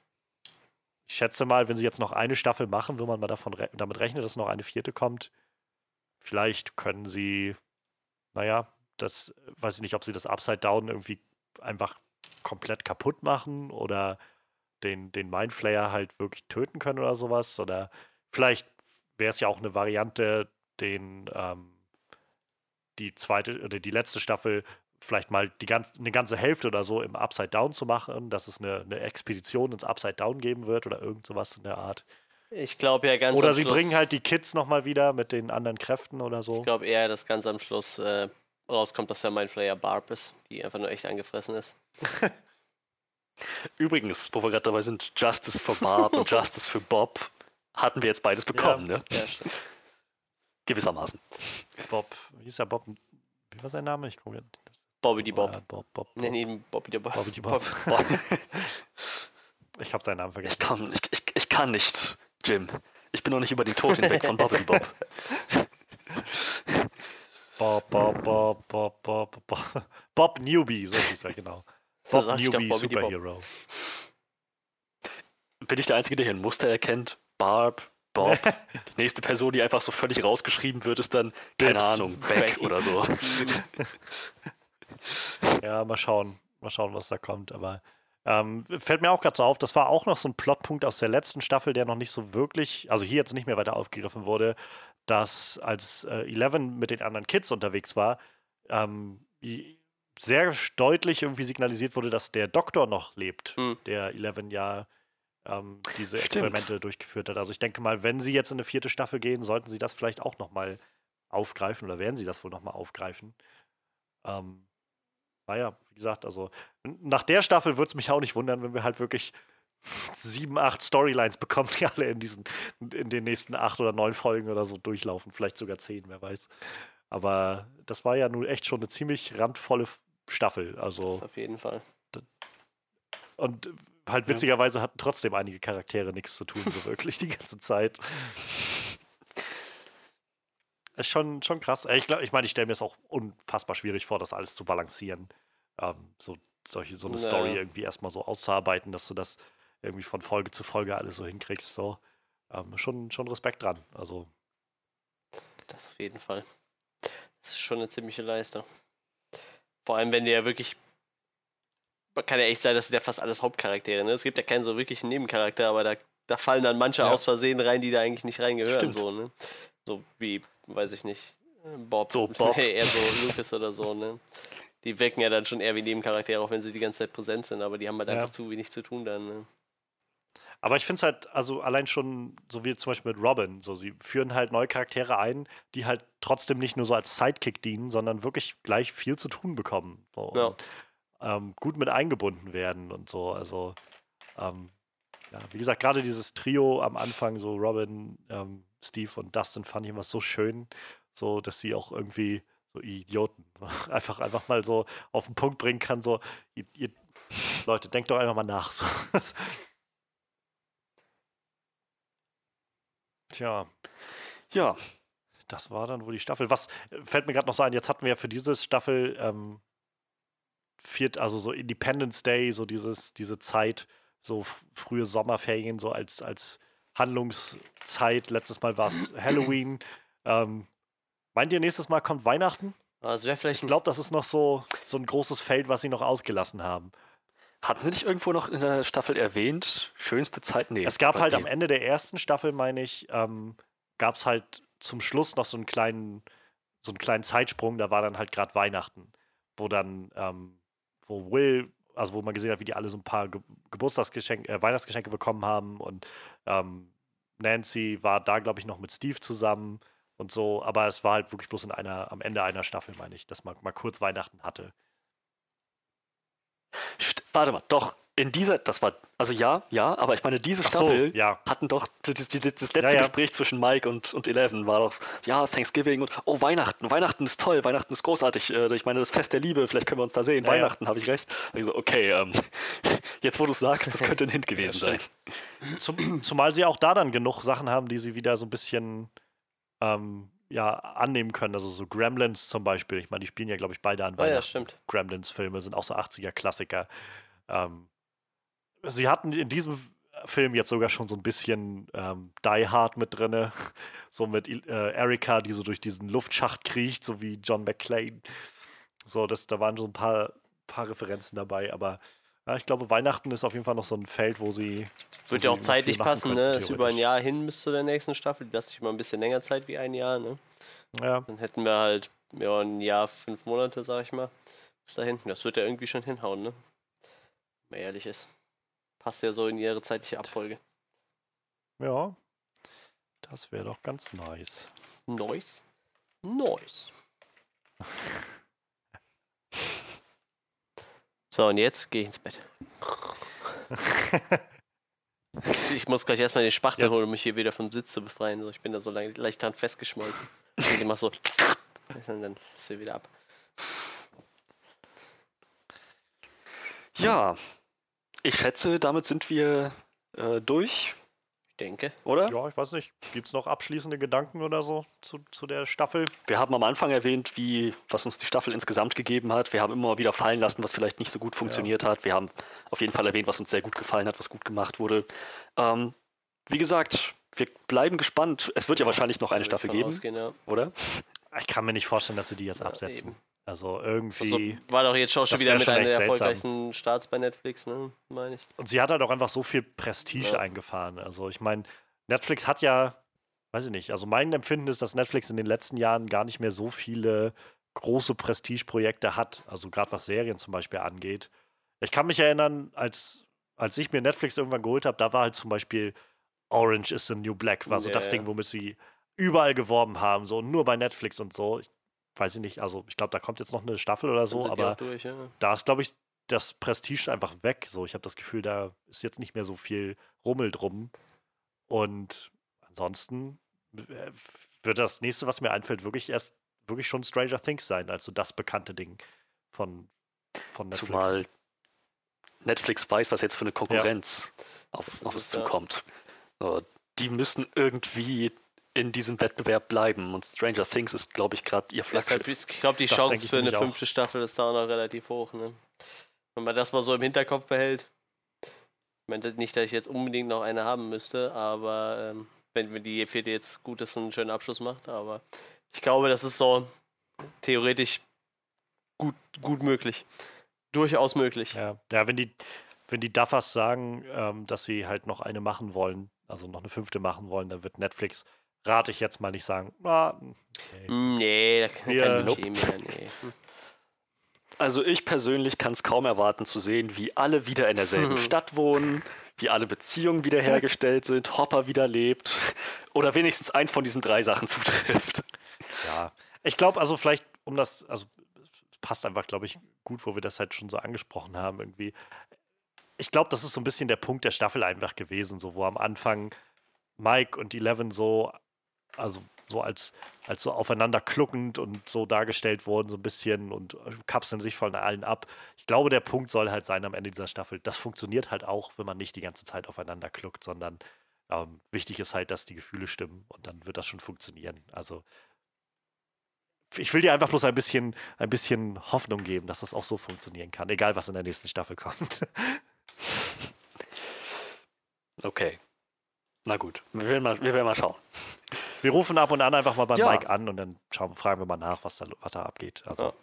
ich schätze mal, wenn sie jetzt noch eine Staffel machen, will man mal davon re damit rechnen, dass noch eine vierte kommt. Vielleicht können sie, naja, das, weiß ich nicht, ob sie das Upside Down irgendwie einfach komplett kaputt machen oder den, den Mindflayer halt wirklich töten können oder sowas. Oder vielleicht wäre es ja auch eine Variante, den ähm, die zweite oder die letzte Staffel vielleicht mal die ganz, eine ganze Hälfte oder so im Upside Down zu machen, dass es eine, eine Expedition ins Upside Down geben wird oder irgend sowas in der Art. Ich glaube ja ganz Oder am sie Schluss, bringen halt die Kids nochmal wieder mit den anderen Kräften oder so. Ich glaube eher, dass ganz am Schluss äh, rauskommt, dass der Mindflayer Barb ist, die einfach nur echt angefressen ist. Übrigens, wo wir gerade dabei sind, Justice für Barb und Justice für Bob, hatten wir jetzt beides bekommen, ne? Ja, stimmt. Gewissermaßen. Bob, wie hieß der Bob? Wie war sein Name? Ich gucke jetzt. Bobby die Bob. Äh, Bob, Bob, Bob. Nenn ihn Bobby der Bob. Bobby die Bob. Bob. Ich habe seinen Namen Ich vergessen. kann, ich, ich, ich kann nicht, Jim. Ich bin noch nicht über den Tod hinweg von Bobby Bob. Bob, Bob, Bob, Bob, Bob, Bob. Bob Newby, so hieß er, genau. Bob sag ich doch, Newby, Bobby die Bob. Superhero. Bin ich der Einzige, der hier ein Muster erkennt? Barb, Bob. Die nächste Person, die einfach so völlig rausgeschrieben wird, ist dann, keine Bibbs. Ahnung, Beck Becky. oder so. Ja, mal schauen. Mal schauen, was da kommt. Aber ähm, fällt mir auch gerade so auf, das war auch noch so ein Plotpunkt aus der letzten Staffel, der noch nicht so wirklich, also hier jetzt nicht mehr weiter aufgegriffen wurde, dass als äh, Eleven mit den anderen Kids unterwegs war, ähm, i- sehr deutlich irgendwie signalisiert wurde, dass der Doktor noch lebt, Hm. der Eleven ja ähm, diese Stimmt. Experimente durchgeführt hat. Also ich denke mal, wenn sie jetzt in eine vierte Staffel gehen, sollten sie das vielleicht auch noch mal aufgreifen oder werden sie das wohl noch mal aufgreifen. Ähm, naja, wie gesagt, also n- nach der Staffel würde es mich auch nicht wundern, wenn wir halt wirklich sieben, acht Storylines bekommen, die alle in diesen, in den nächsten acht oder neun Folgen oder so durchlaufen. Vielleicht sogar zehn, wer weiß. Aber das war ja nun echt schon eine ziemlich randvolle F- Staffel. Also, Auf jeden Fall. und halt witzigerweise hatten trotzdem einige Charaktere nichts zu tun, so wirklich die ganze Zeit. Ist schon, schon krass. Äh, Ich glaube, ich meine, ich stelle mir es auch unfassbar schwierig vor, das alles zu balancieren. Ähm, so, solche, so eine Ja. Story irgendwie erstmal so auszuarbeiten, dass du das irgendwie von Folge zu Folge alles so hinkriegst. So. Ähm, schon, schon Respekt dran. Also, Das auf jeden Fall. Das ist schon eine ziemliche Leistung. Vor allem, wenn der ja wirklich. Kann ja echt sein, das sind ja fast alles Hauptcharaktere. Ne? Es gibt ja keinen so wirklichen Nebencharakter, aber da, da fallen dann manche Ja. aus Versehen rein, die da eigentlich nicht reingehören. Stimmt. So, ne? So wie, weiß ich nicht, äh, Bob. So, Bob. eher so Lucas oder so. Ne? Die wirken ja dann schon eher wie Nebencharaktere, auch wenn sie die ganze Zeit präsent sind, aber die haben halt Ja. einfach zu wenig zu tun dann. Ne? aber ich finde es halt, also allein schon, so wie zum Beispiel mit Robin, so sie führen halt neue Charaktere ein, die halt trotzdem nicht nur so als Sidekick dienen, sondern wirklich gleich viel zu tun bekommen. So, Ja. und, ähm, gut mit eingebunden werden und so. Also, ähm, ja, wie gesagt, gerade dieses Trio am Anfang, so Robin, ähm, Steve und Dustin, fand ich immer so schön, so dass sie auch irgendwie so Idioten so, einfach, einfach mal so auf den Punkt bringen kann, so, ihr, ihr Leute, denkt doch einfach mal nach. So. Tja, Ja, das war dann wohl die Staffel. Was äh, fällt mir gerade noch so ein, jetzt hatten wir ja für diese Staffel ähm, viert, also so Independence Day, so dieses, diese Zeit, so f- frühe Sommerferien, so als, als Handlungszeit. Letztes Mal war es Halloween. Ähm, meint ihr, nächstes Mal kommt Weihnachten? Also wäre vielleicht Ich ein glaube, das ist noch so, so ein großes Feld, was sie noch ausgelassen haben. hatten sie nicht irgendwo noch in der Staffel erwähnt? Schönste Zeit? Nee. Es gab aber halt nee. am Ende der ersten Staffel, meine ich, ähm, gab es halt zum Schluss noch so einen kleinen, so einen kleinen Zeitsprung, da war dann halt gerade Weihnachten, wo dann, ähm, wo Will, also wo man gesehen hat, wie die alle so ein paar Ge Geburtstagsgeschenke, äh, Weihnachtsgeschenke bekommen haben und ähm, Nancy war da, glaube ich, noch mit Steve zusammen und so, aber es war halt wirklich bloß in einer, am Ende einer Staffel, meine ich, dass man mal kurz Weihnachten hatte. St Warte mal, doch. In dieser, das war, also ja, ja, aber ich meine, diese Ach so, Staffel ja. hatten doch, das, das, das letzte Ja, ja. Gespräch zwischen Mike und, und Eleven war doch, ja, Thanksgiving und, oh, Weihnachten, Weihnachten ist toll, Weihnachten ist großartig, äh, ich meine, das Fest der Liebe, vielleicht können wir uns da sehen, Ja, ja. Weihnachten, habe ich recht. Und ich so, okay, ähm, jetzt wo du sagst, das könnte ein Hint gewesen sein. Zum, zumal sie auch da dann genug Sachen haben, die sie wieder so ein bisschen ähm, ja, annehmen können. Also so Gremlins zum Beispiel. Ich meine, die spielen ja, glaube ich, beide an Oh ja, Weihnachten. stimmt. Gremlins-Filme sind auch so achtziger-Klassiker. Ähm, sie hatten in diesem Film jetzt sogar schon so ein bisschen ähm, Die Hard mit drinne. So mit äh, Erika, die so durch diesen Luftschacht kriecht, so wie John McClane. So, das, da waren so ein paar, paar Referenzen dabei, aber ja, ich glaube, Weihnachten ist auf jeden Fall noch so ein Feld, wo sie. wo Wird ja sie auch noch zeitlich viel machen passen, könnten, ne? Ist über ein theoretisch. Jahr hin bis zu der nächsten Staffel. Die lässt sich mal ein bisschen länger Zeit wie ein Jahr, ne? Ja, Dann hätten wir halt ja, ein Jahr, fünf Monate, sag ich mal. Bis dahin. Das wird ja irgendwie schon hinhauen, ne? Wenn man ehrlich ist. Passt ja so in ihre zeitliche Abfolge. ja. Das wäre doch ganz nice. Nice. Nice. So, und jetzt gehe ich ins Bett. Ich muss gleich erstmal den Spachtel Jetzt- holen, um mich hier wieder vom Sitz zu befreien. So, ich bin da so leicht, leicht dran festgeschmolzen. Und ich mach so. Und dann bist du wieder ab. Ja, ich schätze, damit sind wir äh, durch, Ich denke. oder? Ja, ich weiß nicht. Gibt es noch abschließende Gedanken oder so zu, zu der Staffel? Wir haben am Anfang erwähnt, wie, was uns die Staffel insgesamt gegeben hat. Wir haben immer wieder fallen lassen, was vielleicht nicht so gut funktioniert hat. Wir haben auf jeden Fall erwähnt, was uns sehr gut gefallen hat, was gut gemacht wurde. Ähm, wie gesagt, wir bleiben gespannt. Es wird ja wahrscheinlich noch eine Würde ich Staffel von geben, ausgehen, ja. oder? Ich kann mir nicht vorstellen, dass sie die jetzt Ja, absetzen. eben. Also Also, irgendwie. war doch jetzt auch schon das wieder wär mit schon einer der echt seltsam. erfolgreichsten Starts bei Netflix, ne? Meine ich. Und sie hat halt auch einfach so viel Prestige Ja. eingefahren. Also ich meine, Netflix hat ja, weiß ich nicht, also mein Empfinden ist, dass Netflix in den letzten Jahren gar nicht mehr so viele große Prestigeprojekte hat. Also gerade was Serien zum Beispiel angeht. Ich kann mich erinnern, als, als ich mir Netflix irgendwann geholt habe, da war halt zum Beispiel Orange is the New Black, war so Ja, das ja. Ding, womit sie überall geworben haben, so nur bei Netflix und so. Ich weiß ich nicht, also ich glaube, da kommt jetzt noch eine Staffel oder Dann so, sind die aber auch durch, ja. da ist, glaube ich, das Prestige einfach weg. So, ich habe das Gefühl, da ist jetzt nicht mehr so viel Rummel drum. Und ansonsten äh, wird das nächste, was mir einfällt, wirklich erst wirklich schon Stranger Things sein, also das bekannte Ding von, von Netflix. Zumal Netflix weiß, was jetzt für eine Konkurrenz auf, Das auf ist es ja- zukommt. So, die müssen irgendwie in diesem Wettbewerb bleiben und Stranger Things ist, glaube ich, gerade ihr Deshalb, Flaggschiff. ist- ich glaube, die Das Chance denke ich für eine nämlich auch. fünfte Staffel ist da auch noch relativ hoch, ne? Wenn man das mal so im Hinterkopf behält. Ich meine nicht, dass ich jetzt unbedingt noch eine haben müsste, aber ähm, wenn wir die vierte jetzt gut ist und einen schönen Abschluss macht, aber ich glaube, das ist so theoretisch gut, gut möglich. Durchaus möglich. Ja, ja wenn, die, wenn die Duffers sagen, ähm, dass sie halt noch eine machen wollen, also noch eine fünfte machen wollen, dann wird Netflix, rate ich jetzt mal nicht sagen, ah, okay. Nee, da kann Wir- kein Nope. Budget mehr, nee. Hm. Also ich persönlich kann es kaum erwarten zu sehen, wie alle wieder in derselben Stadt wohnen, wie alle Beziehungen wiederhergestellt sind, Hopper wieder lebt oder wenigstens eins von diesen drei Sachen zutrifft. Ja, ich glaube, also vielleicht, um das, also es passt einfach, glaube ich, gut, wo wir das halt schon so angesprochen haben, irgendwie. Ich glaube, das ist so ein bisschen der Punkt der Staffel einfach gewesen, so wo am Anfang Mike und Eleven so, also so als, als so aufeinander kluckend und so dargestellt wurden, so ein bisschen und kapseln sich von allen ab. Ich glaube, der Punkt soll halt sein am Ende dieser Staffel. Das funktioniert halt auch, wenn man nicht die ganze Zeit aufeinander kluckt, sondern Ähm, wichtig ist halt, dass die Gefühle stimmen und dann wird das schon funktionieren. Also ich will dir einfach bloß ein bisschen, ein bisschen Hoffnung geben, dass das auch so funktionieren kann, egal was in der nächsten Staffel kommt. Okay. Na gut, wir werden mal, wir werden mal schauen. Wir rufen ab und an einfach mal beim Ja. Mike an und dann schauen, fragen wir mal nach, was da, was da abgeht. Also,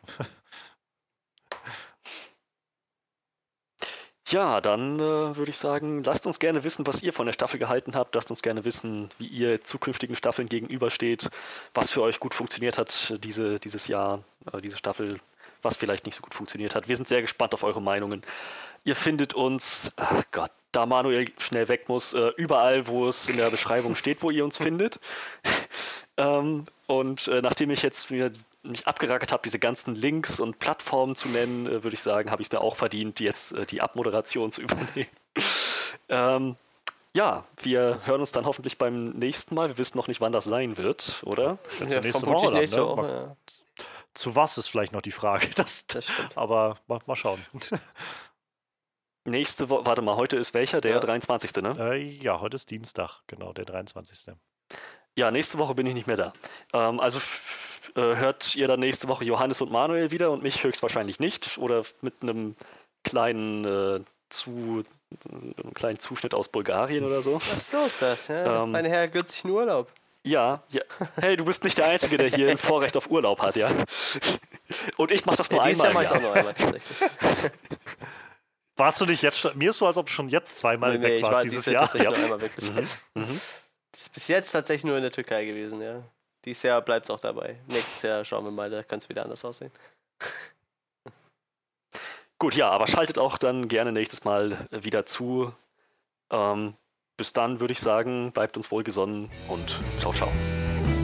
Ja, dann äh, würde ich sagen, lasst uns gerne wissen, was ihr von der Staffel gehalten habt. Lasst uns gerne wissen, wie ihr zukünftigen Staffeln gegenübersteht, was für euch gut funktioniert hat diese, dieses Jahr, äh, diese Staffel, was vielleicht nicht so gut funktioniert hat. Wir sind sehr gespannt auf eure Meinungen. Ihr findet uns, ach Gott, da Manuel schnell weg muss, äh, überall, wo es in der Beschreibung steht, wo ihr uns findet. ähm, und äh, nachdem ich jetzt mir, mich abgerackert habe, diese ganzen Links und Plattformen zu nennen, äh, würde ich sagen, habe ich es mir auch verdient, jetzt äh, die Abmoderation zu übernehmen. ähm, ja, wir hören uns dann hoffentlich beim nächsten Mal. Wir wissen noch nicht, wann das sein wird, oder? ja, Ja, nächste vermutlich Woche dann, nächste ne? Woche, Mal, ja. Zu was ist vielleicht noch die Frage. Das, Das stimmt. aber mal, mal schauen. Nächste Woche, warte mal, heute ist welcher? Der Ja. dreiundzwanzigste, ne? äh, ja, heute ist Dienstag, genau, der dreiundzwanzigste Ja, nächste Woche bin ich nicht mehr da. Ähm, also f- äh, hört ihr dann nächste Woche Johannes und Manuel wieder und mich höchstwahrscheinlich nicht. Oder mit einem kleinen, äh, zu, einem kleinen Zuschnitt aus Bulgarien oder so. Ach, so ist das. Ja. Ähm, Meine Herren günstigen Urlaub. Ja, ja. Hey, du bist nicht der Einzige, der hier ein Vorrecht auf Urlaub hat, ja? Und ich mach das nur Ja, dieses einmal Jahr im mache ich Jahr. auch noch einmal tatsächlich. Warst du nicht jetzt schon? Mir ist so, als ob du schon jetzt zweimal Nee, weg ich warst war dieses dieses Jahr. tatsächlich nur einmal weg. Das Mhm. heißt, Mhm. bis jetzt tatsächlich nur in der Türkei gewesen, ja. Dieses Jahr bleibt es auch dabei. Nächstes Jahr schauen wir mal, da kann es wieder anders aussehen. Gut, ja, aber schaltet auch dann gerne nächstes Mal wieder zu. Ähm, bis dann würde ich sagen, bleibt uns wohlgesonnen und ciao, ciao.